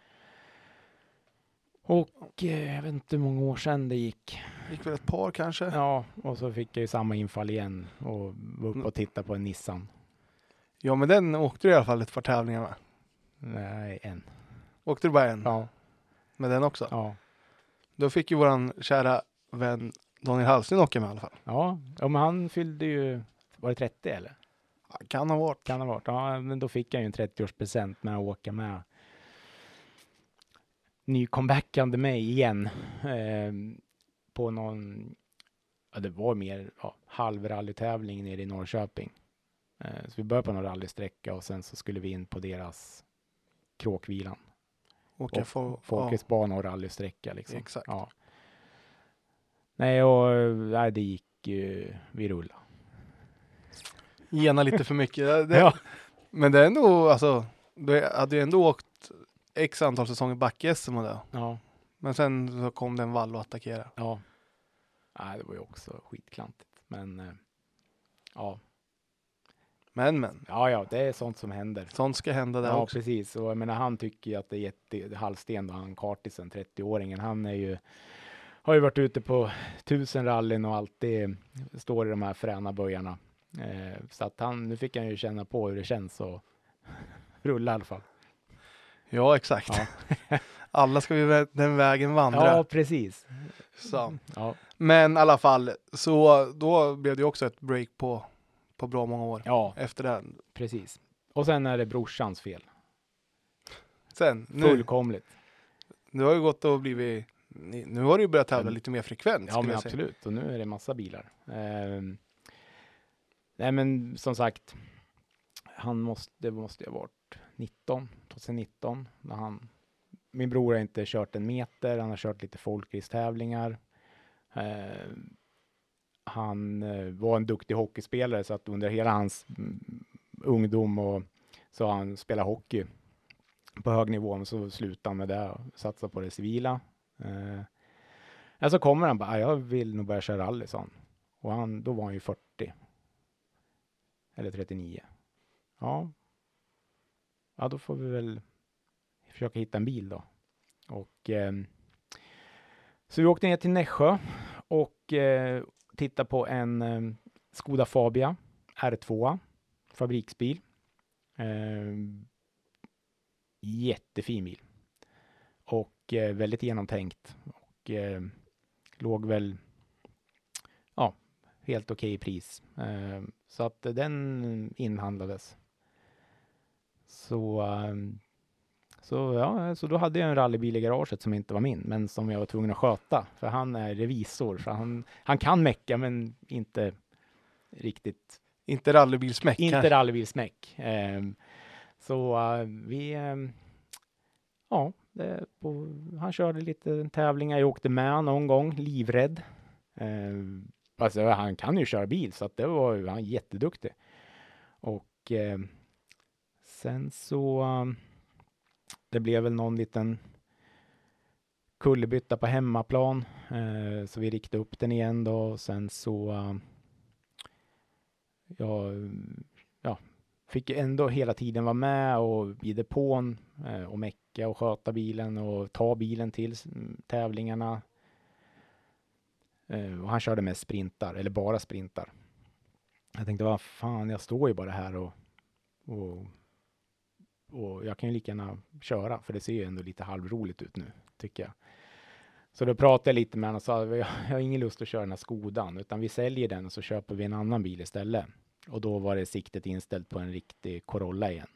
Och jag vet inte hur många år sedan det gick. Gick väl ett par kanske? Ja, och så fick jag ju samma infall igen och var uppe och tittade på en Nissan. Ja, men den åkte du i alla fall ett par tävlingar med. Nej, en. Åkte du bara en? Ja. Med den också? Ja. Då fick ju våran kära vän Daniel Hallsten åka med i alla fall. Ja, men han fyllde ju, var det 30 eller? Ja, kan ha varit. Ja, men då fick jag ju en 30-årspresent med att åka med. Ny comebackande mig igen. På någon, det var mer halvrallytävling nere i Norrköping. Så vi började på någon rallysträcka och sen så skulle vi in på deras kråkvilan. Åka Folketsbana och rallysträcka liksom. Exakt. Ja. Nej, det gick ju, vi rullade. Gena lite för mycket. Ja. Men det är ändå, alltså, du hade ju ändå åkt x antal säsonger back i SM och det. Ja. Men sen så kom det en vall och attackerade. Ja. Nej, det var ju också skitklantigt. Men, ja. Men. Ja, det är sånt som händer. Sånt ska hända där också. Ja, precis. Och jag menar, han tycker ju att det är halvsten då, han Kartisen, 30-åringen. Han har ju varit ute på 1000 rallyn och alltid står i de här fräna böjarna. Så att nu fick han ju känna på hur det känns och rulla i alla fall. Ja, exakt. Ja. Alla ska vi den vägen vandra. Ja, precis. Så. Ja. Men i alla fall, så då blev det också ett break på bra många år. Ja, efter det. Precis. Och sen är det brorsans fel. Sen, fullkomligt. Nu har ju gått och blivit, nu har du ju börjat tävla lite mer frekvent. Ja, men absolut. Och nu är det massa bilar. Nej, men som sagt, det måste ha varit 2019. Min bror har inte kört en meter. Han har kört lite folkrace-tävlingar. Han var en duktig hockeyspelare så att under hela hans ungdom och så han spelat hockey på hög nivå, men så slutade han med det och satsade på det civila. Så kommer han bara, jag vill nog börja köra rally, sa han. Och då var han ju 40. Eller 39. Ja, då får vi väl försöka hitta en bil då. Och så vi åkte ner till Nässjö och tittade på en Skoda Fabia R2 fabriksbil. Jättefin bil. Och väldigt genomtänkt. Och låg väl helt okej pris. Så att den inhandlades. Så då hade jag en rallybil i garaget som inte var min, men som jag var tvungen att sköta. För han är revisor, så han kan mecka, men inte riktigt. Inte rallybilsmäck. Inte rallybilsmäck. Han körde lite tävlingar. Jag åkte med någon gång, livrädd. Alltså, han kan ju köra bil, så att han är jätteduktig. Och sen så det blev väl någon liten kullerbytta på hemmaplan. Så vi riktade upp den igen då. Och sen så jag fick ändå hela tiden vara med och i depån och mecka och sköta bilen och ta bilen till tävlingarna. Och han körde med sprintar, eller bara sprintar. Jag tänkte, vad fan, jag står ju bara här och jag kan ju lika gärna köra, för det ser ju ändå lite halvroligt ut nu, tycker jag. Så då pratade jag lite med honom och sa, jag har ingen lust att köra den här Skodan, utan vi säljer den och så köper vi en annan bil istället. Och då var det siktet inställt på en riktig Corolla igen.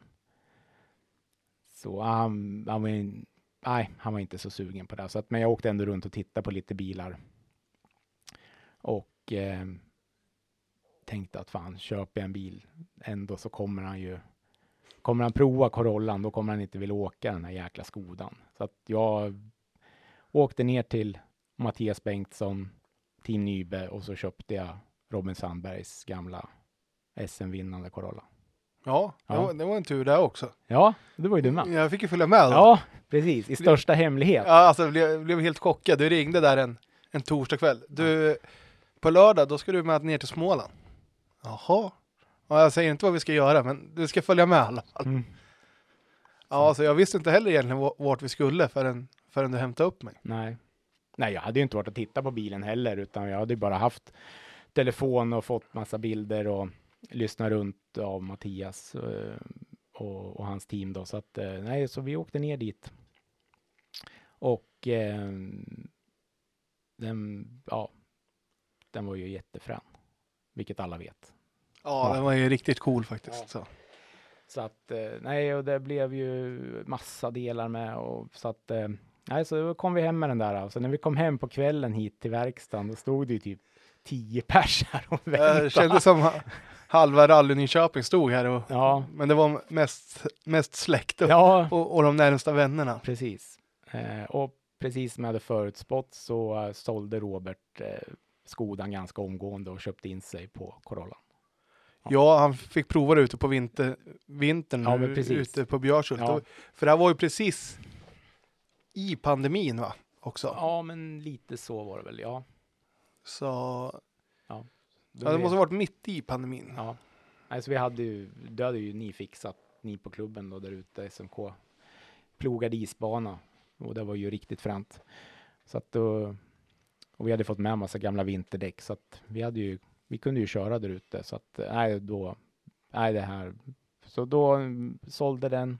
Så han var inte så sugen på det. Så men jag åkte ändå runt och tittade på lite bilar. Och tänkte att fan, köper jag en bil ändå så kommer han prova Corollan, då kommer han inte vilja åka den här jäkla Skodan. Så att jag åkte ner till Mattias Bengtsson, Team Nybe, och så köpte jag Robin Sandbergs gamla SM-vinnande Corolla. Ja, det var en tur där också. Ja, det var ju du med. Jag fick ju följa med då. Ja, precis. I största hemlighet. Ja, alltså blev helt chockad. Du ringde där en torsdag kväll. Du, på lördag, då ska du med ner till Småland. Jaha. Ja, jag säger inte vad vi ska göra, men du ska följa med i alla fall. Mm. Ja, alltså jag visste inte heller egentligen vart vi skulle förrän du hämtade upp mig. Nej, jag hade ju inte varit att titta på bilen heller, utan jag hade ju bara haft telefon och fått massa bilder och lyssnat runt av Mattias och hans team då. Så att, så vi åkte ner dit. Och den var ju jättefrän, vilket alla vet. Ja, den var ju riktigt cool faktiskt. Ja. Så att, och det blev ju massa delar med. Och så att, så då kom vi hem med den där. Så när vi kom hem på kvällen hit till verkstaden, då stod det ju typ 10 pers här och väntade. Det kändes som halva rally Nyköping stod här. Men det var mest släkt och de närmsta vännerna. Precis. Och precis som jag hade förutspått så sålde Robert Skodan ganska omgående och köpte in sig på Corollan. Ja, han fick prova det ute på vintern ute på Björshult. Ja. För det här var ju precis i pandemin, va? Också. Ja, men lite så var det väl, ja. Så ja, det måste ha varit mitt i pandemin. Ja. Alltså det hade ju ni fixat, ni på klubben då där ute, SMK. Plogade isbana. Och det var ju riktigt fränt. Så att då, och vi hade fått med massa gamla vinterdäck, så att vi kunde ju köra där ute. Så att det här. Så då sålde den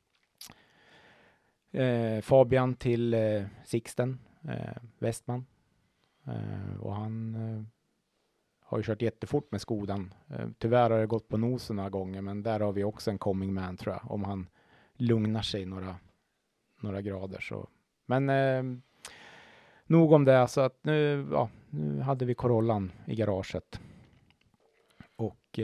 Fabian till Sixten Westman. Och han har ju kört jättefort med Skodan. Tyvärr har det gått på nosen några gånger, men där har vi också en coming man, tror jag, om han lugnar sig några grader. Så. Men nog om det. Så att nu hade vi Corollan i garaget. Och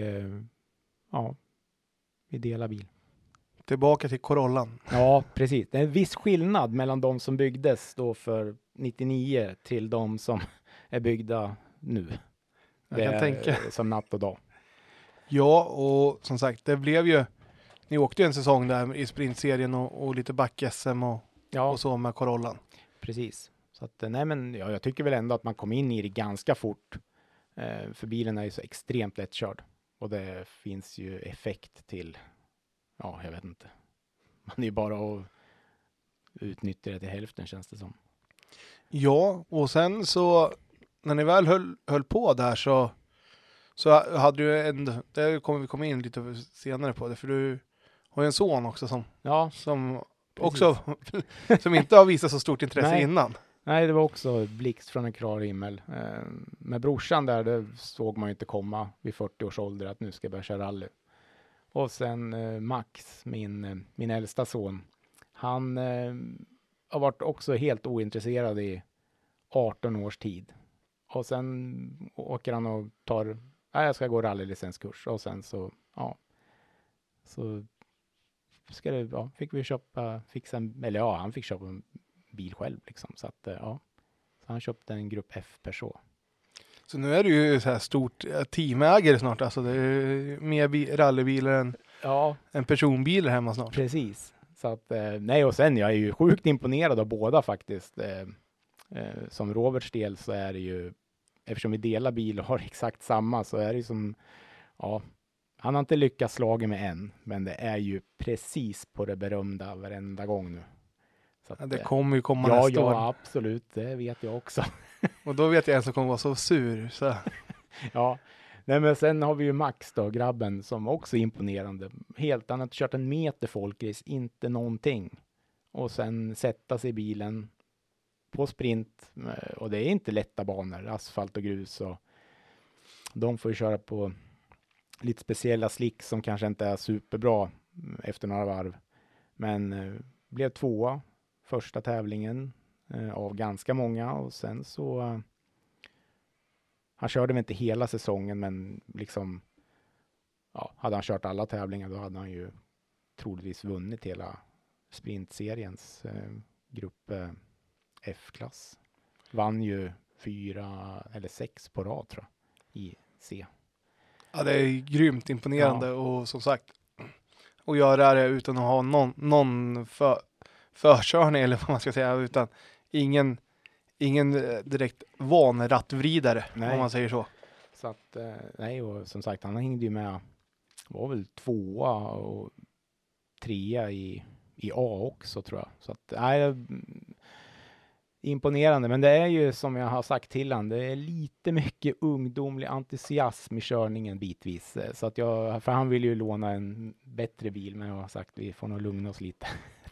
vi delar bil. Tillbaka till Corollan. Ja, precis. Det är en viss skillnad mellan de som byggdes då för 99 till de som är byggda nu. Det kan tänka. Som natt och dag. Ja, och som sagt, det blev ju, ni åkte ju en säsong där i sprintserien och lite back-SM och så med Corollan. Precis. Så att, jag tycker väl ändå att man kom in i det ganska fort. För bilen är ju så extremt lättkörd. Och det finns ju effekt till, jag vet inte. Man är ju bara att utnyttja det till hälften, känns det som. Ja, och sen så när ni väl höll på där så hade du det kommer vi komma in lite senare på det, för du har ju en son också som också som inte har visat så stort intresse innan. Nej, det var också blixt från en klar himmel. Med brorsan där, det såg man ju inte komma vid 40 års ålder att nu ska jag börja köra rally. Och sen Max, min äldsta son, han har varit också helt ointresserad i 18 års tid. Och sen åker han och tar, jag ska gå rallylicenskurs. Och sen så ska det, fick vi han fick köpa en bil själv liksom. Så att, så han köpte en Grupp F Peugeot. Så nu är det ju så här stort teamägare snart. Alltså det är mer rallybilar än en personbil hemma snart. Precis. Så att, och sen jag är ju sjukt imponerad av båda faktiskt. Som Roberts del så är det ju, eftersom vi delar bil och har exakt samma, så är det ju som, han har inte lyckats slaga med än, men det är ju precis på det berömda varenda gång nu. Så att, det kommer ju komma nästa år. Ja, absolut. Det vet jag också. Och då vet jag en som kommer vara så sur. Så. Ja, men sen har vi ju Max då, grabben, som också är imponerande. Helt annat, kört en meter folkrace, inte någonting. Och sen sätta sig i bilen på sprint. Och det är inte lätta banor, asfalt och grus. Och de får ju köra på lite speciella slick som kanske inte är superbra efter några varv. Men blev 2 första tävlingen av ganska många, och sen så han körde väl inte hela säsongen, men liksom hade han kört alla tävlingar då hade han ju troligtvis vunnit hela sprintseriens grupp F-klass. Vann ju 4 eller 6 på rad tror jag i C. Ja, det är grymt imponerande och som sagt, att göra det utan att ha någon förkörning eller vad man ska säga, utan ingen direkt van rattvridare, om man säger så. Så att, och som sagt, han hängde ju med, var väl 2 och 3 i A också tror jag. Så att, imponerande, men det är ju som jag har sagt till han, det är lite mycket ungdomlig entusiasm i körningen bitvis. Så att för han vill ju låna en bättre bil, men jag har sagt vi får nog lugna oss lite.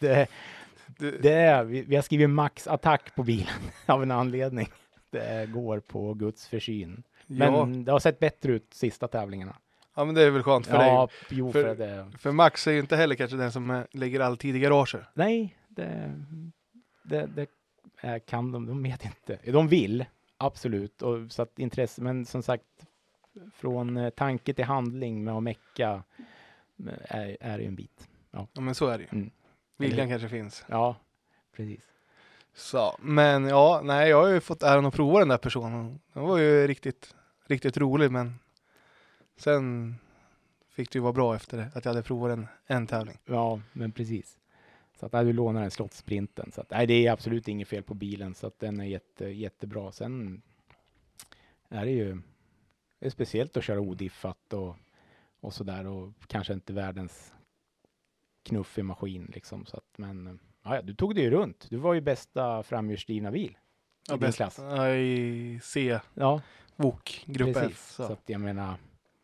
Vi har skrivit Max Attack på bilen av en anledning. Det går på Guds försyn. Men det har sett bättre ut sista tävlingarna. Ja, men det är väl skönt för dig. Jo, för Max är ju inte heller kanske den som lägger all tid i garaget. Nej, det kan de vet inte. De vill, absolut. Och så att intresse, men som sagt, från tanke till handling med att mecka är det en bit. Ja, men så är det ju. Viljan kanske finns. Ja, precis. Så, men jag har ju fått äran att prova den där personen. Den var ju riktigt, riktigt rolig, men sen fick det ju vara bra efter det, att jag hade provat en tävling. Ja, men precis. Så att du lånar den slottsprinten. Så att, det är absolut inget fel på bilen, så att den är jättebra. Sen är det ju speciellt att köra odiffat och sådär, och kanske inte världens knuffig maskin liksom. Så att, men du tog det ju runt. Du var ju bästa framhjulsdrivna bil i din klass. I C. Ja. VOK, grupp F. Så att jag menar,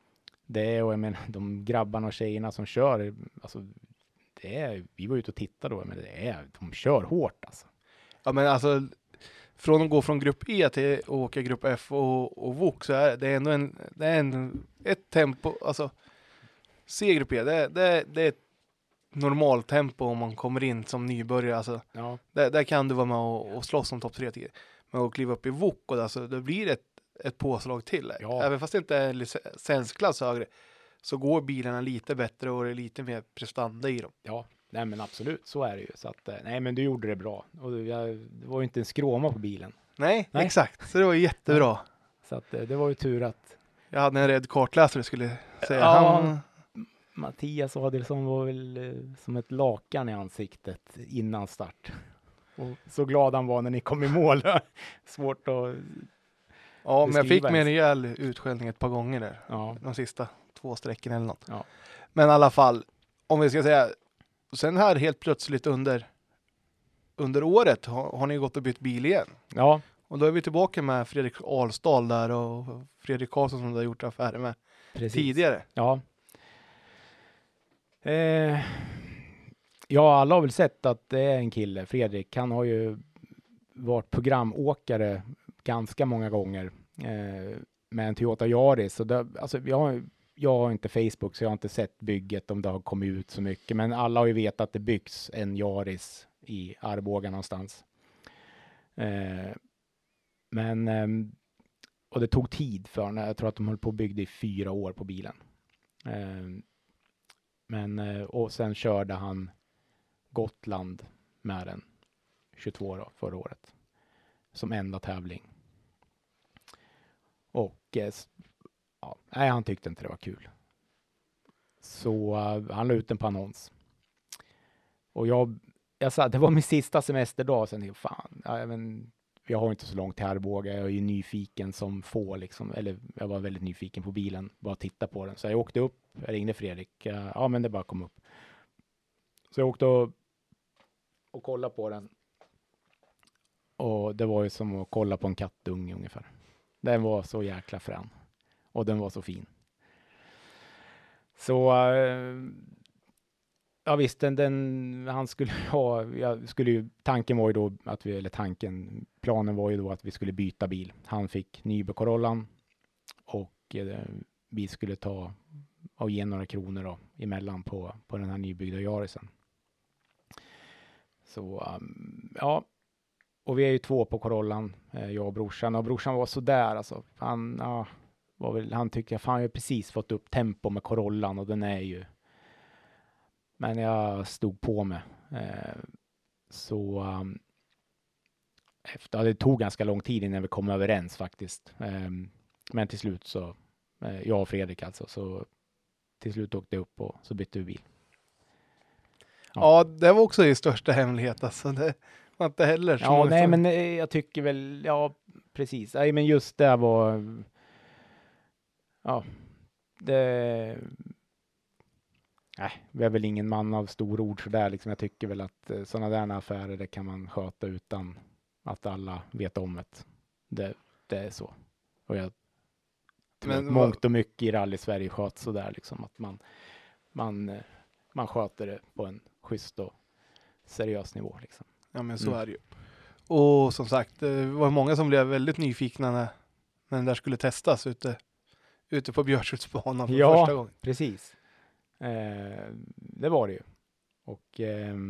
de grabbarna och tjejerna som kör, alltså vi var ute och tittade då, men de kör hårt alltså. Ja, men alltså från att gå från grupp E till att åka grupp F och VOK, så är det ändå ett tempo, alltså C-grupp E, det är ett normaltempo om man kommer in som nybörjare, alltså. Ja. Där kan du vara med och slåss om topp 3 tid. Men att kliva upp i VOK, och alltså, det blir ett påslag till. Ja. Även fast det inte är licensklass högre, så går bilarna lite bättre och det är lite mer prestanda i dem. Ja, nej men absolut, så är det ju. Så att, men du gjorde det bra. Och det var ju inte en skråma på bilen. Nej, exakt. Så det var jättebra. Ja. Så att det var ju tur att... Jag hade en rädd kartläsare, skulle säga. Ja, Mattias Adelsson var väl som ett lakan i ansiktet innan start. Och så glad han var när ni kom i mål. Svårt att... Ja, men jag fick med en rejäl utskällning ett par gånger där. Ja. De sista 2 sträckorna eller något. Ja. Men i alla fall, om vi ska säga, sen här helt plötsligt under året har ni gått och bytt bil igen. Ja. Och då är vi tillbaka med Fredrik Alsdal där och Fredrik Karlsson som du har gjort affärer med tidigare. Ja. Ja, alla har väl sett att det är en kille, Fredrik. Han har ju varit programåkare ganska många gånger med en Toyota Yaris. Så det, alltså, jag har inte Facebook, så jag har inte sett bygget om det har kommit ut så mycket. Men alla har ju vetat att det byggs en Yaris i Arboga någonstans. Och det tog tid för när jag tror att de höll på och byggde i 4 år på bilen. Och sen körde han Gotland med den 22 då, förra året. Som enda tävling. Och han tyckte inte det var kul. Så han la ut den på annons. Och jag sa, det var min sista semesterdag. Sen fan, jag har inte så långt till Arboga. Jag är ju nyfiken som få liksom. Eller jag var väldigt nyfiken på bilen. Bara titta på den. Så jag åkte upp. Jag ringde Fredrik. Men det bara kom upp. Så jag åkte och kollade på den. Och det var ju som att kolla på en kattunge ungefär. Den var så jäkla frän. Och den var så fin. Så visst, han skulle ha, tanken var ju då att planen var ju då att vi skulle byta bil. Han fick Nybe Corollan och vi skulle ta och ge några kronor då emellan på den här nybyggda Yarisen. Så och vi är ju 2 på Corollan, jag och brorsan. Och brorsan var så där alltså. Han tycker jag har precis fått upp tempo med Corollan och den är ju. Men jag stod på mig. Det tog ganska lång tid innan vi kom överens faktiskt. Men till slut så, jag och Fredrik alltså, så till slut åkte jag upp och så bytte vi bil. Ja, det var också i största hemlighet alltså. Det var inte heller. Men jag tycker väl, precis. Nej, men just det var, vi är väl ingen man av stor ord så där liksom. Jag tycker väl att sådana där affärer, det kan man sköta utan att alla vet om det. Det är så. Och jag tror att mångt och mycket i rally Sverige sköts så där liksom, att man sköter det på en schysst och seriös nivå liksom. Ja, men så är det ju. Och som sagt, det var många som blev väldigt nyfikna när den där skulle testas ute på Björshultsbanan för första gången. Ja, precis. Det var det ju. Och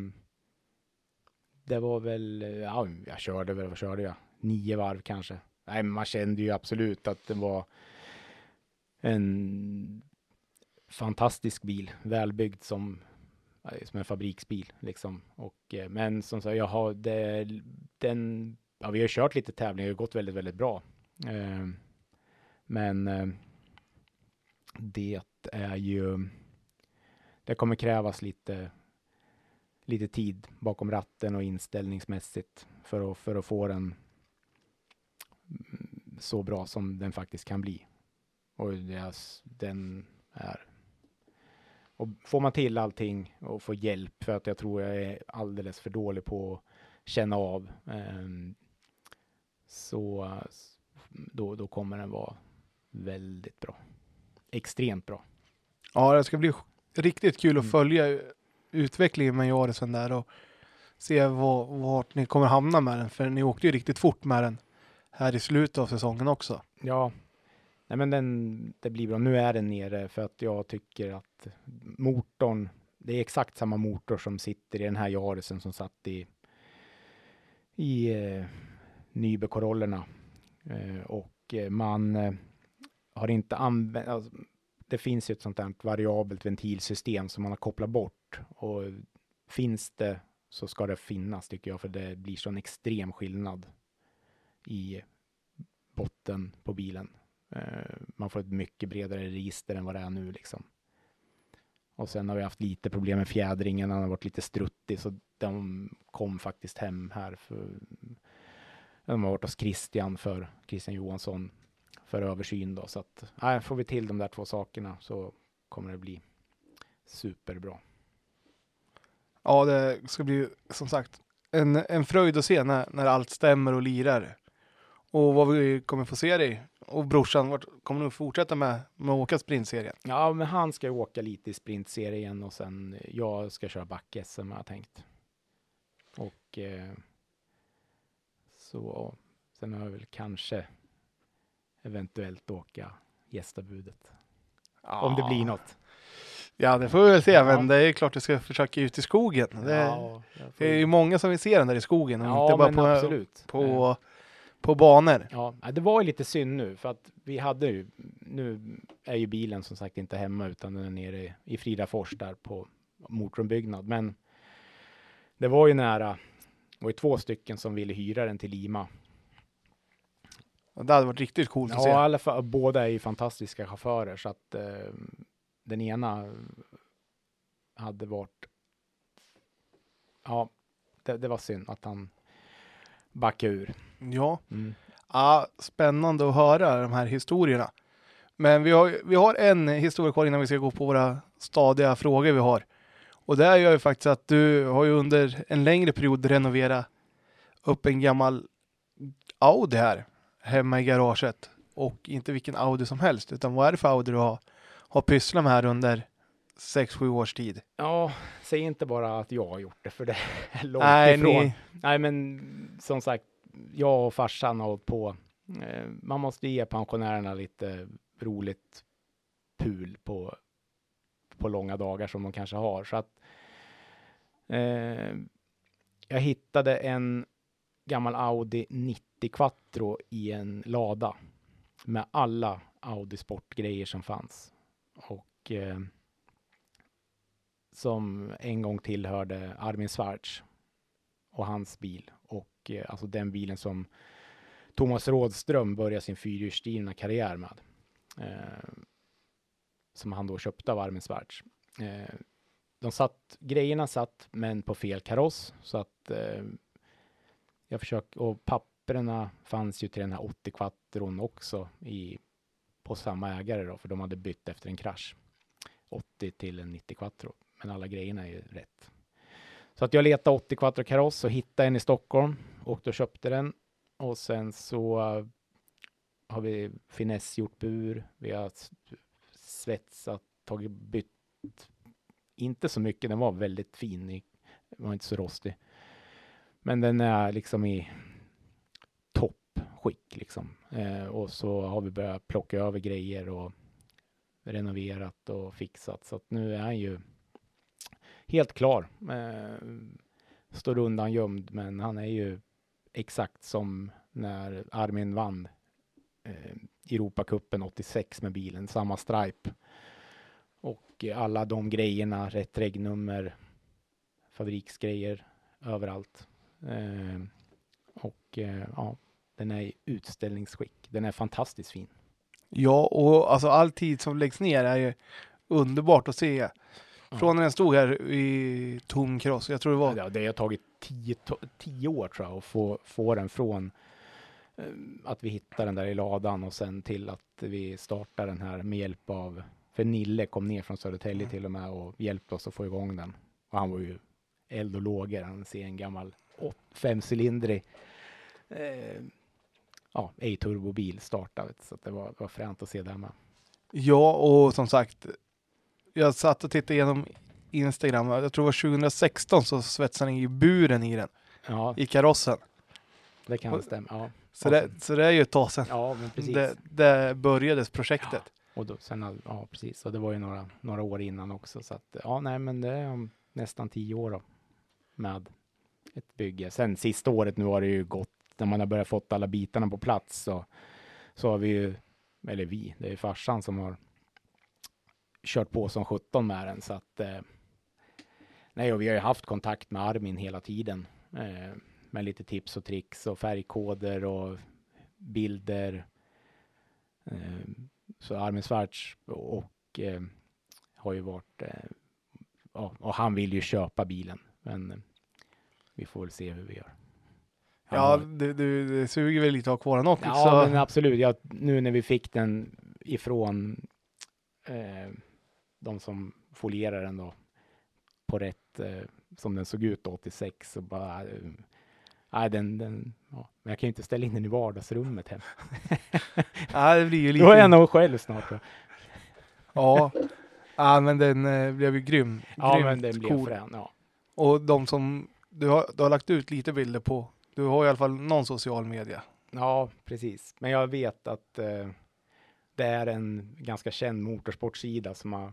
det var väl, jag körde 9 varv kanske. Nej, men man kände ju absolut att det var en fantastisk bil, välbyggd som en fabriksbil liksom. Och men som sagt, vi har kört lite tävlingar, det har gått väldigt väldigt bra. Men det är ju, det kommer krävas lite tid bakom ratten och inställningsmässigt för att få den så bra som den faktiskt kan bli. Och den är, och får man till allting och får hjälp, för att jag tror jag är alldeles för dålig på att känna av, så då kommer den vara väldigt bra. Extremt bra. Ja, det ska bli riktigt kul att följa utvecklingen med Yarisen där och se vart ni kommer hamna med den. För ni åkte ju riktigt fort med den här i slutet av säsongen också. Ja, nej men det blir bra. Nu är den nere för att jag tycker att motorn, det är exakt samma motor som sitter i den här Yarisen som satt i Nybe-Corollerna. Och man har inte använt, alltså, det finns ju ett sånt här variabelt ventilsystem som man har kopplat bort, och finns det så ska det finnas, tycker jag, för det blir sån extrem skillnad i botten på bilen. Man får ett mycket bredare register än vad det är nu liksom. Och sen har vi haft lite problem med fjädringen, han har varit lite struttig, så de kom faktiskt hem här de har varit hos Christian Johansson för översyn då, så att får vi till de där 2 sakerna så kommer det bli superbra. Ja, det ska bli som sagt en fröjd att se när allt stämmer och lirar. Och vad vi kommer få se dig. Och brorsan, kommer du fortsätta med att åka sprintserien? Ja, men han ska åka lite i sprintserien och sen jag ska köra back-SM, har jag tänkt. Och Så sen har jag väl kanske eventuellt åka gästabudet. Om det blir något. Ja, det får vi väl se, Ja. men det är klart du ska försöka ut i skogen. Det är ju många som vill se den där i skogen och inte bara men på, absolut. på banor. Ja, det var ju lite synd nu för att vi hade ju, nu är ju bilen som sagt inte hemma utan den är nere i Fridafors där på motorumbyggnad. Men det var ju nära, det var ju 2 stycken som ville hyra den till Lima. Och det hade varit riktigt coolt att se. Ja, i alla fall, båda är ju fantastiska chaufförer så att den ena hade varit, ja, det var synd att han backade ur. Ja. Mm. Ja, spännande att höra de här historierna. Men vi har en historia kvar innan vi ska gå på våra stadiga frågor vi har. Och det är ju faktiskt att du har ju under en längre period renoverat upp en gammal Audi här hemma i garaget. Och inte vilken Audi som helst, utan vad är det för Audi du har pysslat med här under 6-7 års tid? Ja, säg inte bara att jag har gjort det, för det är långt Nej, ifrån. Nej, men som sagt, jag och farsan har hållit på. Man måste ge pensionärerna lite roligt pul på långa dagar som de kanske har. Så att jag hittade en gammal Audi 90 Quattro i en lada med alla Audi sportgrejer som fanns. Och som en gång tillhörde Armin Schwarz och hans bil. Och alltså den bilen som Thomas Rådström började sin fyrhjulsdrivna karriär med. Som han då köpte av Armin Schwarz. Grejerna satt men på fel kaross. Så att jag försökte, och papperna fanns ju till den här 80 Quattron också på samma ägare då, för de hade bytt efter en krasch. 80 till en 90 Quattro. Men alla grejerna är ju rätt. Så att jag letade 80 Quattro kaross och hittade en i Stockholm. Och då köpte den. Och sen så har vi finessgjort bur. Vi har svetsat, bytt. Inte så mycket, den var väldigt fin. Den var inte så rostig. Men den är liksom i toppskick liksom. Och så har vi börjat plocka över grejer och renoverat och fixat. Så att nu är han ju helt klar. Står undan gömd, men han är ju exakt som när Armin vann Europacupen 86 med bilen. Samma stripe. Och alla de grejerna, rätt regnummer, fabriksgrejer överallt. Ja, den är i utställningsskick. Den är fantastiskt fin. Ja, och alltså all tid som läggs ner är ju underbart att se. Från när den stod här i tom kross. Jag tror det var... Ja, det har tagit 10 år tror jag att få den från att vi hittar den där i ladan och sen till att vi startar den här med hjälp av, för Nille kom ner från Södertälje till och med och hjälpte oss att få igång den. Och han var ju eld och lågor. Han ser en gammal 5-cylindrig A-turbobil startad. Så att det var fränt att se det med. Ja, och som sagt, jag satt och tittade igenom Instagram. Jag tror det var 2016 så svetsade ni i buren i den. Ja, I karossen. det kan stämma. Ja. Så det är ju ett tag sedan. Ja, men precis. Det börjades projektet. Ja, och då, sen, ja, precis. Och det var ju några år innan också. Så att, ja, nej, men det är nästan 10 år då, med ett bygge. Sen sista året nu har det ju gått, när man har börjat fått alla bitarna på plats så har vi ju, eller det är farsan som har kört på som 17 med den. Så att, nej, och vi har ju haft kontakt med Armin hela tiden. Med lite tips och tricks och färgkoder och bilder. Så Armin Schwarz och har ju varit, och han vill ju köpa bilen. Men vi får väl se hur vi gör. Ja, det suger väl lite att ha kvar den också. Ja, men absolut. Nu när vi fick den ifrån de som folierar den då på rätt som den såg ut 86 så bara nej, men jag kan ju inte ställa in den i vardagsrummet hem. Ja, det blir ju lite... Då är jag nog själv snart. Ja. Ja, men den blev ju grym. Ja, men den blev cool. frän, ja. Och de som du har lagt ut lite bilder på Du har i alla fall någon social media. Ja, precis. Men jag vet att det är en ganska känd motorsportsida som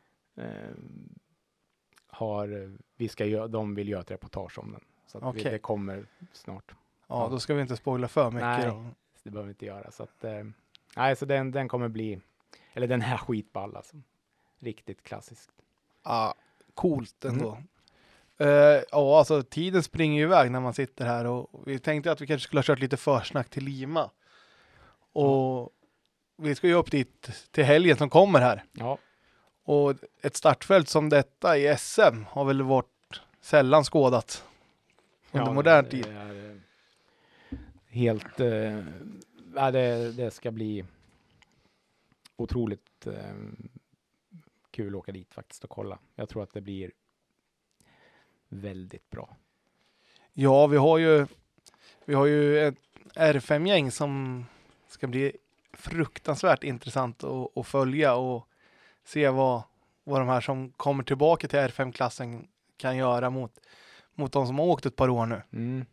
de vill göra ett reportage om den. Så att Okej. det kommer snart. Ja, då ska vi inte spoila för mycket. Nej, då. det behöver vi inte göra. Så att, nej, så den kommer bli, eller den här skitball alltså. Riktigt klassiskt. Ja, coolt ändå. Ja, alltså tiden springer ju iväg när man sitter här och vi tänkte att vi kanske skulle ha kört lite försnack till Lima. Och vi ska ju upp dit till helgen som kommer här. Ja, Och ett startfält som detta i SM har väl varit sällan skådat under modern tid. Det är helt, det ska bli otroligt kul att åka dit faktiskt och kolla. Jag tror att det blir väldigt bra. Ja, vi har ju ett R5-gäng som ska bli fruktansvärt intressant att följa och se vad de här som kommer tillbaka till R5-klassen kan göra mot de som har åkt ett par år nu. Mm.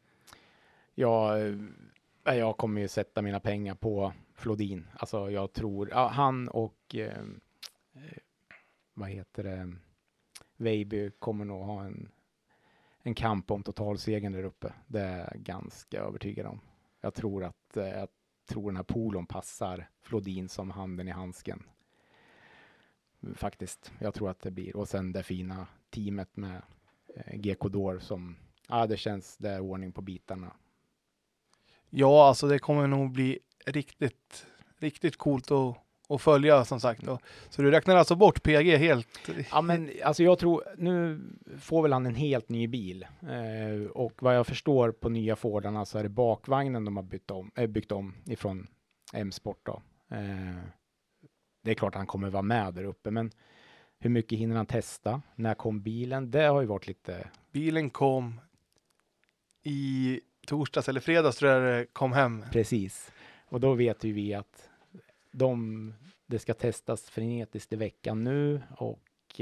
Jag kommer ju sätta mina pengar på Flodin. Alltså jag tror, han och Veiby kommer nog ha en kamp om totalsegern där uppe. Det är jag ganska övertygad om. Jag tror den här polon passar Flodin som handen i handsken. Faktiskt. Jag tror att det blir. Och sen det fina teamet med GK Dor som, det känns, det är ordning på bitarna. Ja, alltså det kommer nog bli riktigt, riktigt coolt att följa som sagt. Så du räknar alltså bort PG helt? Ja, men alltså jag tror, nu får väl han en helt ny bil. Och vad jag förstår på nya Fordarna så är det bakvagnen de har byggt om ifrån M-Sport då. Det är klart att han kommer vara med där uppe, men hur mycket hinner han testa? När kom bilen? Det har ju varit lite... Bilen kom i torsdags eller fredags tror jag det kom hem. Precis. Och då vet ju vi att det ska testas frenetiskt i veckan nu och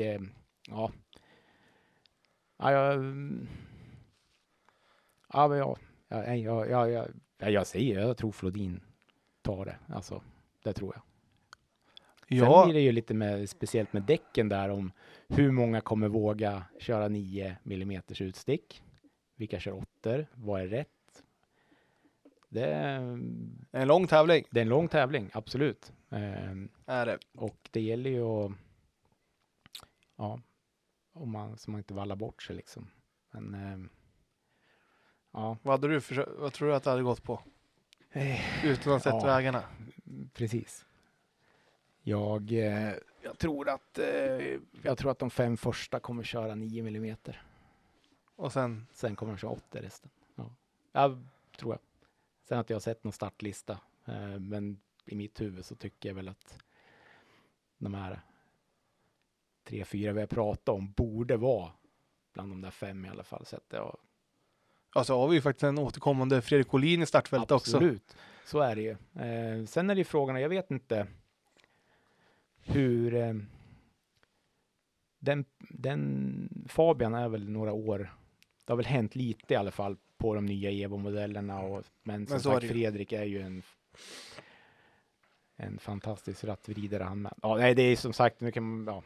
jag tror Flodin tar det. Alltså, det tror jag. Sen blir det ju lite speciellt med däcken där om hur många kommer våga köra 9 mm utstick. Vilka kör 8? Vad är rätt? Det är en lång tävling. Det är en lång tävling, absolut. Är det. Och det gäller ju att så man inte vallar bort sig liksom. Men Vad tror du att det hade gått på? Utan att sett vägarna. Precis. Jag tror att de 5 första kommer köra 9 mm. Och sen kommer de köra 8 resten. Ja. Jag tror jag. Sen att jag har sett någon startlista. Men i mitt huvud så tycker jag väl att de här 3-4 vi har pratat om borde vara bland de där 5 i alla fall. Så att alltså har vi ju faktiskt en återkommande Fredrik Olin i startfältet också. Absolut, så är det ju. Sen är det ju frågan, jag vet inte hur den Fabian är väl några år, det har väl hänt lite i alla fall på de nya Evo-modellerna men som sagt Fredrik är ju en fantastisk rattvridare han med. Ja, nej, det är som sagt mycket,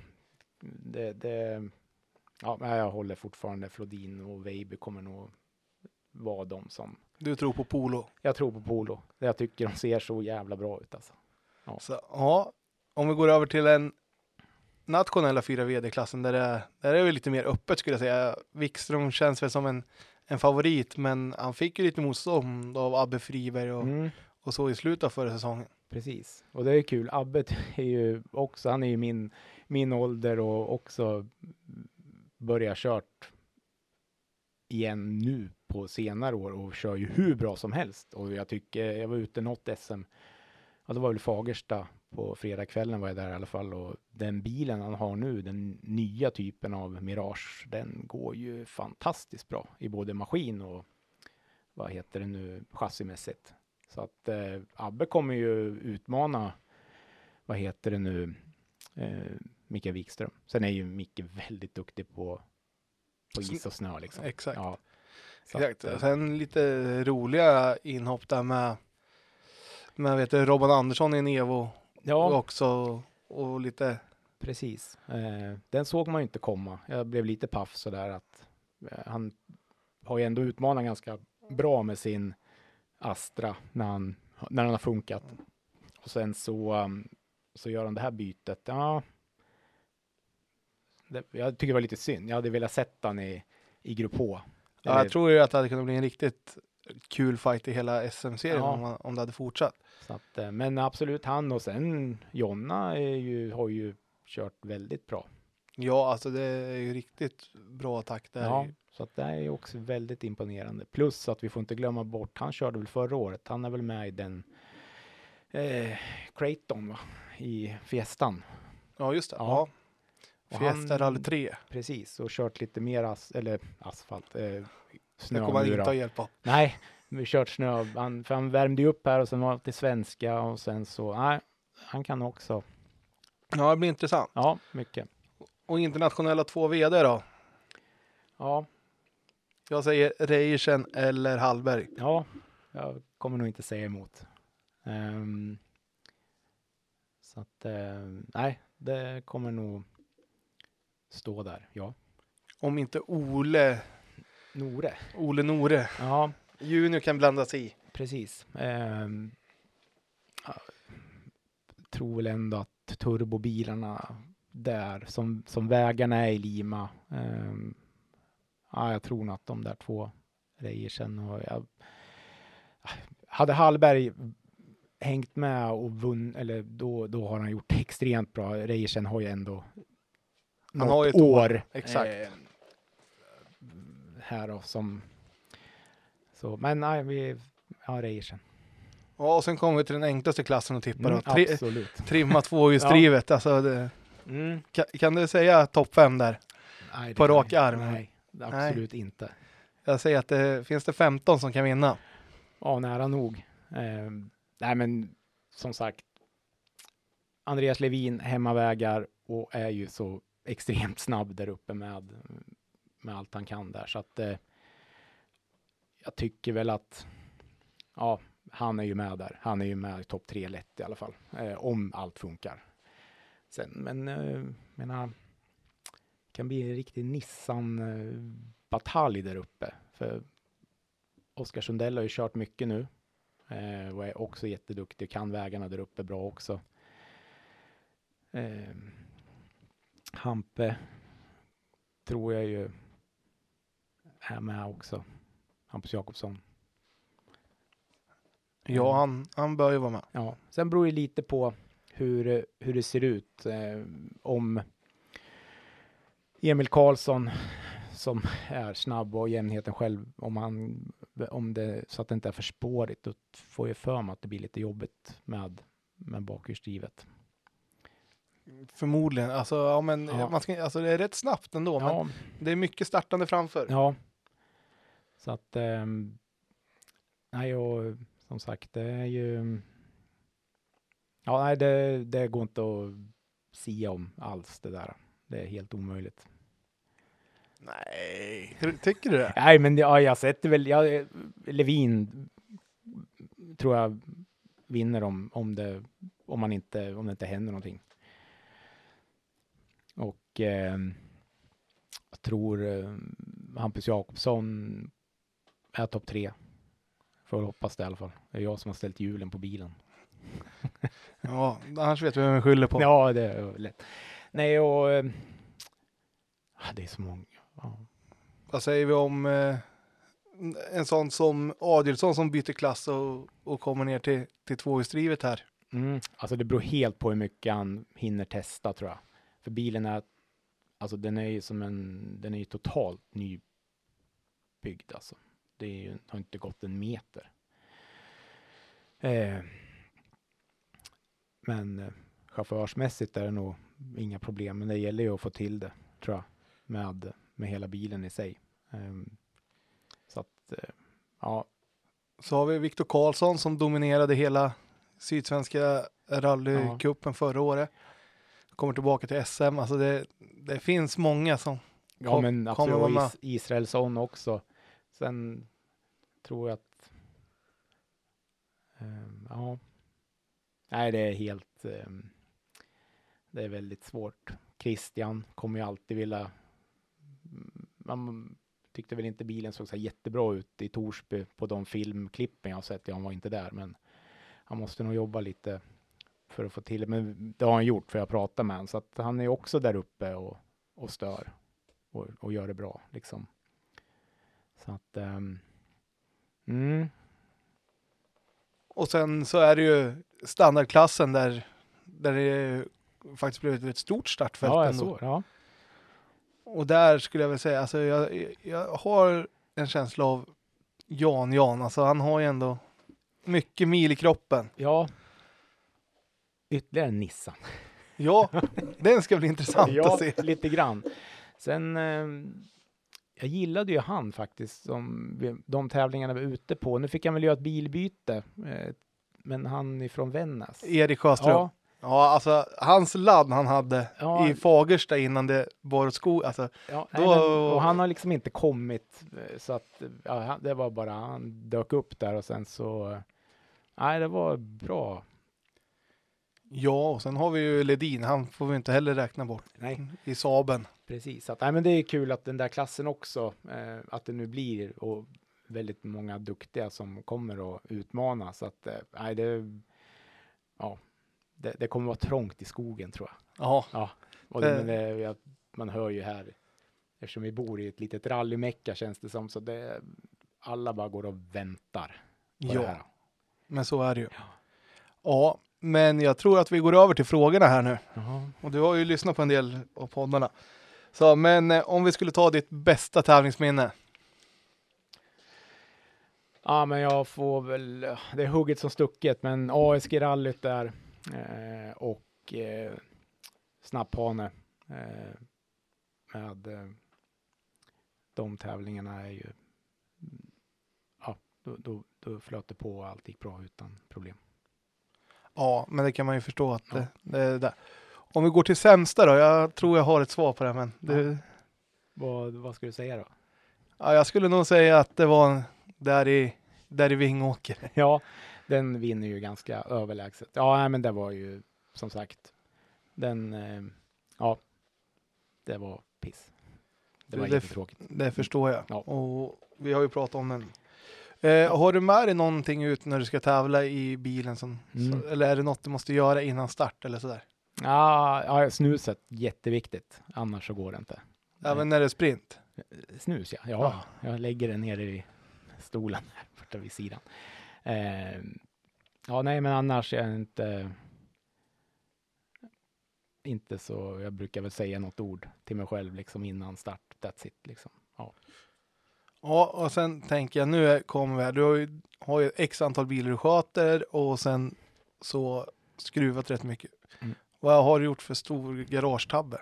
jag håller fortfarande Flodin och Veiby kommer nog vara de som... Du tror på Polo? Jag tror på Polo. Jag tycker de ser så jävla bra ut alltså. Ja. Så, om vi går över till en nationella 4VD-klassen där är det lite mer öppet skulle jag säga. Wikström känns väl som en favorit, men han fick ju lite motstånd av Abbe Friberg och så i slutet av förra säsongen. Precis, och det är kul. Abbe är ju också, han är ju min ålder och också börjar kört igen nu på senare år och kör ju hur bra som helst. Och jag tycker, jag var ute något SM, det var väl Fagersta på fredagskvällen var jag där i alla fall, och den bilen han har nu, den nya typen av Mirage, den går ju fantastiskt bra i både maskin och chassimässigt. Så att Abbe kommer ju utmana Micke Wikström. Sen är ju Micke väldigt duktig på is och snö liksom. Exakt. Ja. Så Exakt. att, Sen lite roliga inhopp där med vet du, Robban Andersson i en Evo ja, också och lite precis. Den såg man ju inte komma. Jag blev lite paff sådär att han har ju ändå utmanat ganska bra med sin Astra när han har funkat. Och sen så gör han det här bytet. Ja, jag tycker det var lite synd. Jag hade velat sätta han i grupp H. Ja, jag tror ju att det hade kunnat bli en riktigt kul fight i hela SM-serien Ja. om det hade fortsatt. Så att, men absolut han, och sen Jonna har ju kört väldigt bra. Ja, alltså det är ju riktigt bra attack där. Ja, så att det är ju också väldigt imponerande. Plus att vi får inte glömma bort, han körde väl förra året. Han är väl med i den Creighton, va? I Fiestan. Ja, just det. Ja. Ja. Och Fiesta Rally 3. Precis, och kört lite mer asfalt. Snö Det kommer han nu inte då. att hjälpa. Nej, vi kört snö. För han värmde ju upp här och sen var det till svenska och sen så, nej, han kan också. Ja, det blir intressant. Ja, mycket. Och internationella 2 VD då? Ja, Jag säger Reiersen eller Hallberg. ja, jag kommer nog inte säga emot. Så att, nej, det kommer nog stå där, ja. Om inte Ole Nore. Ja, Junior kan blandas i. precis. Tror väl ändå att turbobilarna där, som vägarna är i Lima, ja, jag tror nog att de där 2 Reiersen och hade Hallberg hängt med och eller då har han gjort extremt bra. Reiersen har ju ändå Han har ju ett år. Exakt. Här då som så, men nej, vi har Reiersen. Ja, och sen kommer vi till den enklaste klassen att tippa då. Absolut. Trimma 2-hjulsdrivet. Alltså kan du säga topp 5 där? Nej, På rak arm? Nej, absolut inte. Jag säger att det finns 15 som kan vinna. Ja, nära nog. Nej, men som sagt, Andreas Levin, hemmavägar, och är ju så extremt snabb där uppe med allt han kan där. Så att jag tycker väl att ja, han är ju med där. Han är ju med i topp 3 lätt i alla fall. Om allt funkar. Sen, men menar, det kan bli en riktig Nissan-batalj där uppe. För Oskar Sundell har ju kört mycket nu. Och är också jätteduktig. Kan vägarna där uppe bra också. Hampe tror jag ju är med också. Hampus Jakobsson. Ja, han bör ju vara med. Ja, sen beror det lite på hur det ser ut. Om Emil Karlsson som är snabb och jämnheten själv, om det så att det inte är för spårigt, då får jag för mig att det blir lite jobbigt med bakhjulsdrivet. Förmodligen. Alltså, ja, men Ja. alltså, det är rätt snabbt ändå. Ja, Men det är mycket startande framför. ja. Så att nej, och som sagt, det är ju ja, nej, det går inte att sia om alls det där. Det är helt omöjligt. Nej, tycker du det? Nej, men jag sätter väl Levin tror jag vinner om det inte händer någonting. Och jag tror Hampus Jakobsson är topp 3. Får hoppas det i alla fall. Det är jag som har ställt hjulen på bilen. Ja, annars vet vi vem vi skyller på. Ja, det är lätt. Nej, och det är så många. Ja. Vad säger vi om en sån som Adilsson som byter klass och kommer ner till tvåhjulsdrivet här? Alltså det beror helt på hur mycket han hinner testa, tror jag. För bilen är, alltså den är ju totalt nybyggd alltså. Det har inte gått en meter. Men chaufförsmässigt är det nog inga problem, men det gäller ju att få till det, tror jag, med hela bilen i sig. Så att, ja. Så har vi Viktor Karlsson som dominerade hela Sydsvenska rallycupen förra året. Kommer tillbaka till SM. Alltså det finns många som Ja, men kommer vara med. Israelsson också, Sen tror jag att ja. Nej, det är helt det är väldigt svårt. Christian kommer ju alltid vilja, man tyckte väl inte bilen såg så jättebra ut i Torsby på de filmklippen jag har sett. Han var inte där, men han måste nog jobba lite för att få till det. Men det har han gjort, för jag pratar med honom. Så att han är också där uppe och stör och gör det bra liksom. Så att Och sen så är det ju standardklassen där det faktiskt blivit ett stort startfält. ja, ändå. så, ja. Och där skulle jag väl säga, alltså jag har en känsla av Jan, alltså han har ju ändå mycket mil i kroppen. Ja. Ytterligare en Nissan. Ja, den ska bli intressant att se. Lite grann. Sen jag gillade ju han faktiskt som de tävlingarna vi var ute på. Nu fick han väl göra ett bilbyte, men han är från Vännäs. Erik Sjöström. Ja, Ja, alltså hans ladd han hade Ja. i Fagersta innan det bar åt skog, alltså ja Då- nej, men, och han har liksom inte kommit, så att det var bara, han dök upp där och sen så, nej, det var bra. ja, och sen har vi ju Ledin, han får vi inte heller räkna bort Nej, i Saben. precis. Att, nej, men det är kul att den där klassen också, att det nu blir, och väldigt många duktiga som kommer att utmana, så att, nej, det kommer vara trångt i skogen, tror jag. Ja, Ja, och man hör ju här, eftersom vi bor i ett litet rallymecka känns det som, så alla bara går och väntar på det här. ja, men så är det ju. Ja, men jag tror att vi går över till frågorna här nu. Jaha. Och du har ju lyssnat på en del av poddarna. Så, men om vi skulle ta ditt bästa tävlingsminne. Ja, men jag får väl, det är hugget som stucket, men ASG-rallyt där och snapphane med de tävlingarna är ju, ja, då flöt det på och allt gick bra utan problem. Ja, men det kan man ju förstå att det är där. Om vi går till sämsta då, jag tror jag har ett svar på det, men Vad ska du säga då? ja, jag skulle nog säga att det var där i Vingåker. Ja, den vinner ju ganska överlägset. Ja, nej, men det var ju som sagt, ja, det var piss. Det var jättetråkigt. Det förstår jag. Ja. Och vi har ju pratat om den. Har du med dig någonting ut när du ska tävla i bilen? Eller är det något du måste göra innan start eller sådär? Ja, snuset, jätteviktigt. Annars så går det inte. Även när det är sprint? Snus, ja. Jag lägger den nere i stolen här borta vid sidan. Ja, nej, men annars är jag inte så, jag brukar väl säga något ord till mig själv liksom innan start, that's it liksom. Ja. Ja, och sen tänker jag, nu kommer vi här. Du har ju x antal bilar du sköter och sen så skruvat rätt mycket. Mm. Vad har du gjort för stor garagetabbe?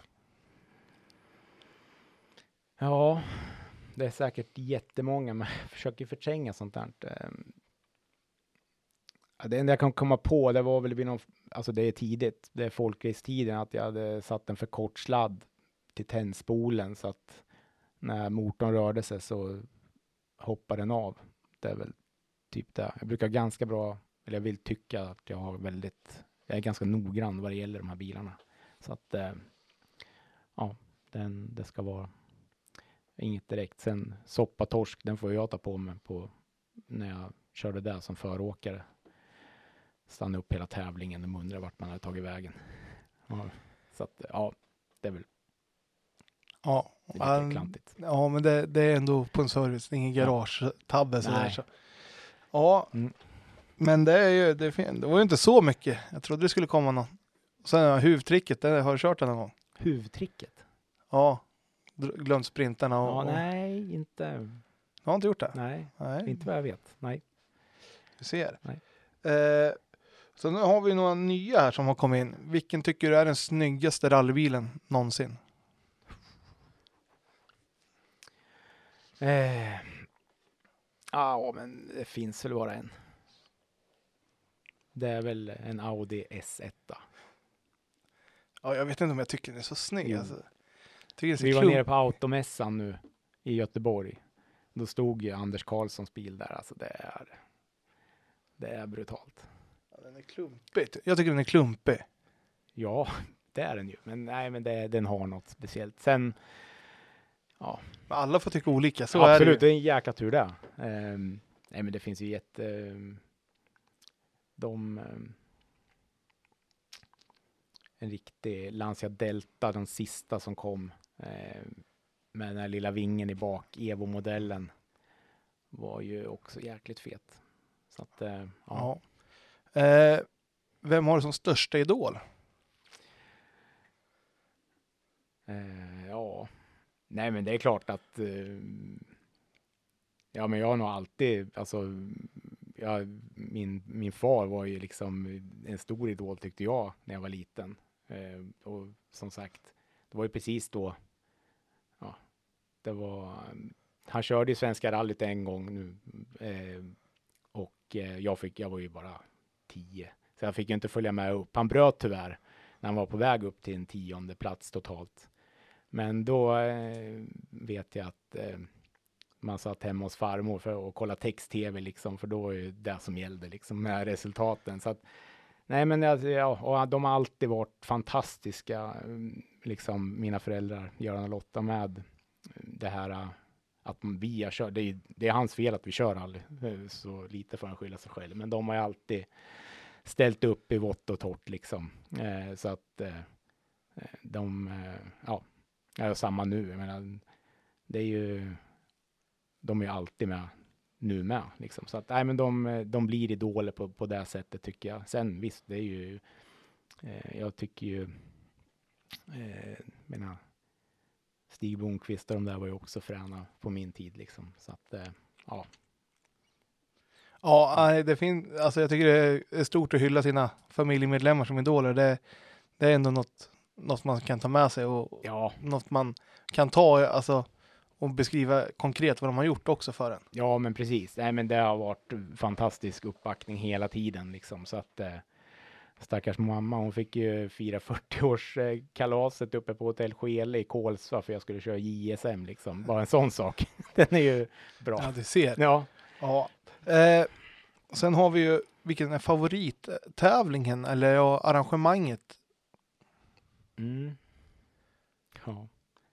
Ja, det är säkert jättemånga, men jag försöker förtränga sånt där. Det enda jag kan komma på, det var väl vid någon, alltså det är tidigt, det är folkracetiden, att jag hade satt en för kort sladd till tändspolen så att när motorn rörde sig så hoppade den av. Det är väl typ det. Jag brukar ganska bra, eller jag vill tycka att jag är ganska noggrann vad det gäller de här bilarna. Så att, ja, det ska vara inget direkt. Sen soppatorsk, den får jag ta på mig på när jag körde där som föråkare. Stanna upp hela tävlingen och undra vart man hade tagit vägen. Ja, så att, ja, det är väl Ja, lite klantigt. Ja, men det är ändå på en service, ingen garagetabbe sådär. Så. Ja, men det var ju inte så mycket. Jag trodde det skulle komma någon. Sen huvudtricket, har du kört den någon gång? Huvudtricket? Ja, glömt sprintarna och... Nej, inte. Jag har inte gjort det? Nej, Nej. inte vad jag vet. Nej. Du ser. Nej. Så nu har vi några nya här som har kommit in. Vilken tycker du är den snyggaste rallybilen någonsin? Ja, men det finns väl bara en. Det är väl en Audi S1. Ja, jag vet inte om jag tycker den är så snygg. Jo. Alltså. Tycker det är så Vi var klump. nere på Automässan nu i Göteborg. då stod ju Anders Karlssons bil där. Alltså det är brutalt. Ja, den är klumpigt. Jag tycker den är klumpig. Ja, det är den ju. Men nej, men den har något speciellt. Sen, ja. Alla får tycka olika, så Absolut, är det är en jäkla tur det. Nej, men det finns ju en riktig Lancia Delta, den sista som kom med den här lilla vingen i bak, Evo-modellen, var ju också jäkligt fet. Så att, ja. Vem har du som största idol? Ja, nej men det är klart att ja, men jag har nog alltid, alltså min far var ju liksom en stor idol tyckte jag när jag var liten. Och som sagt, det var ju precis då, ja, det var, han körde ju Svenska rallyt en gång nu och jag var ju bara 10, så jag fick ju inte följa med upp. Han bröt tyvärr när han var på väg upp till en 10:e plats totalt. Men då vet jag att man satt hemma hos farmor för att kolla text-tv liksom, för då var ju det som gällde liksom med resultaten. Så att, nej men ja, och de har alltid varit fantastiska, liksom mina föräldrar, Göran och Lotta, med det här att vi har kört. Det är hans fel att vi kör aldrig, så lite får han skylla sig själv. Men de har ju alltid ställt upp i vått och torrt liksom. Så att ja, är samma nu. Jag menar, det är ju, de är ju alltid med nu med liksom. Så att nej, men de blir idoler på det sättet tycker jag. Sen visst, det är ju jag tycker ju menar Stig Blomqvist och de där var ju också fräna på min tid liksom. Så att ja. Ja, det finns, alltså jag tycker det är stort att hylla sina familjemedlemmar som idoler. Det är ändå något man kan ta med sig och Ja. något man kan ta alltså, och beskriva konkret vad de har gjort också för en. Ja, men precis. Nej, men det har varit fantastisk uppbackning hela tiden liksom. Så att stackars mamma, hon fick ju fira 40-årskalaset uppe på Hotell Skele i Kolsva för jag skulle köra JSM liksom. Bara en sån sak. Den är ju bra. Ja, du ser. Ja. Ja. Sen har vi ju, vilken är favorittävlingen eller ja, arrangemanget? Mm. Ja.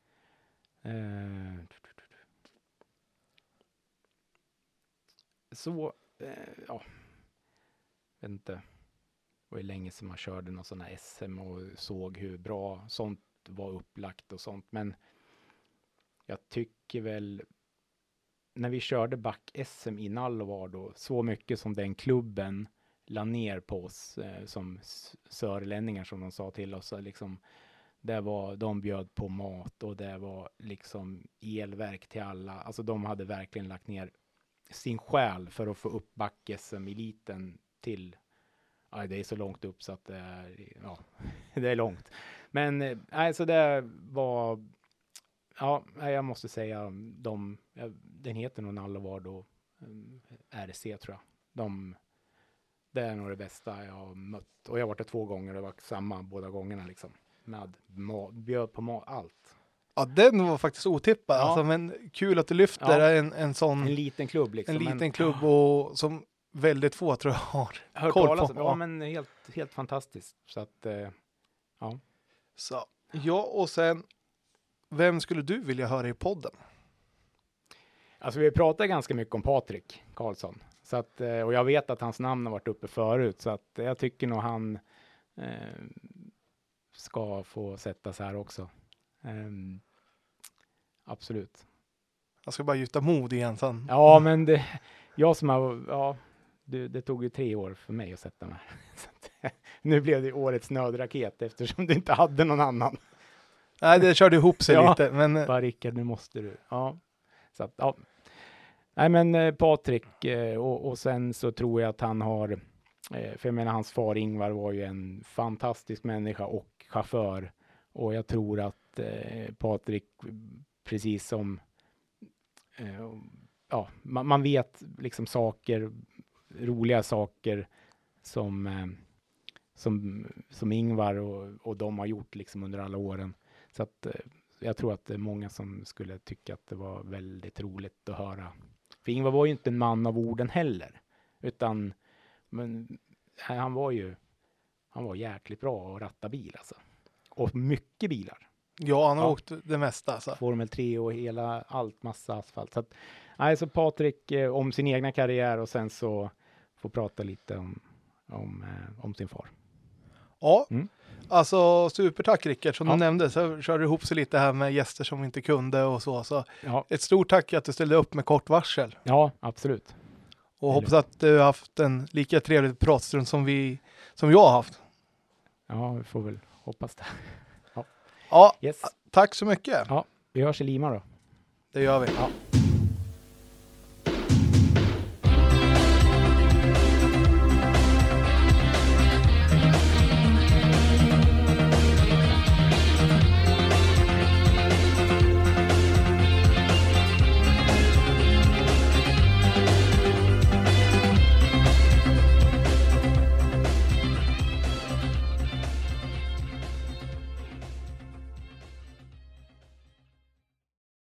Så, ja. Jag vet inte. Det var ju länge sedan man körde någon sån här SM och såg hur bra sånt var upplagt och sånt. Men jag tycker väl när vi körde back-SM i Nallovar då, så mycket som den klubben la ner på oss som sörlänningar som de sa till oss. Liksom, de bjöd på mat och det var liksom elverk till alla. Alltså de hade verkligen lagt ner sin själ för att få upp back-SM-eliten till, ja, det är så långt upp så att det är, ja, det är långt. Men alltså det var, ja, jag måste säga den heter nog Nallovar då, RC tror jag. Det är nog det bästa jag har mött. Och jag har varit där 2 gånger, det var samma båda gångerna liksom. Med bjöd på allt. Ja, den var faktiskt otippad. Ja. Alltså, men kul att du lyfter en sån... En liten klubb liksom. En liten klubb och som väldigt få tror jag har koll på. Ja, men helt fantastiskt. Så att, ja. Så, ja, och sen, vem skulle du vilja höra i podden? Alltså vi pratar ganska mycket om Patrik Karlsson. Så att, och jag vet att hans namn har varit uppe förut. Så att jag tycker nog han ska få sättas här också. Absolut. Jag ska bara gjuta mod igen sen. Ja, men det tog ju 3 år för mig att sätta mig. Så att, nu blev det årets nödraket eftersom du inte hade någon annan. Nej, det körde ihop sig lite. Men... Bara Rickard, nu måste du. Ja. Så att, ja. Nej, men Patrik och sen så tror jag att han har, för jag menar hans far Ingvar var ju en fantastisk människa och chaufför. Och jag tror att Patrik, precis som ja, man vet liksom saker, roliga saker som Ingvar och de har gjort liksom under alla åren. Så att jag tror att det är många som skulle tycka att det var väldigt roligt att höra. För Ingvar var ju inte en man av orden heller. Utan, men han var jäkligt bra att ratta bil alltså. Och mycket bilar. Ja, han har åkt det mesta. Alltså. Formel 3 och massa asfalt. Så att, så Patrik om sin egna karriär och sen så får prata lite om sin far. Ja, alltså supertack Rickard. Som du nämnde så körde du ihop sig lite här med gäster som inte kunde och så. Så ett stort tack att du ställde upp med kort varsel. Ja, absolut. Och hoppas att du har haft en lika trevlig pratstund som jag har haft. Ja, vi får väl hoppas det. Ja, yes. Tack så mycket. Ja, vi hörs i Lima då. Det gör vi. Ja.